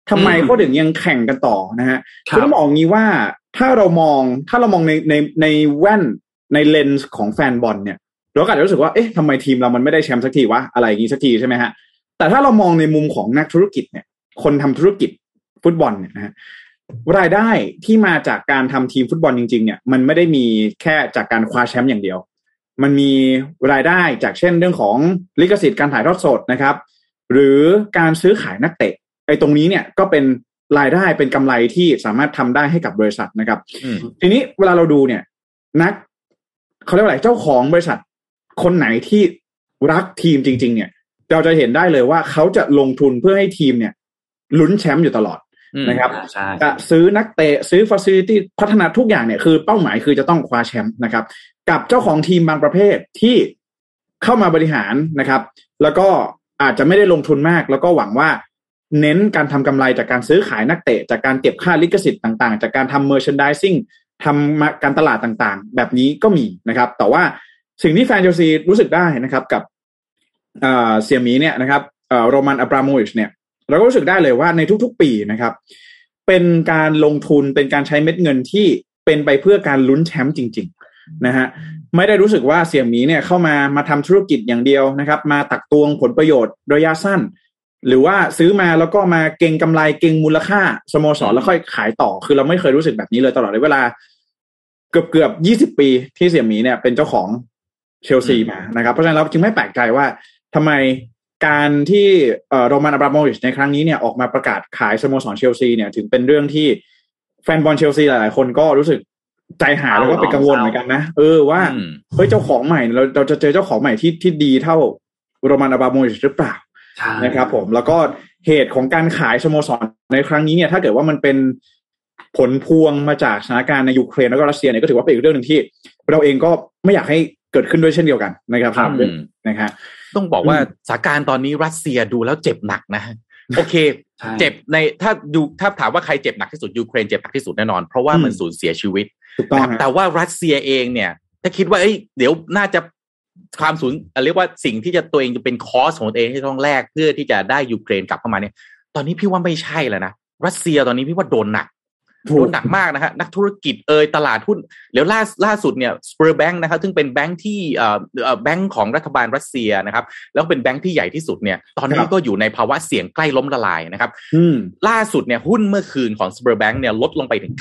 ทำไมเขาถึงยังแข่งกันต่อนะฮะคือต้องบอกงี้ว่าถ้าเรามองในแว่นในเลนส์ของแฟนบอลเนี่ยเราก็อาจจะรู้สึกว่าเอ๊ะทำไมทีมเรามันไม่ได้แชมป์สักทีวะอะไรอย่างงี้สักทีใช่ไหมฮะแต่ถ้าเรามองในมุมของนักธุรกิจเนี่ยคนทำธุรกิจฟุตบอลเนี่ยนะฮะรายได้ที่มาจากการทำทีมฟุตบอลจริงๆเนี่ยมันไม่ได้มีแค่จากการคว้าแชมป์อย่างเดียวมันมีรายได้จากเช่นเรื่องของลิขสิทธิ์การถ่ายทอดสดนะครับหรือการซื้อขายนักเตะไอ้ตรงนี้เนี่ยก็เป็นรายได้เป็นกำไรที่สามารถทำได้ให้กับบริษัทนะครับทีนี้เวลาเราดูเนี่ยเขาเรียกว่าอะไรเจ้าของบริษัทคนไหนที่รักทีมจริงๆเนี่ยเราจะเห็นได้เลยว่าเขาจะลงทุนเพื่อให้ทีมเนี่ยลุ้นแชมป์อยู่ตลอดนะครับจะซื้อนักเตะซื้อฟาซิลิตี้พัฒนาทุกอย่างเนี่ยคือเป้าหมายคือจะต้องคว้าแชมป์นะครับกับเจ้าของทีมบางประเภทที่เข้ามาบริหารนะครับแล้วก็อาจจะไม่ได้ลงทุนมากแล้วก็หวังว่าเน้นการทำกำไรจากการซื้อขายนักเตะจากการเก็บค่าลิขสิทธิ์ต่างๆจากการทำ merchandising ทำการตลาดต่างๆแบบนี้ก็มีนะครับแต่ว่าสิ่งที่แฟนเชลซีรู้สึกได้นะครับกับเสี่ยหมีเนี่ยนะครับโรมันอับราโมวิชเนี่ยเราก็รู้สึกได้เลยว่าในทุกๆปีนะครับเป็นการลงทุนเป็นการใช้เม็ดเงินที่เป็นไปเพื่อการลุ้นแชมป์จริงๆนะฮะไม่ได้รู้สึกว่าเสี่ยหมีเนี่ยเข้ามาทำธุรกิจอย่างเดียวนะครับมาตักตวงผลประโยชน์ระยะสั้นหรือว่าซื้อมาแล้วก็มาเก็งกำไรเก็งมูลค่าสโมสรแล้วค่อยขายต่อคือเราไม่เคยรู้สึกแบบนี้เลยตลอดเวลาเกือบ20 ปีที่เสี่ยหมีเนี่ยเป็นเจ้าของเชลซีมานะครับเพราะฉะนั้นเราจึงไม่แปลกใจว่าทำไมการที่โรมันอับราโมวิชในครั้งนี้เนี่ยออกมาประกาศขายสโมสรเชลซีเนี่ยถึงเป็นเรื่องที่แฟนบอลเชลซีหลายๆคนก็รู้สึกใจหายแล้วก็เป็นกังวลเหมือนกันนะว่าเฮ้ยเจ้าของใหม่เราจะเจอเจ้าของใหม่ที่ดีเท่าโรมันอับราโมวิชหรือเปล่านะครับผมแล้วก็เหตุของการขายสโมสรในครั้งนี้เนี่ยถ้าเกิดว่ามันเป็นผลพวงมาจากสถานการณ์ในยูเครนแล้วก็รัสเซียเนี่ยก็ถือว่าเป็นอีกเรื่องนึงที่เราเองก็ไม่อยากให้เกิดขึ้นด้วยเช่นเดียวกันนะครับนะครับต้องบอกว่าสถานการณ์ตอนนี้รัสเซียดูแล้วเจ็บหนักนะโอเคเจ็บในถ้าถามว่าใครเจ็บหนักที่สุดยูเครนเจ็บหนักที่สุดแน่นอนเพราะว่ามันสูญเสียชีวิตแต่ว่ารัสเซียเองเนี่ยถ้าคิดว่าเดี๋ยวน่าจะความสูญเรียกว่าสิ่งที่ตัวเองจะเป็นคอสของตัวเองที่ต้องแลกเพื่อที่จะได้ยูเครนกลับเข้ามาเนี่ยตอนนี้พี่ว่าไม่ใช่แล้วนะรัสเซียตอนนี้พี่ว่าโดนหนักมากนะฮะนักธุรกิจตลาดหุ้นเดี๋ยวล่าสุดเนี่ยสเปอร์แบงค์นะครับซึ่งเป็นแบงค์ที่แบงค์ของรัฐบาลรัสเซียนะครับแล้วเป็นแบงค์ที่ใหญ่ที่สุดเนี่ยตอนนี้ก็อยู่ในภาวะเสี่ยงใกล้ล้มละลายนะครับล่าสุดเนี่ยหุ้นเมื่อคืนของสเปอร์แบงค์เนี่ยลดลงไปถึง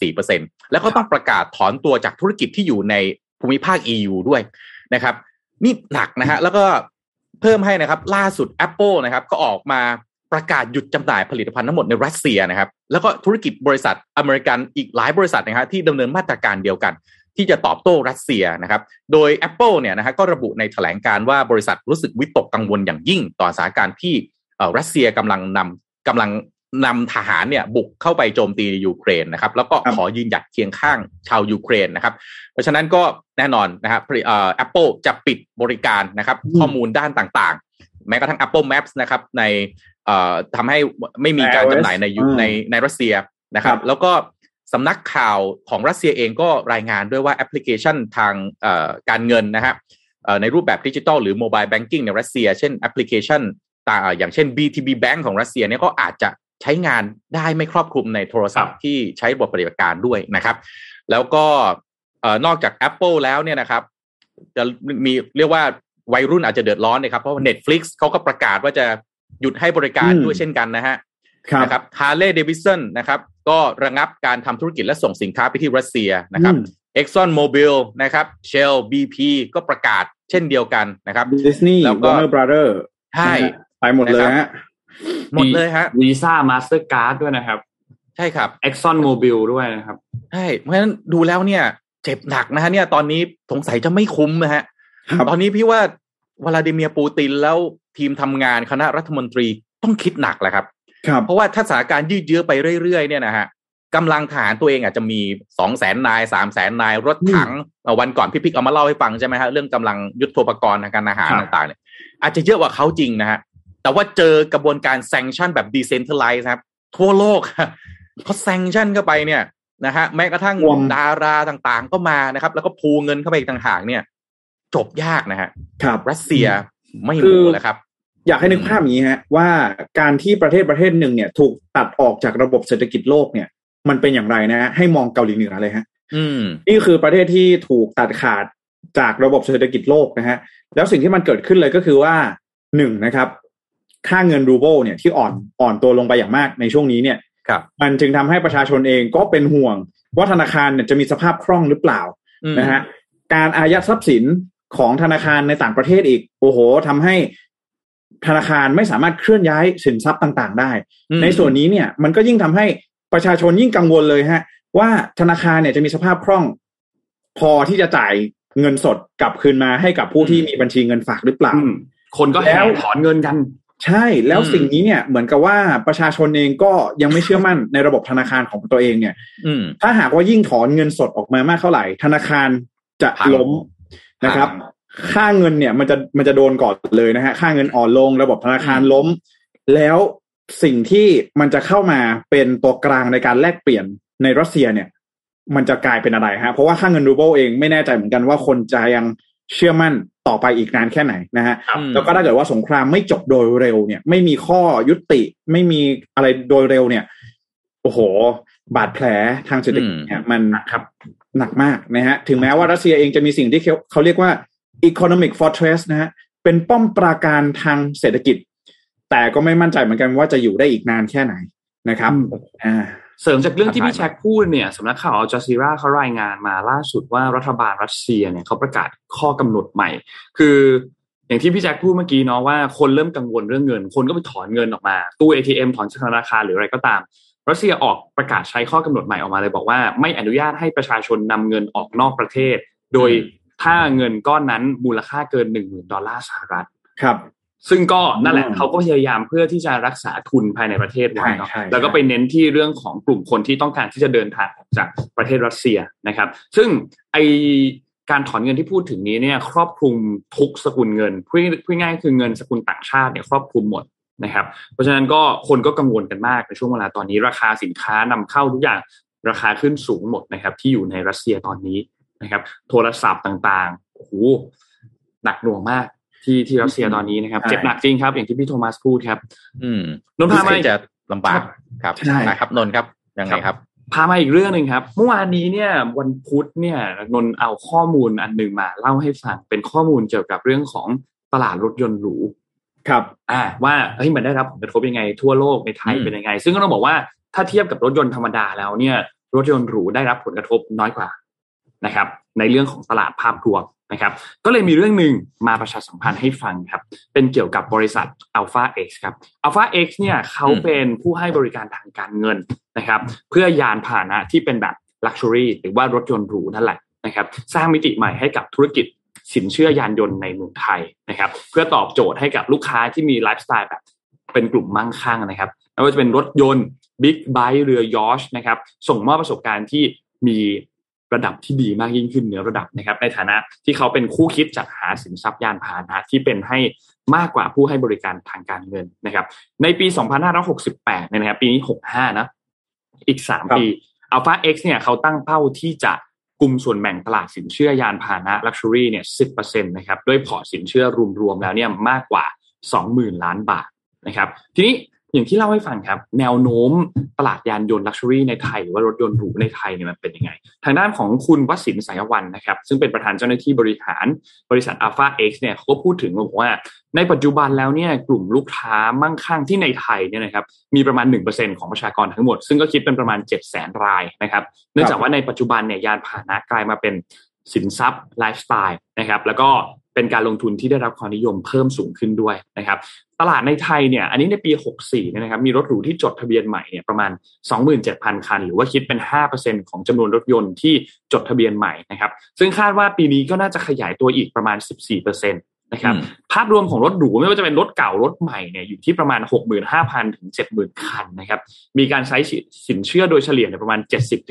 94% แล้วก็ต้องประกาศถอนตัวจากธุรกิจที่อยู่ในภูมิภาค EU ด้วยนะครับนี่หนักนะฮะแล้วก็เพิ่มให้นะครับล่าสุด Apple นะครับก็ออกมาประกาศหยุดจำหน่ายผลิตภัณฑ์ทั้งหมดในรัสเซียนะครับแล้วก็ธุรกิจบริษัทอเมริกันอีกหลายบริษัทนะครับที่ดำเนินมาตรการเดียวกันที่จะตอบโต้รัสเซียนะครับโดย Apple เนี่ยนะฮะก็ระบุในแถลงการว่าบริษัทรู้สึกวิตกกังวลอย่างยิ่งต่อสถานการณ์ที่รัสเซียกำลังนำทหารเนี่ยบุกเข้าไปโจมตียูเครนนะครับแล้วก็ขอยืนหยัดเคียงข้างชาวยูเครนนะครับเพราะฉะนั้นก็แน่นอนนะครับApple จะปิดบริการนะครับข้อมูลด้านต่างๆแม้กระทั่ง Apple Maps นะครับในทำให้ไม่มีการจำหน่ายในรัสเซียนะครับแล้วก็สำนักข่าวของรัสเซียเองก็รายงานด้วยว่าแอปพลิเคชันทางการเงินนะฮะในรูปแบบดิจิทัลหรือโมบายแบงกิ้งในรัสเซียเช่นแอปพลิเคชันอย่างเช่น BTB Bank ของรัสเซียเนี่ยก็อาจจะใช้งานได้ไม่ครอบคลุมในโทรศัพท์ที่ใช้บทปฏิบัติการด้วยนะครับแล้วก็นอกจาก Apple แล้วเนี่ยนะครับจะมีเรียกว่าวัยรุ่นอาจจะเดือดร้อนนะครับเพราะว่า Netflix เขาก็ประกาศว่าจะหยุดให้บริการด้วยเช่นกันนะฮะนะครับ Harley Davidson นะครับก็ระงับการทำธุรกิจและส่งสินค้าไปที่รัสเซียนะครับ Exxon Mobil นะครับ Shell BP ก็ประกาศเช่นเดียวกันนะครับ Disney แล้วก็ Warner Brother ใช่ไปหมดเลยฮะหมดเลยฮะ Visa Mastercard ด้วยนะครับใช่ครับ Exxon Mobil ด้วยนะครับใช่เพราะฉะนั้นดูแล้วเนี่ยเจ็บหนักนะฮะเนี่ยตอนนี้สงสัยจะไม่คุ้มนะฮะตอนนี้พี่ว่าวลาดิเมียร์ปูตินแล้วทีมทำงานคณะรัฐมนตรีต้องคิดหนักแหละครับเพราะว่าถ้าสถานการณ์ยืดเยื้อไปเรื่อยๆเนี่ยนะฮะกำลังทหารตัวเองอาจจะมี 200,000 นาย 300,000 นายรถถังวันก่อนพี่พิกเอามาเล่าให้ฟังใช่ไหมฮะเรื่องกำลังยุทโธปกรณ์ทางการอาหารต่างๆเนี่ยอาจจะเยอะกว่าเขาจริงนะฮะแต่ว่าเจอกระบวนการแซงชั่นแบบ decentralize ครับทั่วโลกเขาแซงชั่นเข้าไปเนี่ยนะฮะแม้กระทั่งดาราต่างๆก็มานะครับแล้วก็พูเงินเข้าไปต่างหากเนี่ยจบยากนะฮะรัสเซียไม่รู้แล้วครับอยากให้นึกภาพอย่างนี้ฮะว่าการที่ประเทศหนึ่งเนี่ยถูกตัดออกจากระบบเศรษฐกิจโลกเนี่ยมันเป็นอย่างไรนะฮะให้มองเกาหลีเหนือเลยฮะนี่คือประเทศที่ถูกตัดขาดจากระบบเศรษฐกิจโลกนะฮะแล้วสิ่งที่มันเกิดขึ้นเลยก็คือว่า1นะครับค่าเงินรูเบิลเนี่ยที่อ่อนตัวลงไปอย่างมากในช่วงนี้เนี่ยมันจึงทำให้ประชาชนเองก็เป็นห่วงว่าธนาคารเนี่ยจะมีสภาพคล่องหรือเปล่านะฮะการอายัดทรัพย์สินของธนาคารในต่างประเทศอีกโอ้โหทำให้ธนาคารไม่สามารถเคลื่อนย้ายสินทรัพย์ต่างๆได้ในส่วนนี้เนี่ยมันก็ยิ่งทำให้ประชาชนยิ่งกังวลเลยฮะว่าธนาคารเนี่ยจะมีสภาพคล่องพอที่จะจ่ายเงินสดกลับคืนมาให้กับผู้ที่มีบัญชีเงินฝากหรือเปล่าคนก็แห่ถอนเงินกันใช่แล้วสิ่งนี้เนี่ยเหมือนกับว่าประชาชนเองก็ยังไม่เชื่อมั่นในระบบธนาคารของตัวเองเนี่ยถ้าหากว่ายิ่งถอนเงินสดออกมามากเท่าไหร่ธนาคารจะล้มนะครับค่าเงินเนี่ยมันจะโดนก่อนเลยนะฮะค่าเงินอ่อนลงระบบธนาคารล้มแล้วสิ่งที่มันจะเข้ามาเป็นตัวกลางในการแลกเปลี่ยนในรัสเซียเนี่ยมันจะกลายเป็นอะไรฮะเพราะว่าค่าเงินรูเบิลเองไม่แน่ใจเหมือนกันว่าคนจะยังเชื่อมั่นต่อไปอีกนานแค่ไหนนะฮะแล้วก็ถ้าเกิดว่าสงครามไม่จบโดยเร็วเนี่ยไม่มีข้อยุติไม่มีอะไรโดยเร็วเนี่ยโอ้โหบาดแผลทางเศรษฐกิจเนี่ยมันหนักมากนะฮะถึงแม้ว่ารัสเซียเองจะมีสิ่งที่เขาเรียกว่า economic fortress นะฮะเป็นป้อมปราการทางเศรษฐกิจแต่ก็ไม่มั่นใจเหมือนกันว่าจะอยู่ได้อีกนานแค่ไหนนะครับเสริมจากเรื่องที่พี่แจ็คพูดเนี่ยสำนักข่าวอัลจาซีราเขารายงานมาล่าสุดว่ารัฐบาลรัสเซียเนี่ยเขาประกาศข้อกำหนดใหม่คืออย่างที่พี่แจ็คพูดเมื่อกี้เนาะว่าคนเริ่มกังวลเรื่องเงินคนก็ไปถอนเงินออกมาตู้ ATM ถอนจากธนาคารหรืออะไรก็ตามรัสเซียออกประกาศใช้ข้อกำหนดใหม่ออกมาเลยบอกว่าไม่อนุญาตให้ประชาชนนำเงินออกนอกประเทศโดยถ้าเงินก้อนนั้นมูลค่าเกิน $10,000 สหรัฐครับซึ่งก็นั่นแหละเขาก็พยายามเพื่อที่จะรักษาทุนภายในประเทศไว้เนาะแล้วก็ไปเน้นที่เรื่องของกลุ่มคนที่ต้องการที่จะเดินทางออกจากประเทศรัสเซียนะครับซึ่งไอการถอนเงินที่พูดถึงนี้เนี่ยครอบคลุมทุกสกุลเงินพูดง่ายๆคือเงินสกุลต่างชาติเนี่ยครอบคลุมหมดนะครับเพราะฉะนั้นก็คนก็กังวลกันมากในช่วงเวลาตอนนี้ราคาสินค้านำเข้าทุกอย่างราคาขึ้นสูงหมดนะครับที่อยู่ในรัสเซียตอนนี้นะครับโทรศัพท์ต่างๆโอ้โหหนักหน่วงมากที่รัสเซียตอนนี้นะครับเจ็บหนักจริงครับอย่างที่พี่โทมัสพูดครับนนท์พามาจะลำบากครับครับนนท์ครับยังไงครับพามาอีกเรื่องนึงครับเมื่อวานนี้เนี่ยวันพุธเนี่ยนนท์เอาข้อมูลอันนึงมาเล่าให้ฟังเป็นข้อมูลเกี่ยวกับเรื่องของตลาดรถยนต์หรูครับว่าเฮ้ยมันได้รับผลกระทบยังไงทั่วโลกในไทยเป็นยังไงซึ่งก็ต้องบอกว่าถ้าเทียบกับรถยนต์ธรรมดาแล้วเนี่ยรถยนต์หรูได้รับผลกระทบน้อยกว่านะครับในเรื่องของตลาดภาพรวมนะครับก็เลยมีเรื่องนึงมาประชาสัมพันธ์ให้ฟังครับเป็นเกี่ยวกับบริษัท Alpha X ครับ Alpha X เนี่ยเขาเป็นผู้ให้บริการทางการเงินนะครับเพื่อยานพาหนะที่เป็นแบบ Luxury หรือว่ารถยนต์หรูนั่นแหละนะครับสร้างมิติใหม่ให้กับธุรกิจสินเชื่อยานยนต์ในเมืองไทยนะครับเพื่อตอบโจทย์ให้กับลูกค้าที่มีไลฟ์สไตล์แบบเป็นกลุ่มมั่งคั่งนะครับไม่ว่าจะเป็นรถยนต์บิ๊กไบค์เรือยอชต์นะครับส่งมอบประสบการณ์ที่มีระดับที่ดีมากยิ่งขึ้นเหนือระดับนะครับในฐานะที่เขาเป็นคู่คิดจัดหาสินทรัพย์ยานพาหนะที่เป็นให้มากกว่าผู้ให้บริการทางการเงินนะครับในปี2568เนี่ยนะครับปีนี้65นะอีก3ปี Alpha X เนี่ยเขาตั้งเป้าที่จะกุมส่วนแบ่งตลาดสินเชื่อยานพาหนะ Luxury เนี่ย 10% นะครับด้วยพอร์ตสินเชื่อรวมๆแล้วเนี่ยมากกว่า 20,000 ล้านบาทนะครับทีนี้อย่างที่เล่าให้ฟังครับแนวโน้มตลาดยานยนต์ Luxury ในไทยหรือว่ารถยนต์หรูในไทยเนี่ยมันเป็นยังไงทางด้านของคุณวสินทร์สายวรรณนะครับซึ่งเป็นประธานเจ้าหน้าที่บริหารบริษัท Alpha X เนี่ยเขาก็พูดถึงบอกว่าในปัจจุบันแล้วเนี่ยกลุ่มลูกค้ามั่งคั่งที่ในไทยเนี่ยนะครับมีประมาณ 1% ของประชากรทั้งหมดซึ่งก็คิดเป็นประมาณ 700,000 รายนะครับเนื่องจากว่าในปัจจุบันเนี่ยยานพาหนะกลายมาเป็นสินทรัพย์ไลฟ์สไตล์นะครับแล้วก็เป็นการลงทุนที่ได้รับความนิยมเพิ่มสูงขึ้นด้วยนะครับตลาดในไทยเนี่ยอันนี้ในปี64เนี่ยนะครับมีรถหรูที่จดทะเบียนใหม่เนี่ยประมาณ 27,000 คันหรือว่าคิดเป็น 5% ของจำนวนรถยนต์ที่จดทะเบียนใหม่นะครับซึ่งคาดว่าปีนี้ก็น่าจะขยายตัวอีกประมาณ 14% นะครับภาพรวมของรถหรูไม่ว่าจะเป็นรถเก่ารถใหม่เนี่ยอยู่ที่ประมาณ 65,000 ถึง 70,000 คันนะครับมีการใช้สินเชื่อโดยเฉลี่ยประมาณ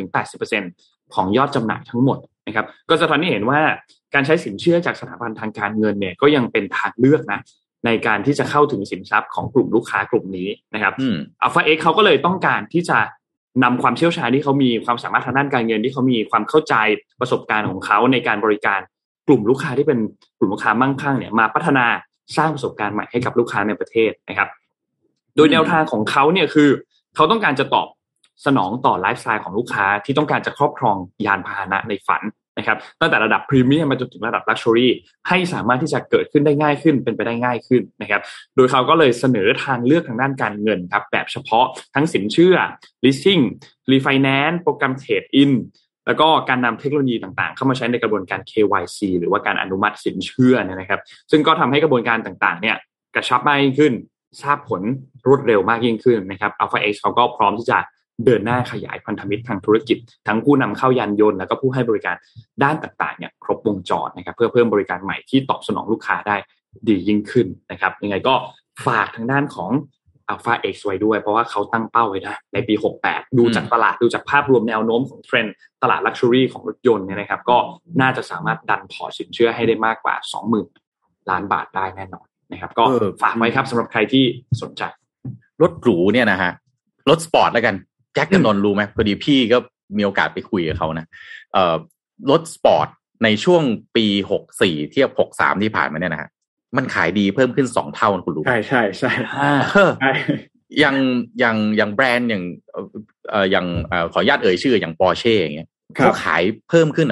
70-80% ของยอดจำหน่ายทั้งหมดนะครับก็จะทำให้เห็นว่าการใช้สินเชื่อจากสถาบันทางการเงินเนี่ยก็ยังเป็นทางเลือกนะในการที่จะเข้าถึงสินทรัพย์ของกลุ่มลูกค้ากลุ่มนี้นะครับ Alpha X เขาก็เลยต้องการที่จะนำความเชี่ยวชาญที่เขามีความสามารถทางด้านการเงินที่เขามีความเข้าใจประสบการณ์ของเขาในการบริการกลุ่มลูกค้าที่เป็นกลุ่มลูกค้ามั่งคั่งเนี่ยมาพัฒนาสร้างประสบการณ์ใหม่ให้กับลูกค้าในประเทศนะครับโดยแนวทางของเขาเนี่ยคือเขาต้องการจะตอบสนองต่อไลฟ์สไตล์ของลูกค้าที่ต้องการจะครอบครองยานพาหนะในฝันนะครับตั้งแต่ระดับพรีเมียมมาจนถึงระดับลักชัวรี่ให้สามารถที่จะเกิดขึ้นได้ง่ายขึ้นเป็นไปได้ง่ายขึ้นนะครับโดยเขาก็เลยเสนอทางเลือกทางด้านการเงินครับแบบเฉพาะทั้งสินเชื่อ leasing refinance โปรแกรม trade in แล้วก็การนำเทคโนโลยีต่างๆเข้ามาใช้ในกระบวนการ KYC หรือว่าการอนุมัติสินเชื่อนะครับซึ่งก็ทำให้กระบวนการต่างๆเนี่ยกระชับมากยิ่งขึ้นทราบผลรวดเร็วมากยิ่งขึ้นนะครับ Alpha X เขาก็พร้อมที่จะเดินหน้าขยายพันธมิตรทางธุรกิจทั้งผู้นำเข้ายานยนต์แล้วก็ผู้ให้บริการด้านต่างๆเนี่ยครบวงจรนะครับเพื่อเพิ่มบริการใหม่ที่ตอบสนองลูกค้าได้ดียิ่งขึ้นนะครับยังไงก็ฝากทางด้านของ Alpha X ไว้ด้วยเพราะว่าเขาตั้งเป้าไว้ได้ในปี68ดูจากตลาดดูจากภาพรวมแนวโน้มของเทรนด์ตลาดลักชัวรี่ของรถยนต์เนี่ยนะครับก็น่าจะสามารถดันพอร์ตสินเชื่อให้ได้มากกว่า 20,000 ล้านบาทได้แน่นอนนะครับก็ฝากไว้ครับสำหรับใครที่สนใจรถหรูเนี่ยนะฮะรถสปอร์ตแล้วกันแจ็คกับนนท์รู้ไหมพอดีพี่ก็มีโอกาสไปคุยกับเขานะรถสปอร์ตในช่วงปี64เทียบ63ที่ผ่านมาเนี่ยนะฮะมันขายดีเพิ่มขึ้น2เท่าคุณรู้ใช่ใช่ใช่อย่างแบรนด์อย่างขออนุญาตเอ่ยชื่ออย่าง Porsche อย่างเงี้ยเขาขายเพิ่มขึ้น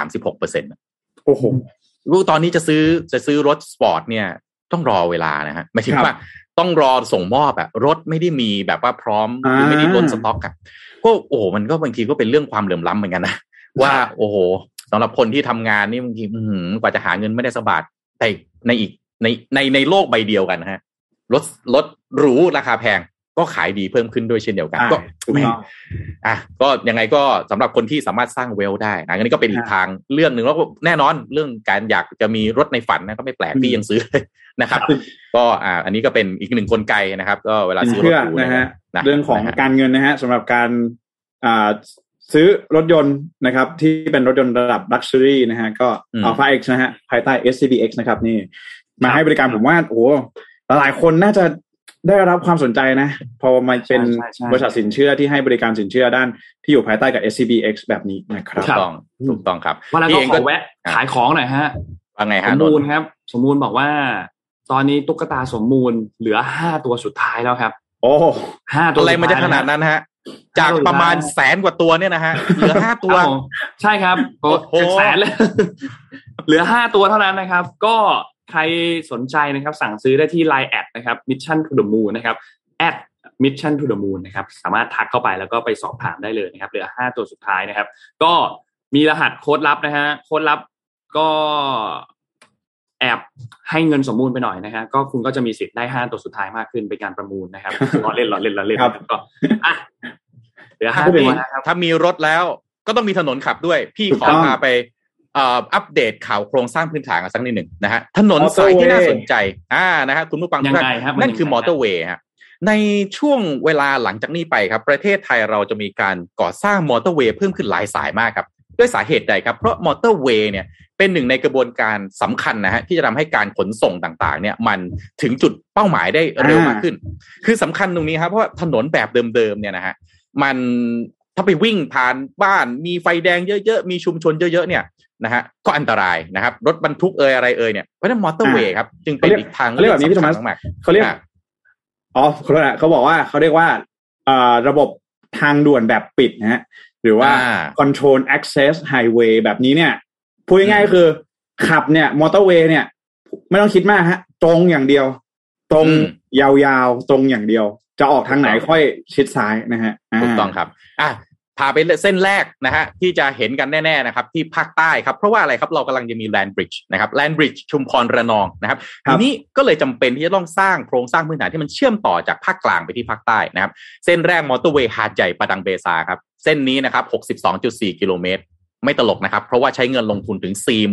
136% โอ้โหรู้ตอนนี้จะซื้อรถสปอร์ตเนี่ยต้องรอเวลานะฮะหมายถึงว่าต้องรอส่งมอบอะรถไม่ได้มีแบบว่าพร้อมไม่ได้ล้นสต็อกอะก็โอ้มันก็บางทีก็เป็นเรื่องความเหลื่อมล้ำเหมือนกันนะว่าโอ้โหสำหรับคนที่ทำงานนี่บางทีกว่าจะหาเงินไม่ได้สักบาทแต่ในโลกใบเดียวกันนะฮะรถหรูราคาแพงก็ขายดีเพิ่มขึ้นด้วยเช่นเดียวกันก็ก็ยังไงก็สำหรับคนที่สามารถสร้างเวลได้นะอันนี้ก็เป็นอีกทางเรื่องนึงแล้วก็แน่นอนเรื่องการอยากจะมีรถในฝันนะก็ไม่แปลกที่ยังซื้อนะครับก็อันนี้ก็เป็นอีกหนึ่งกลไกนะครับก็เวลาซื้อรถนะฮะเรื่องของการเงินนะฮะสำหรับการซื้อรถยนต์นะครับที่เป็นรถยนต์ระดับ Luxury นะฮะก็ Alpha X นะฮะภายใต้ SCBX นะครับนี่มาให้บริการผมว่าโอ้หลายคนน่าจะได้รับความสนใจนะพอมาเป็นบริษัทสินเชื่อที่ให้บริการสินเชื่อด้านที่อยู่ภายใต้กับ SCBX แบบนี้นะครับถูกต้องครับวันนี้ก็ขอแวะขายของหน่อยฮะว่าไงฮะสมมูลครับสมมูลบอกว่าตอนนี้ตุ๊กตาสมมูลเหลือ5ตัวสุดท้ายแล้วครับโอ้5ตัวอะไรมันจะขนาดนั้นฮะจากประมาณ100,000 กว่าตัวเนี่ยนะฮะเหลือ5ตัวใช่ครับเป็นแสนเลยเหลือ5ตัวเท่านั้นนะครับก็ใครสนใจนะครับสั่งซื้อได้ที่ Line แอดนะครับ Mission to the Moon นะครับ @Mission to the Moon นะครับสามารถทักเข้าไปแล้วก็ไปสอบถามได้เลยนะครับเหลือ5ตัวสุดท้ายนะครับก็มีรหัสโค้ดลับนะฮะโค้ดลับก็แอบให้เงินสมมูลไปหน่อยนะฮะก็คุณก็จะมีสิทธิ์ได้5ตัวสุดท้ายมากขึ้นเป็นการประมูลนะครับล้อเล่นก็เหลือ5ตัวนะครับถ้ามีรถแล้วก็ต้องมีถนนขับด้วยพี่ขอพาไปอัปเดตข่าวโครงสร้างพื้นฐานกันสักนิดหนึ่งนะฮะถนนสายที่น่าสนใจนะฮะคุณผู้ฟังทุกท่านนั่นคือมอเตอร์เวย์ฮะในช่วงเวลาหลังจากนี้ไปครับประเทศไทยเราจะมีการก่อสร้างมอเตอร์เวย์เพิ่มขึ้นหลายสายมากครับด้วยสาเหตุใดครับเพราะมอเตอร์เวย์เนี่ยเป็นหนึ่งในกระบวนการสำคัญนะฮะที่จะทำให้การขนส่งต่างๆเนี่ยมันถึงจุดเป้าหมายได้เร็วมากขึ้นคือสำคัญตรงนี้ครับเพราะว่าถนนแบบเดิมๆเนี่ยนะฮะมันถ้าไปวิ่งผ่านบ้านมีไฟแดงเยอะๆมีชุมชนเยอะๆเนี่ยนะฮะก็อันตรายนะครับรถบรรทุกอะไรเนี่ยเพราะฉะนั้นมอเตอร์เวย์ครับจึงเป็นอีกทางเลือกแบบนี้พี่ธรรมะเขาเรียกเขาบอกว่าเขาเรียกว่าระบบทางด่วนแบบปิดนะฮะหรือว่า control access highway แบบนี้เนี่ยพูดง่ายๆคือขับเนี่ยมอเตอร์เวย์เนี่ยไม่ต้องคิดมากฮะตรงอย่างเดียวตรงยาวๆตรงอย่างเดียวจะออกทางไหนค่อยชิดซ้ายนะฮะถูกต้องครับพาไปเส้นแรกนะฮะที่จะเห็นกันแน่ๆนะครับที่ภาคใต้ครับเพราะว่าอะไรครับเรากำลังจะมีแลนด์บริดจ์นะครับแลนด์บริดจ์ชุมพรระนองนะครับทีนี้ก็เลยจำเป็นที่จะต้องสร้างโครงสร้างพื้นฐานที่มันเชื่อมต่อจากภาคกลางไปที่ภาคใต้นะครับเส้นแรกมอเตอร์เวย์หาดใหญ่ประดังเบซาครับเส้นนี้นะครับ 62.4 กิโลเมตรไม่ตลกนะครับเพราะว่าใช้เงินลงทุนถึง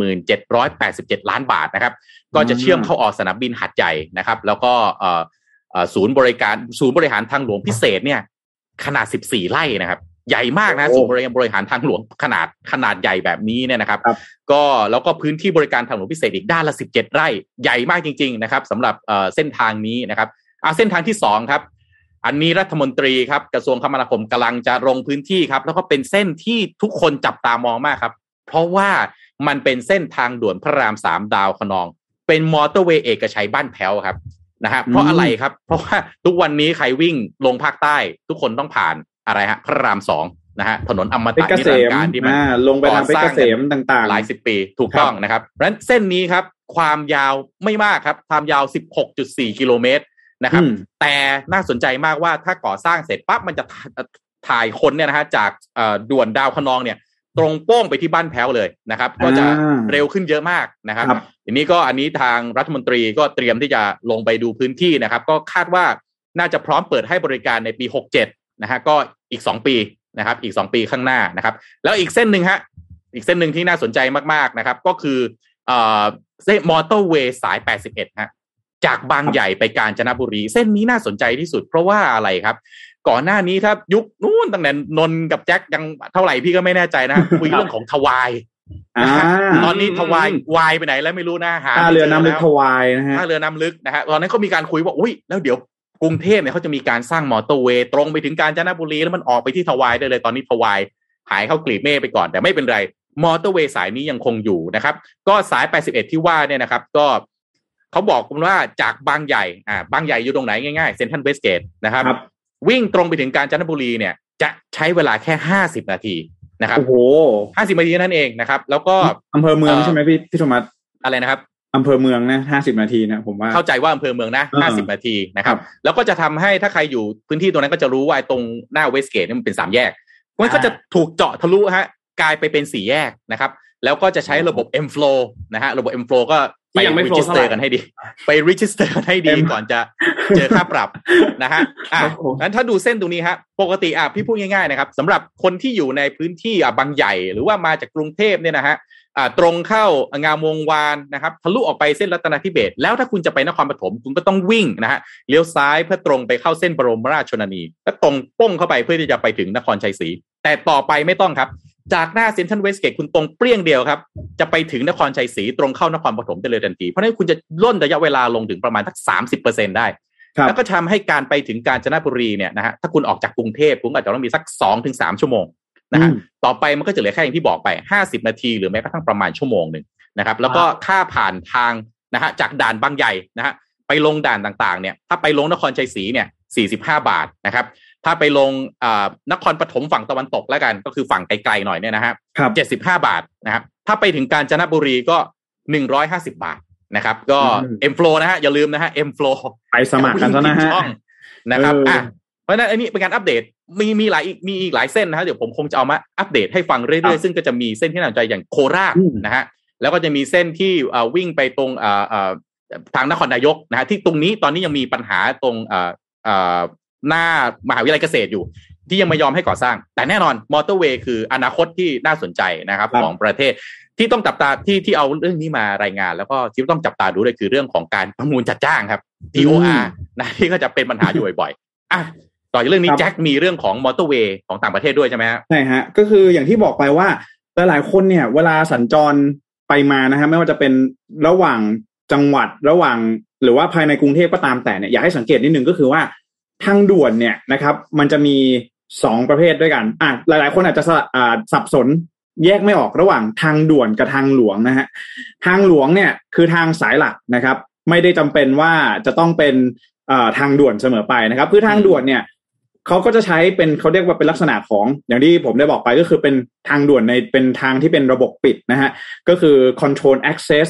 47,87 ล้านบาทนะครับก็จะเชื่อมเข้าออกสนามบินหาดใหญ่นะครับแล้วก็ศูนย์บริหารทางหลวงพิเศษเนี่ยขนาด14ไร่นะครับใหญ่มากนะศูนย์บริหารทางหลวงขนาดใหญ่แบบนี้เนี่ยนะครับก็แล้วก็พื้นที่บริการทางหลวงพิเศษอีกด้านละ17ไร่ใหญ่มากจริงๆนะครับสำหรับเส้นทางนี้นะครับเส้นทางที่2ครับอันนี้รัฐมนตรีครับกระทรวงคมนาคมกำลังจะลงพื้นที่ครับแล้วก็เป็นเส้นที่ทุกคนจับตามองมากครับเพราะว่ามันเป็นเส้นทางด่วนพระราม3ดาวคะนองเป็นมอเตอร์เวย์เอกชัยบ้านแพ้วครับนะฮะเพราะอะไรครับเพราะว่าทุกวันนี้ใครวิ่งลงภาคใต้ทุกคนต้องผ่านอะไรฮะพระราม2นะฮะถนนอมตะนิรันดร์การที่มันลงไปทางเพชรเกษมต่างๆหลายสิบปีถูกต้องนะครับเพราะฉะนั้นเส้นนี้ครับความยาวไม่มากครับความยาว 16.4 กิโลเมตรนะครับแต่น่าสนใจมากว่าถ้าก่อสร้างเสร็จปั๊บมันจะถ่ายคนเนี่ยนะฮะจากด่วนดาวคะนองเนี่ยตรงโป้งไปที่บ้านแพ้วเลยนะครับก็จะเร็วขึ้นเยอะมากนะครับทีนี้ก็อันนี้ทางรัฐมนตรีก็เตรียมที่จะลงไปดูพื้นที่นะครับก็คาดว่าน่าจะพร้อมเปิดให้บริการในปี67นะฮะก็อีก2ปีนะครับอีก2ปีข้างหน้านะครับแล้วอีกเส้นหนึ่งฮะอีกเส้นหนึ่งที่น่าสนใจมากๆนะครับก็คือเส้นมอเตอร์เวย์สาย81ฮะจากบางใหญ่ไปกาญจนบุรีเส้นนี้น่าสนใจที่สุดเพราะว่าอะไรครับก่อนหน้านี้ถ้ายุคนู้นตั้งแต่นนกับแจ็คยังเท่าไหร่พี่ก็ไม่แน่ใจนะคุยเรื่องของทวายตอนนี้ทวายไปไหนแล้วไม่รู้นะหาเรือน้ำลึกทวายนะฮะเรือน้ำลึกนะฮะตอนนั้นเขามีการคุยว่าอุ้ยแล้วเดี๋ยวกรุงเทพเนี่ยเขาจะมีการสร้างมอเตอร์เวย์ตรงไปถึงกาญจนบุรีแล้วมันออกไปที่ทวายได้เลยตอนนี้ทวายหายเข้ากลีบเมฆไปก่อนแต่ไม่เป็นไรมอเตอร์เวย์สายนี้ยังคงอยู่นะครับก็สาย81ที่ว่าเนี่ยนะครับก็เขาบอกว่าจากบางใหญ่บางใหญ่อยู่ตรงไหนง่ายๆเซ็นทรัลเวสต์เกตนะครับวิ่งตรงไปถึงกาญจนบุรีเนี่ยจะใช้เวลาแค่50นาทีนะครับโอ้โห50นาทีนั่นเองนะครับแล้วก็อำเภอเมืองใช่ไหมพี่โทมัสอะไรนะครับอำเภอเมืองนะ50นาทีนะผมว่าเข้าใจว่าอำเภอเมืองนะ50นาทีนะครับแล้วก็จะทำให้ถ้าใครอยู่พื้นที่ตรงนั้นก็จะรู้ว่าตรงหน้าเวสต์เกตนี่มันเป็น3แยกมันก็จะถูกเจาะทะลุฮะกลายไปเป็น4แยกนะครับแล้วก็จะใช้ระบบ M-Flow นะฮะระบบ M-Flow ก็ไป register กันให้ดีไป register กันให้ดีก่อนจะเจอค่าปรับนะฮะงั้นถ้าดูเส้นตรงนี้ฮะปกติพี่พูดง่ายๆนะครับสำหรับคนที่อยู่ในพื้นที่บางใหญ่หรือว่ามาจากกรุงเทพเนี่ยนะฮะตรงเข้างามวงวานนะครับทะลุออกไปเส้นรัตนทิเบศแล้วถ้าคุณจะไปนครปฐมคุณก็ต้องวิ่งนะฮะเลี้ยวซ้ายเพื่อตรงไปเข้าเส้นบรมราชชนนีแล้วตรงป้งเข้าไปเพื่อที่จะไปถึงนครชัยศรีแต่ต่อไปไม่ต้องครับจากหน้าเซ็นทรัลเวสต์เกตคุณตรงเปรี้ยงเดียวครับจะไปถึงนครชัยศรีตรงเข้านครปฐมได้เลยทันทีเพราะฉะนั้นคุณจะล่นระยะเวลาลงถึงประมาณสัก 30% ได้แล้วก็ทำให้การไปถึงกาญจนบุรีเนี่ยนะฮะถ้าคุณออกจากกรุงเทพคุณอาจจะต้องมีสัก 2-3 ชั่วโมงนะฮะต่อไปมันก็จะเหลือแค่อย่างที่บอกไป50นาทีหรือแม้กระทั่งประมาณชั่วโมงนึงนะครับแล้วก็ค่าผ่านทางนะฮะจากด่านบางใหญ่นะฮะไปลงด่านต่างๆเนี่ยถ้าไปลงนครชัยศรีเนี่ย45 บาทนะครับถ้าไปลงนครปฐมฝั่งตะวันตกแล้วกันก็คือฝั่งไกลๆหน่อยเนี่ยนะฮะ75 บาทนะครับถ้าไปถึงกาญจนบุรีก็150 บาทนะครับก็ M-Flow นะฮะอย่าลืมนะฮะ M-Flow ไปสมัครกันซะนะฮะนะครับเพราะฉะนั้นอันนี้เป็นการอัปเดตมีอีกหลายเส้นนะฮะเดี๋ยวผมคงจะเอามาอัปเดตให้ฟังเรื่อยๆซึ่งก็จะมีเส้นที่น่าสนใจอย่างโคราชนะฮะแล้วก็จะมีเส้นที่วิ่งไปตรงทางนครนายกนะฮะที่ตรงนี้ตอนนี้ยังมีปัญหาตรงหน้ามหาวิทยาลัยเกษตรอยู่ที่ยังไม่ยอมให้ก่อสร้างแต่แน่นอนมอเตอร์เวย์คืออนาคตที่น่าสนใจนะครับของประเทศที่ต้องจับตาที่เอาเรื่องนี้มารายงานแล้วก็ที่ต้องจับตาดูเลยคือเรื่องของการประมูลจัดจ้างครับ TOR นะที่ก็จะเป็นปัญหาอยู่บ่อยๆต่อจากเรื่องนี้แจ็คมีเรื่องของมอเตอร์เวย์ของต่างประเทศด้วยใช่ไหมฮะใช่ฮะก็คืออย่างที่บอกไปว่าหลายคนเนี่ยเวลาสัญจรไปมานะฮะไม่ว่าจะเป็นระหว่างจังหวัดระหว่างหรือว่าภายในกรุงเทพก็ตามแต่เนี่ยอยากให้สังเกตนิดนึงก็คือว่าทางด่วนเนี่ยนะครับมันจะมี2ประเภทด้วยกันหลายๆคนอาจจะสับสนแยกไม่ออกระหว่างทางด่วนกับทางหลวงนะฮะทางหลวงเนี่ยคือทางสายหลักนะครับไม่ได้จำเป็นว่าจะต้องเป็นทางด่วนเสมอไปนะครับคือทางด่วนเนี่ยเขาก็จะใช้เป็นเขาเรียกว่าเป็นลักษณะของอย่างที่ผมได้บอกไปก็คือเป็นทางด่วนในเป็นทางที่เป็นระบบปิดนะฮะก็คือ control access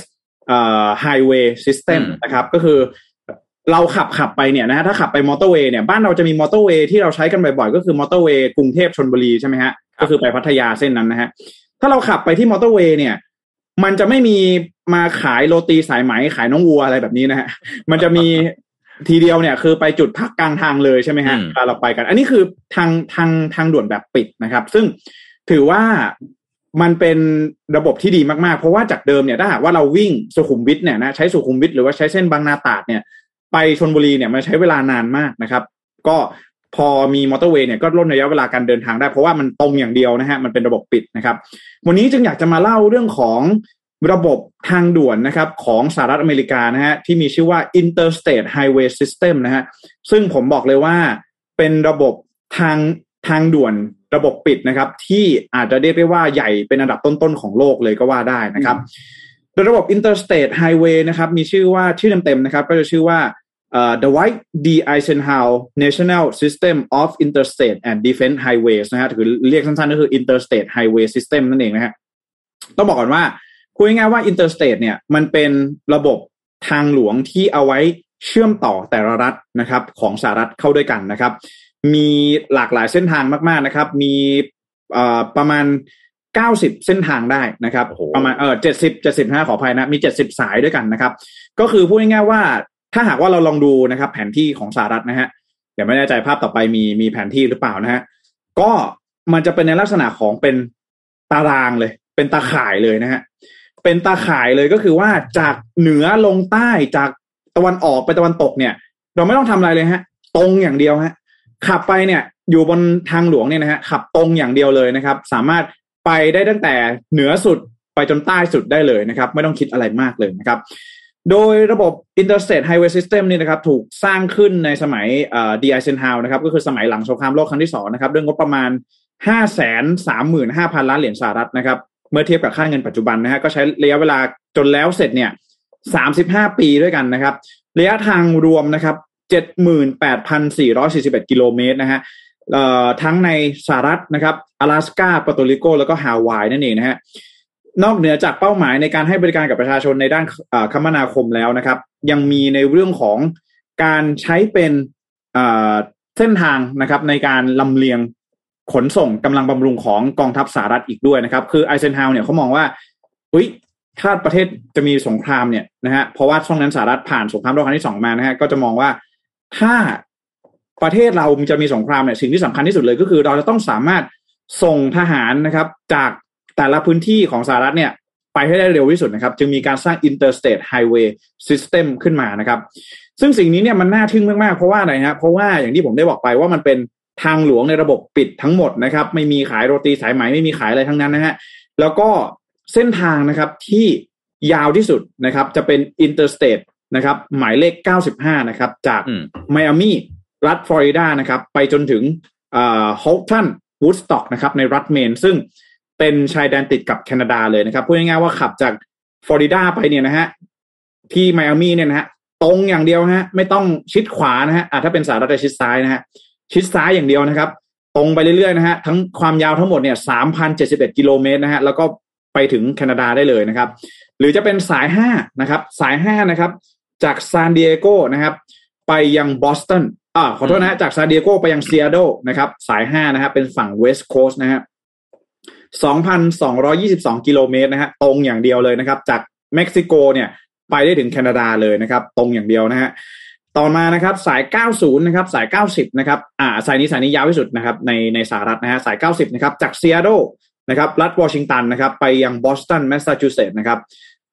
highway system นะครับก็คือเราขับไปเนี่ยนะฮะถ้าขับไปมอเตอร์เวย์เนี่ยบ้านเราจะมีมอเตอร์เวย์ที่เราใช้กันบ่อยๆก็คือมอเตอร์เวย์กรุงเทพชลบุรีใช่ไหมฮะก็คือไปพัทยาเส้นนั้นนะฮะถ้าเราขับไปที่มอเตอร์เวย์เนี่ยมันจะไม่มีมาขายโรตีสายไหมขายน้องวัวอะไรแบบนี้นะฮะมันจะมีทีเดียวเนี่ยคือไปจุดพักกลางทางเลยใช่ไหมฮะเราไปกันอันนี้คือทางด่วนแบบปิดนะครับซึ่งถือว่ามันเป็นระบบที่ดีมากๆเพราะว่าจากเดิมเนี่ยถ้าหากว่าเราวิ่งสุขุมวิทเนี่ยนะใช้สุขุมวิทหรือว่าใช้เส้นบางนาตราดเนี่ยไปชลบุรีเนี่ยมันใช้เวลานานมากนะครับก็พอมีมอเตอร์เวย์เนี่ยก็ลดระยะเวลาการเดินทางได้เพราะว่ามันตรงอย่างเดียวนะฮะมันเป็นระบบปิดนะครับวันนี้จึงอยากจะมาเล่าเรื่องของระบบทางด่วนนะครับของสหรัฐอเมริกานะฮะที่มีชื่อว่า Interstate Highway System นะฮะซึ่งผมบอกเลยว่าเป็นระบบทางด่วนระบบปิดนะครับที่อาจจะเรียกได้ว่าใหญ่เป็นอันดับต้นๆของโลกเลยก็ว่าได้นะครับโดยระบบ Interstate Highway นะครับมีชื่อเต็มๆนะครับก็จะชื่อว่าThe Dwight D. Eisenhower National System of Interstate and Defense Highways นะฮะคือเรียกสั้นๆก็คือ Interstate Highway System นั่นเองนะฮะต้องบอกก่อนว่าคุยง่ายๆว่า Interstate เนี่ยมันเป็นระบบทางหลวงที่เอาไว้เชื่อมต่อแต่ละรัฐนะครับของสหรัฐเข้าด้วยกันนะครับมีหลากหลายเส้นทางมากๆนะครับมีประมาณ90เส้นทางได้นะครับประมาณ70ขออภัยนะมี70สายด้วยกันนะครับก็คือพูดง่ายๆว่าถ้าหากว่าเราลองดูนะครับแผนที่ของสหรัฐนะฮะเดี๋ยวไม่แน่ใจภาพต่อไปมีแผนที่หรือเปล่านะฮะก็มันจะเป็นในลักษณะของเป็นตารางเลยเป็นตาข่ายเลยนะฮะเป็นตาข่ายเลยก็คือว่าจากเหนือลงใต้จากตะวันออกไปตะวันตกเนี่ยเราไม่ต้องทำอะไรเลยฮะตรงอย่างเดียวฮะขับไปเนี่ยอยู่บนทางหลวงเนี่ยนะฮะขับตรงอย่างเดียวเลยนะครับสามารถไปได้ตั้งแต่เหนือสุดไปจนใต้สุดได้เลยนะครับไม่ต้องคิดอะไรมากเลยนะครับโดยระบบ Interstate Highway System นี่นะครับถูกสร้างขึ้นในสมัยD. Eisenhower นะครับก็คือสมัยหลังสงครามโลกครั้งที่2นะครับด้วยงบประมาณ 535,000 ล้านเหรียญสหรัฐนะครับเมื่อเทียบกับค่าเงินปัจจุบันนะฮะก็ใช้ระยะเวลาจนแล้วเสร็จเนี่ย35 ปีด้วยกันนะครับระยะทางรวมนะครับ 78,441 กิโลเมตรนะฮะทั้งในสหรัฐนะครับ阿拉斯加ปอร์โตริโกแล้วก็ฮาวายนั่นเองนะฮะนอกเหนือจากเป้าหมายในการให้บริการกับประชาชนในด้านคมนาคมแล้วนะครับยังมีในเรื่องของการใช้เป็นเส้นทางนะครับในการลำเลียงขนส่งกำลังบำรุงของกองทัพสหรัฐอีกด้วยนะครับคือไอเซนฮาวร์เนี่ยเขามองว่าถ้าประเทศจะมีสงครามเนี่ยนะฮะเพราะว่าช่วงนั้นสหรัฐผ่านสงครามโลกครั้งที่2มานะฮะก็จะมองว่าถ้าประเทศเราจะมีสงครามเนี่ยสิ่งที่สำคัญที่สุดเลยก็คือเราจะต้องสามารถส่งทหารนะครับจากแต่ละพื้นที่ของสหรัฐเนี่ยไปให้ได้เร็วที่สุดนะครับจึงมีการสร้าง Interstate Highway System ขึ้นมานะครับซึ่งสิ่งนี้เนี่ยมันน่าทึ่งมากๆเพราะว่าอะไรฮะเพราะว่าอย่างที่ผมได้บอกไปว่ามันเป็นทางหลวงในระบบปิดทั้งหมดนะครับไม่มีขายโรตีสายไหมไม่มีขายอะไรทั้งนั้นนะฮะแล้วก็เส้นทางนะครับที่ยาวที่สุดนะครับจะเป็น Interstate นะครับหมายเลข95นะครับจากไมอามี่รัฐฟลอริดานะครับไปจนถึงฮอลตันวูดสต็อกนะครับในรัฐเมนซึ่งเป็นชายแดนติดกับแคนาดาเลยนะครับพูดง่ายๆว่าขับจากฟลอริดาไปเนี่ยนะฮะที่ไมอามี่เนี่ยนะฮะตรงอย่างเดียวฮะไม่ต้องชิดขวานะฮะถ้าเป็นสหรัฐจะชิดซ้ายนะฮะชิดซ้ายอย่างเดียวนะครับตรงไปเรื่อยๆนะฮะทั้งความยาวทั้งหมดเนี่ย 3,071 กิโลเมตรนะฮะแล้วก็ไปถึงแคนาดาได้เลยนะครับหรือจะเป็นสาย5นะครับสาย5นะครับจากซานดิเอโกนะครับไปยังบอสตันขอโทษนะฮะจากซานดิเอโกไปยังซีแอตเทิลนะครับสาย5นะครับเป็นฝั่งเวสต์โคสต์นะฮะ 2,222 กิโลเมตรนะฮะตรงอย่างเดียวเลยนะครับจากเม็กซิโกเนี่ยไปได้ถึงแคนาดาเลยนะครับตรงอย่างเดียวนะฮะต่อมานะครับสาย90นะครับสาย90นะครับสายนี้ยาวที่สุดนะครับในสหรัฐนะฮะสาย90นะครับจากซีแอตเทิลนะครับรัฐวอชิงตันนะครับไปยังบอสตันแมสซาชูเซตส์นะครับ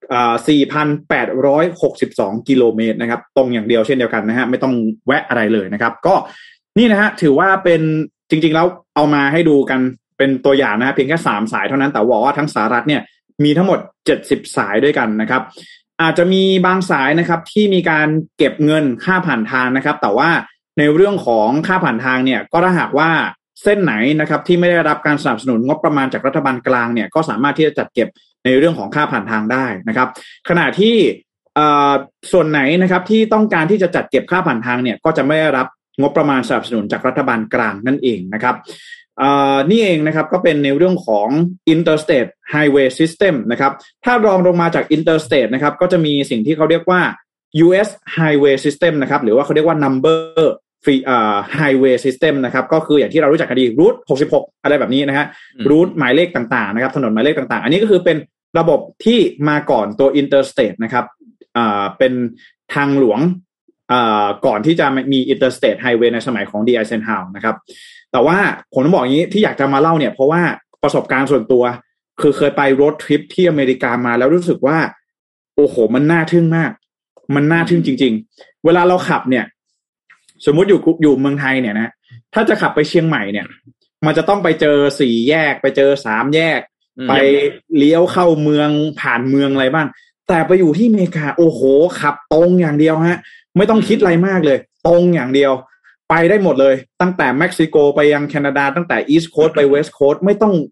4,862 กิโลเมตรนะครับตรงอย่างเดียวเช่นเดียวกันนะฮะไม่ต้องแวะอะไรเลยนะครับก็นี่นะฮะถือว่าเป็นจริงๆแล้วเอามาให้ดูกันเป็นตัวอย่างนะฮะเพียงแค่3สายเท่านั้นแต่บอกว่าทั้งสหรัฐเนี่ยมีทั้งหมด70สายด้วยกันนะครับอาจจะมีบางสายนะครับที่มีการเก็บเงินค่าผ่านทางนะครับแต่ว่าในเรื่องของค่าผ่านทางเนี่ยก็ถ้าหากว่าเส้นไหนนะครับที่ไม่ได้รับการสนับสนุนงบประมาณจากรัฐบาลกลางเนี่ยก็สามารถที่จะจัดเก็บในเรื่องของค่าผ่านทางได้นะครับขณะที่ส่วนไหนนะครับที่ต้องการที่จะจัดเก็บค่าผ่านทางเนี่ยก็จะไม่ได้รับงบประมาณสนับสนุนจากรัฐบาลกลางนั่นเองนะครับนี่เองนะครับก็เป็นในเรื่องของ Interstate Highway System นะครับถ้ารองลงมาจาก Interstate นะครับก็จะมีสิ่งที่เขาเรียกว่า US Highway System นะครับหรือว่าเขาเรียกว่า Number Highway System นะครับก็คืออย่างที่เรารู้จักกันดี Route 66อะไรแบบนี้นะฮะ Route หมายเลขต่างๆนะครับถนนหมายเลขต่างๆอันนี้ก็คือเป็นระบบที่มาก่อนตัว Interstate นะครับเป็นทางหลวงก่อนที่จะมี Interstate Highway ในสมัยของ D. Eisenhower นะครับแต่ว่าผมต้องบอกอย่างนี้ที่อยากจะมาเล่าเนี่ยเพราะว่าประสบการณ์ส่วนตัวคือเคยไปรถทริปที่อเมริกามาแล้วรู้สึกว่าโอ้โหมันน่าทึ่งมากมันน่าทึ่งจริงๆเวลาเราขับเนี่ยสมมุติอยู่เมืองไทยเนี่ยนะถ้าจะขับไปเชียงใหม่เนี่ยมันจะต้องไปเจอ4แยกไปเจอ3แยกไปเลี้ยวเข้าเมืองผ่านเมืองอะไรบ้างแต่ไปอยู่ที่อเมริกาโอ้โหขับตรงอย่างเดียวฮะไม่ต้องคิดอะไรมากเลยตรงอย่างเดียวไปได้หมดเลยตั้งแต่เม็กซิโกไปยังแคนาดาตั้งแต่อีสต์โคสต์ไปเวสต์โคสต์ไม่ต้องแบบ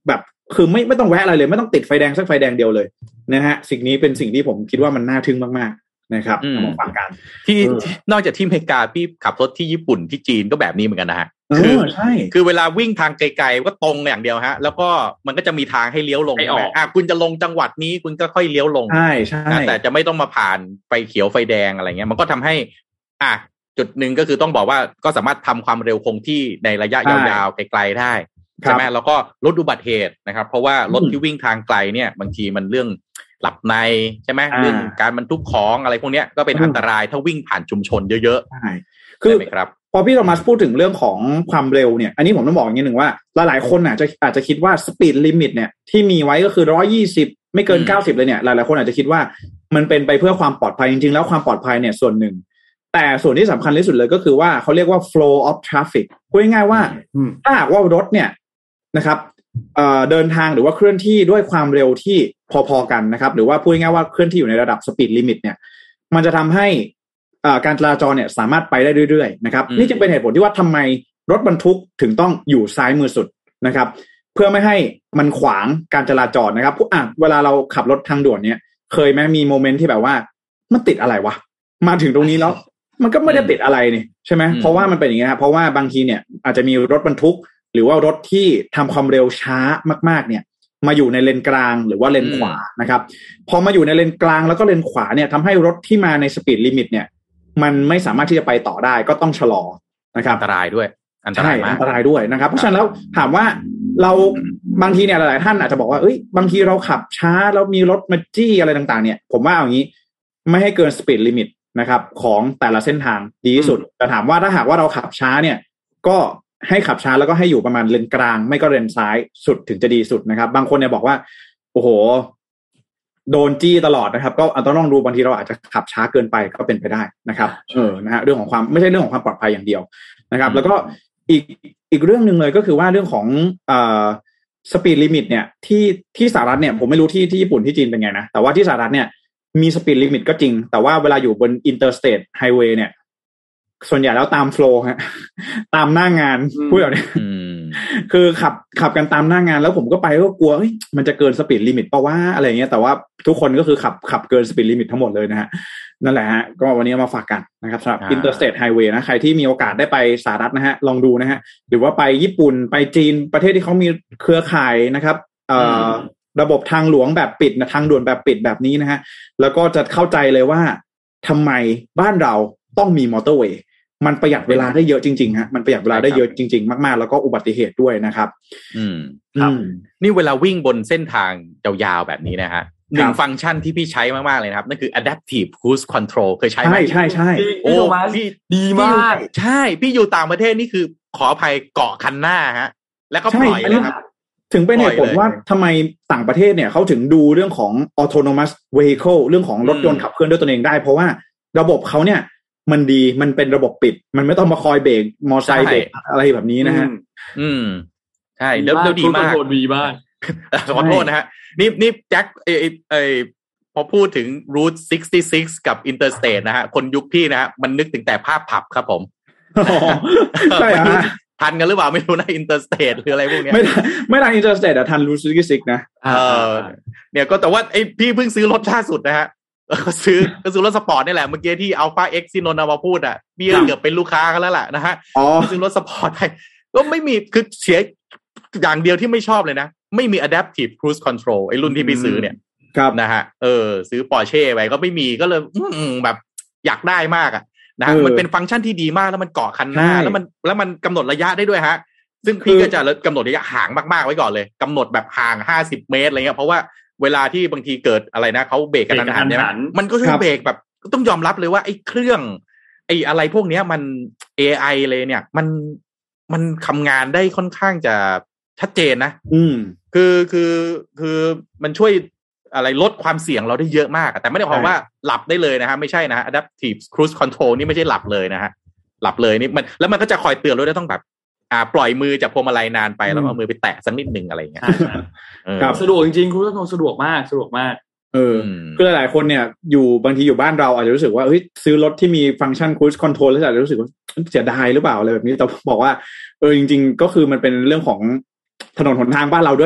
คือไม่ต้องแวะอะไรเลยไม่ต้องติดไฟแดงสักไฟแดงเดียวเลยนะฮะสิ่งนี้เป็นสิ่งที่ผมคิดว่ามันน่าทึ่งมากๆนะครับมาฟังกันที่นอกจากที่อเมริกาพี่ขับรถที่ญี่ปุ่นที่จีนก็แบบนี้เหมือนกันนะฮะใช่คือเวลาวิ่งทางไกลๆก็ตรงอย่างเดียวฮะแล้วก็มันก็จะมีทางให้เลี้ยวลงใช่ไหมคุณจะลงจังหวัดนี้คุณก็ค่อยเลี้ยวลงใช่แต่จะไม่ต้องมาผ่านไฟเขียวไฟแดงอะไรเงี้ยมันก็ทำให้จุดหนึ่งก็คือต้องบอกว่าก็สามารถทำความเร็วคงที่ในระยะยาวๆไกลๆได้ใช่ไหมแล้วก็ลดอุบัติเหตุนะครับเพราะว่ารถที่วิ่งทางไกลเนี่ยบางทีมันเรื่องหลับในใช่ไหมเรื่องการบรรทุกของอะไรพวกนี้ก็เป็นอันตรายถ้าวิ่งผ่านชุมชนเยอะๆใช่คือพอพี่โทมัสพูดถึงเรื่องของความเร็วเนี่ยอันนี้ผมต้องบอกอย่างนี้หนึ่งว่าหลายๆคนอาจจะคิดว่าสปีดลิมิตเนี่ยที่มีไว้ก็คือ120ไม่เกิน90เลยเนี่ยหลายๆคนอาจจะคิดว่ามันเป็นไปเพื่อความปลอดภัยจริงๆแล้วความปลอดภัยเนี่ยส่วนหนึ่งแต่ส่วนที่สำคัญที่สุดเลยก็คือว่าเขาเรียกว่า flow of traffic พูดง่ายๆว่าถ้าหากว่ารถเนี่ยนะครับเดินทางหรือว่าเคลื่อนที่ด้วยความเร็วที่พอๆกันนะครับหรือว่าพูดง่ายๆว่าเคลื่อนที่อยู่ในระดับสปีดลิมิตเนี่ยมันจะทำให้การจราจรเนี่ยสามารถไปได้เรื่อยๆนะครับนี่จึงเป็นเหตุผลที่ว่าทำไมรถบรรทุกถึงต้องอยู่ซ้ายมือสุดนะครับเพื่อไม่ให้มันขวางการจราจรนะครับเวลาเราขับรถทางด่วนเนี่ยเคยไหมมีโมเมนต์ที่แบบว่ามันติดอะไรวะมาถึงตรงนี้แล้วมันก็ไม่ได้ติดอะไรนี่ใช่ไหมเพราะว่ามันเป็นอย่างนี้นะเพราะว่าบางทีเนี่ยอาจจะมีรถบรรทุกหรือว่ารถที่ทำความเร็วช้ามากๆเนี่ยมาอยู่ในเลนกลางหรือว่าเลนขวานะครับพอมาอยู่ในเลนกลางแล้วก็เลนขวาเนี่ยทำให้รถที่มาในสปีดลิมิตเนี่ยมันไม่สามารถที่จะไปต่อได้ก็ต้องชะลอนะครับอันตรายด้วยอันตรายมากอันตรายด้วยนะครับเพราะฉะนั้นแล้วถามว่าเราบางทีเนี่ยหลายๆท่านอาจจะบอกว่าบางทีเราขับช้าแล้วมีรถมาจี้อะไรต่างๆเนี่ยผมว่าอย่างนี้ไม่ให้เกินสปีดลิมิตนะครับของแต่ละเส้นทางดีที่สุดแต่ถามว่าถ้าหากว่าเราขับช้าเนี่ยก็ให้ขับช้าแล้วก็ให้อยู่ประมาณเลนกลางไม่ก็เลนซ้ายสุดถึงจะดีสุดนะครับบางคนเนี่ยบอกว่าโอ้โหโดนจี้ตลอดนะครับก็ต้องลองดูบางทีเราอาจจะขับช้าเกินไปก็เป็นไปได้นะครับนะฮะเรื่องของความไม่ใช่เรื่องของความปลอดภัยอย่างเดียวนะครับแล้วก็อีกเรื่องนึงเลยก็คือว่าเรื่องของสปีดลิมิตเนี่ยที่สหรัฐเนี่ยผมไม่รู้ที่ญี่ปุ่นที่จีนเป็นไงนะแต่ว่าที่สหรัฐเนี่ยมีสปีดลิมิตก็จริงแต่ว่าเวลาอยู่บนอินเตอร์สเตทไฮเวย์เนี่ยส่วนใหญ่แล้วตามโฟลว์ฮะตามหน้างานพูดแบบนี้คือขับกันตามหน้างานแล้วผมก็ไปก็กลัวมันจะเกินสปีดลิมิตป่าวว่าอะไรเงี้ยแต่ว่าทุกคนก็คือขับเกินสปีดลิมิตทั้งหมดเลยนะฮะนั่นแหละฮะก็วันนี้มาฝากกันนะครับสำหรับอินเตอร์สเตทไฮเวย์นะใครที่มีโอกาสได้ไปสหรัฐนะฮะลองดูนะฮะหรือว่าไปญี่ปุ่นไปจีนประเทศที่เขามีเครือข่ายนะครับระบบทางหลวงแบบปิดนะทางด่วนแบบปิดแบบนี้นะฮะแล้วก็จะเข้าใจเลยว่าทำไมบ้านเราต้องมีมอเตอร์เวย์มันประหยัดเวลาได้เยอะจริงๆฮะมันประหยัดเวลาได้เยอะจริงๆมากๆแล้วก็อุบัติเหตุด้วยนะครับครับนี่เวลาวิ่งบนเส้นทางยาวๆแบบนี้นะฮะหนึ่งฟังก์ชันที่พี่ใช้มากๆเลยนะครับนั่นคือ adaptive cruise control เคยใช้ไหมใช่โอ้พี่ดีมากใช่พี่อยู่ต่างประเทศนี่คือขออภัยเกาะคันหน้าฮะแล้วก็ปล่อยเลยครับถึงเป็นเหตุผลว่าทำไมต่างประเทศเนี่ยเขาถึงดูเรื่องของ autonomous vehicle เรื่องของรถยนต์ขับเคลื่อนด้วยตนเองได้เพราะว่าระบบเขาเนี่ยมันดีมันเป็นระบบปิดมันไม่ต้องมาคอยเบรกมอไซค์เบรกอะไรแบบนี้นะฮะใช่แล้วดีมากดีมากขอโทษนะฮะนี่แจ็คพอพูดถึง Route 66 กับ Interstate นะฮะคนยุคพี่นะฮะมันนึกถึงแต่ภาพผับครับผมใช่ฮะทันกันหรือเปล่าไม่รู้นะ Interstate หรืออะไรพวกนี้ไม่ทัน Interstate แต่ทัน Route 66 นะเนี่ยก็แต่ว่าไอพี่เพิ่งซื้อรถล่าสุดนะฮะก็ซื้อรถสปอร์ตนี่แหละเมื่อกี้ที่ Alpha X ที่นนท์มาพูดอ่ะพี่เกือบเป็นลูกค้ากันแล้วแหละนะฮะซื้อรถสปอร์ตไปก็ไม่มีคือเสียอย่างเดียวที่ไม่ชอบเลยนะไม่มี adaptive cruise control ไอ้รุ่นที่พี่ซื้อเนี่ยนะฮะซื้อ Porsche ไปก็ไม่มีก็เลยแบบอยากได้มากอ่ะนะฮะมันเป็นฟังก์ชันที่ดีมากแล้วมันเกาะคันหน้าแล้วมันกำหนดระยะได้ด้วยฮะซึ่งพี่ก็จะกำหนดระยะห่างมากๆไว้ก่อนเลยกำหนดแบบห่าง50 เมตรอะไรเงี้ยเพราะว่าเวลาที่บางทีเกิดอะไรนะเขาเบรกกันทันเนี่ยมันก็ช่วยเบรกแบบต้องยอมรับเลยว่าไอ้เครื่องไอ้อะไรพวกนี้มัน AI เลยเนี่ยมันทำงานได้ค่อนข้างจะชัดเจนนะคือมันช่วยอะไรลดความเสี่ยงเราได้เยอะมากแต่ไม่ได้ความว่าหลับได้เลยนะฮะไม่ใช่นะ adaptive cruise control นี่ไม่ใช่หลับเลยนะฮะหลับเลยนี่มันแล้วมันก็จะคอยเตือนเราได้ต้องแบบปล่อยมือจากพวงมาลัยนานไปแล้วเอามือไปแตะสักนิดนึงอะไรอย่างเงี้ยสะดวกจริงๆคุณผู้ชมสะดวกมากคือหลายๆคนเนี่ยอยู่บางทีอยู่บ้านเราอาจจะรู้สึกว่าซื้อรถที่มีฟังก์ชัน cruise control แล้วอาจจะรู้สึกว่าเสียดายหรือเปล่าอะไรแบบนี้แต่บอกว่าจริงๆก็คือมันเป็นเรื่องของถนนหนทางบ้านเราด้วย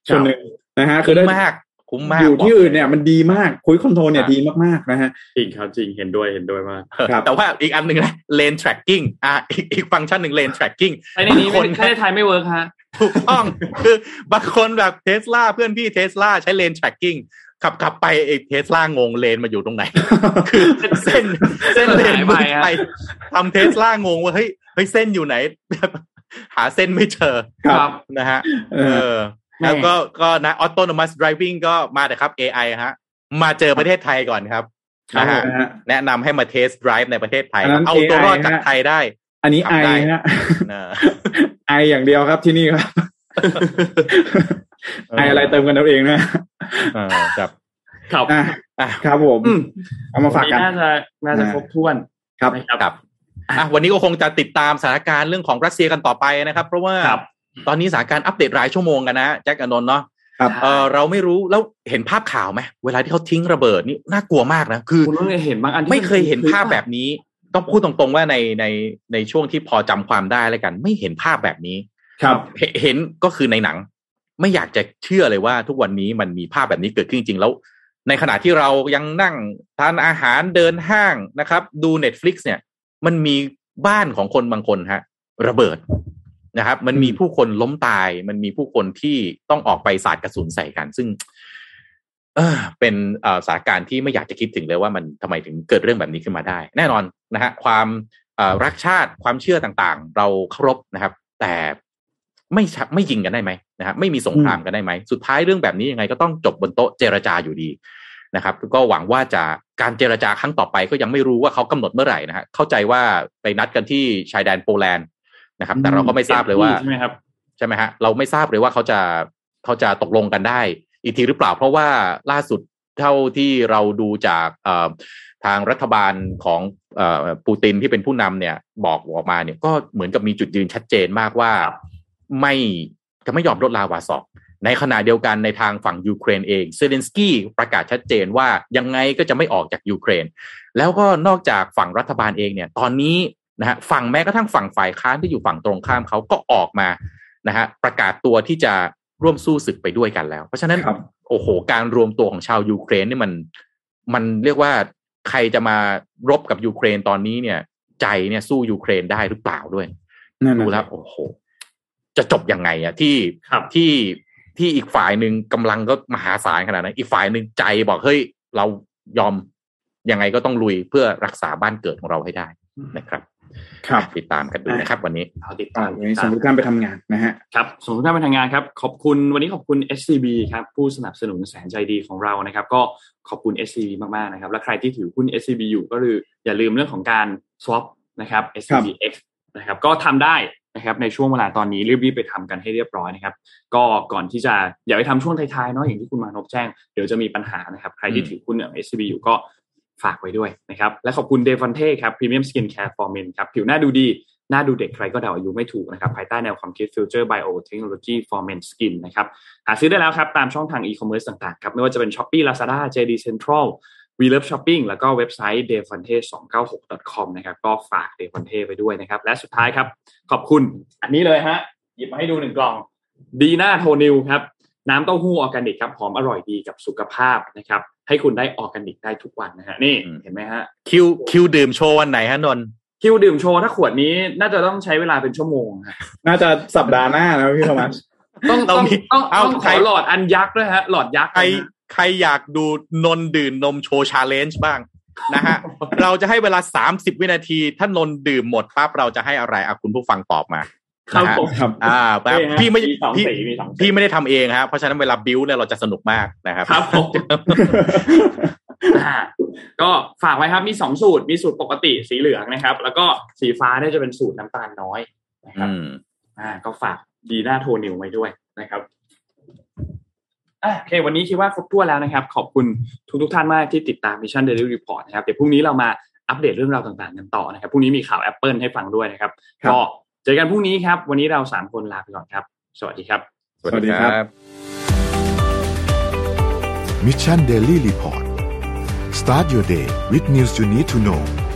ส่วนหนึ่งนะฮะคือได้คุ้มมากอยู่ที่อื่นเนี่ยมันดีมากคุยคอนโทรลเนี่ยดีมากๆนะฮะจริงครับจริงเห็นด้วยมากแต่ว่าอีกอันนึงนะ lane tracking อีกฟังก์ชันหนึ่ง lane tracking ในนี้คนในไทยไม่เวิร์คฮะถูกต้องคือบางคนแบบ Tesla เพื่อนพี่ Tesla ใช้ lane tracking ขับไปไอ้ Tesla งงเลนมาอยู่ตรงไหนคือเส้นเลนไปทำ Tesla งงว่าเฮ้ยเส้นอยู่ไหนหาเส้นไม่เจอครับนะฮะแล้วก็นะ autonomous driving ก็มาแต่ครับ AI ฮะมาเจอประเทศไทยก่อนครับนะฮะแนะนำให้มา test drive ในประเทศไทยเอาตัวรอดจากไทยได้อันนี้ I ฮะ I อย่างเดียวครับที่นี่ครับไออะไรเติมกันเอาเองนะครับครับผมเอามาฝากกันน่าจะครบถ้วนครับวันนี้ก็คงจะติดตามสถานการณ์เรื่องของรัสเซียกันต่อไปนะครับเพราะว่าตอนนี้สถานการณ์อัปเดตรายชั่วโมงกันนะแจ็คอานนท์เนาะเราไม่รู้แล้วเห็นภาพข่าวไหมเวลาที่เขาทิ้งระเบิดนี่น่ากลัวมากนะคือคุณเห็นบางอันไม่เคยเห็นภาพแบบนี้ต้องพูดตรงๆว่าในช่วงที่พอจำความได้แล้วกันไม่เห็นภาพแบบนี้ครับเห็นก็คือในหนังไม่อยากจะเชื่อเลยว่าทุกวันนี้มันมีภาพแบบนี้เกิดขึ้นจริงๆแล้วในขณะที่เรายังนั่งทานอาหารเดินห้างนะครับดู Netflix เนี่ยมันมีบ้านของคนบางคนฮะระเบิดนะครับมันมีผู้คนล้มตายมันมีผู้คนที่ต้องออกไปสาดกระสุนใส่กันซึ่งเป็นสถานการณ์ที่ไม่อยากจะคิดถึงเลยว่ามันทำไมถึงเกิดเรื่องแบบนี้ขึ้นมาได้แน่นอนนะฮะความรักชาติความเชื่อต่างๆเราเคารพนะครับแต่ไม่ยิงกันได้ไหมนะฮะไม่มีสงครามกันได้ไหมสุดท้ายเรื่องแบบนี้ยังไงก็ต้องจบบนโต๊ะเจรจาอยู่ดีนะครับก็หวังว่าจะการเจรจาครั้งต่อไปก็ยังไม่รู้ว่าเขากำหนดเมื่อไหร่นะฮะเข้าใจว่าไปนัดกันที่ชายแดนโปแลนด์นะครับแต่เราก็ไม่ทราบเลยว่าใช่ไหมครับใช่ไหมฮะเราไม่ทราบเลยว่าเขาจะตกลงกันได้อีกทีหรือเปล่าเพราะว่าล่าสุดเท่าที่เราดูจากทางรัฐบาลของปูตินที่เป็นผู้นำเนี่ยบอกออกมาเนี่ยก็เหมือนกับมีจุดยืนชัดเจนมากว่าจะไม่ยอมลดลาวาศอกในขณะเดียวกันในทางฝั่งยูเครนเองเซเลนสกี้ประกาศชัดเจนว่ายังไงก็จะไม่ออกจากยูเครนแล้วก็นอกจากฝั่งรัฐบาลเองเนี่ยตอนนี้นะฮะฝั่งแม้กระทั่งฝั่งฝ่ายค้านที่อยู่ฝั่งตรงข้ามเขาก็ออกมานะฮะประกาศตัวที่จะร่วมสู้ศึกไปด้วยกันแล้วเพราะฉะนั้นโอ้โหการรวมตัวของชาวยูเครนนี่มันเรียกว่าใครจะมารบกับยูเครนตอนนี้เนี่ยใจเนี่ยสู้ยูเครนได้หรือเปล่าด้วยดูแล้วโอ้โหจะจบยังไงอะที่อีกฝ่ายหนึ่งกำลังก็มหาศาลขนาดนั้นอีกฝ่ายหนึ่งใจบอกเฮ้ยเรายอมยังไงก็ต้องลุยเพื่อรักษาบ้านเกิดของเราให้ได้นะครับติดตามกันดูนะครับวันนี้ติดตามสมมุติการไปทำงานนะฮะครับสมมุติการไปทำงานครับขอบคุณวันนี้ขอบคุณ SCB ครับผู้สนับสนุนแสนใจดีของเรานะครับก็ขอบคุณ SCB มากๆนะครับและใครที่ถือหุ้น SCB อยู่ก็คืออย่าลืมเรื่องของการ swap นะครับ SCBX นะครับก็ทำได้นะครับในช่วงเวลาตอนนี้รีบๆไปทำกันให้เรียบร้อยนะครับก็ก่อนที่จะอย่าไปทำช่วงท้ายๆเนาะอย่างที่คุณมานพแจ้งเดี๋ยวจะมีปัญหานะครับใครที่ถือหุ้นอย่าง SCB อยู่ก็ฝากไว้ด้วยนะครับและขอบคุณเดฟอนเท่ครับ Premium Skin Care for Men ครับผิวหน้าดูดีหน้าดูเด็กใครก็เดาอายุไม่ถูกนะครับภายใต้แนวความคิด Future Bio Technology for Men Skin นะครับหาซื้อได้แล้วครับตามช่องทาง e-commerce ต่างๆครับไม่ว่าจะเป็น Shopee Lazada JD Central We Love Shopping แล้วก็เว็บไซต์ defonte296.com นะครับก็ฝาก Defonte ไปด้วยนะครับและสุดท้ายครับขอบคุณอันนี้เลยฮะหยิบมาให้ดู1กล่องดีน่าโทนิลครับน้ำเต้าหู้ออร์แกนิกครับหอมอร่อยดีกับสุขภาพนะครับให้คุณได้ออร์แกนิกได้ทุกวันนะฮะนี่เห็นไหมฮะคิวดื่มโชว์วันไหนฮะนนท์คิวดื่มโชว์ถ้าขวดนี้น่าจะต้องใช้เวลาเป็นชั่วโมงฮะน่าจะสัปดาห์หน้านะพี่โทมัสต้องขอหลอดอันยักษ์ด้วยฮะหลอดยักษ์ใครอยากดูนนดื่มนมโชว์ชาเลนจ์บ้างนะฮะ เราจะให้เวลา30วินาทีถ้านนดื่มหมดปั๊บเราจะให้อะไรคุณผู้ฟังตอบมาครับแบบพี่ไม่ได้ทำเองฮะเพราะฉะนั้นเวลาบิ้วเนี่ยเราจะสนุกมากนะครับครับก็ฝากไว้ครับมี2สูตรมีสูตรปกติสีเหลืองนะครับแล้วก็สีฟ้าเนี่ยจะเป็นสูตรน้ำตาลน้อยนะครับก็ฝากดีน่าโทนิลไว้ด้วยนะครับโอเควันนี้คิดว่าครบถ้วนแล้วนะครับขอบคุณทุกท่านมากที่ติดตาม Mission Daily Report นะครับเดี๋ยวพรุ่งนี้เรามาอัปเดตเรื่องราวต่างๆกันต่อนะครับพรุ่งนี้มีข่าว Apple ให้ฟังด้วยนะครับก็เจอกันพรุ่งนี้ครับวันนี้เรา3คนลาไปก่อนครับสวัสดีครับสวัสดีครับ Mission Daily Report Start your day with news you need to know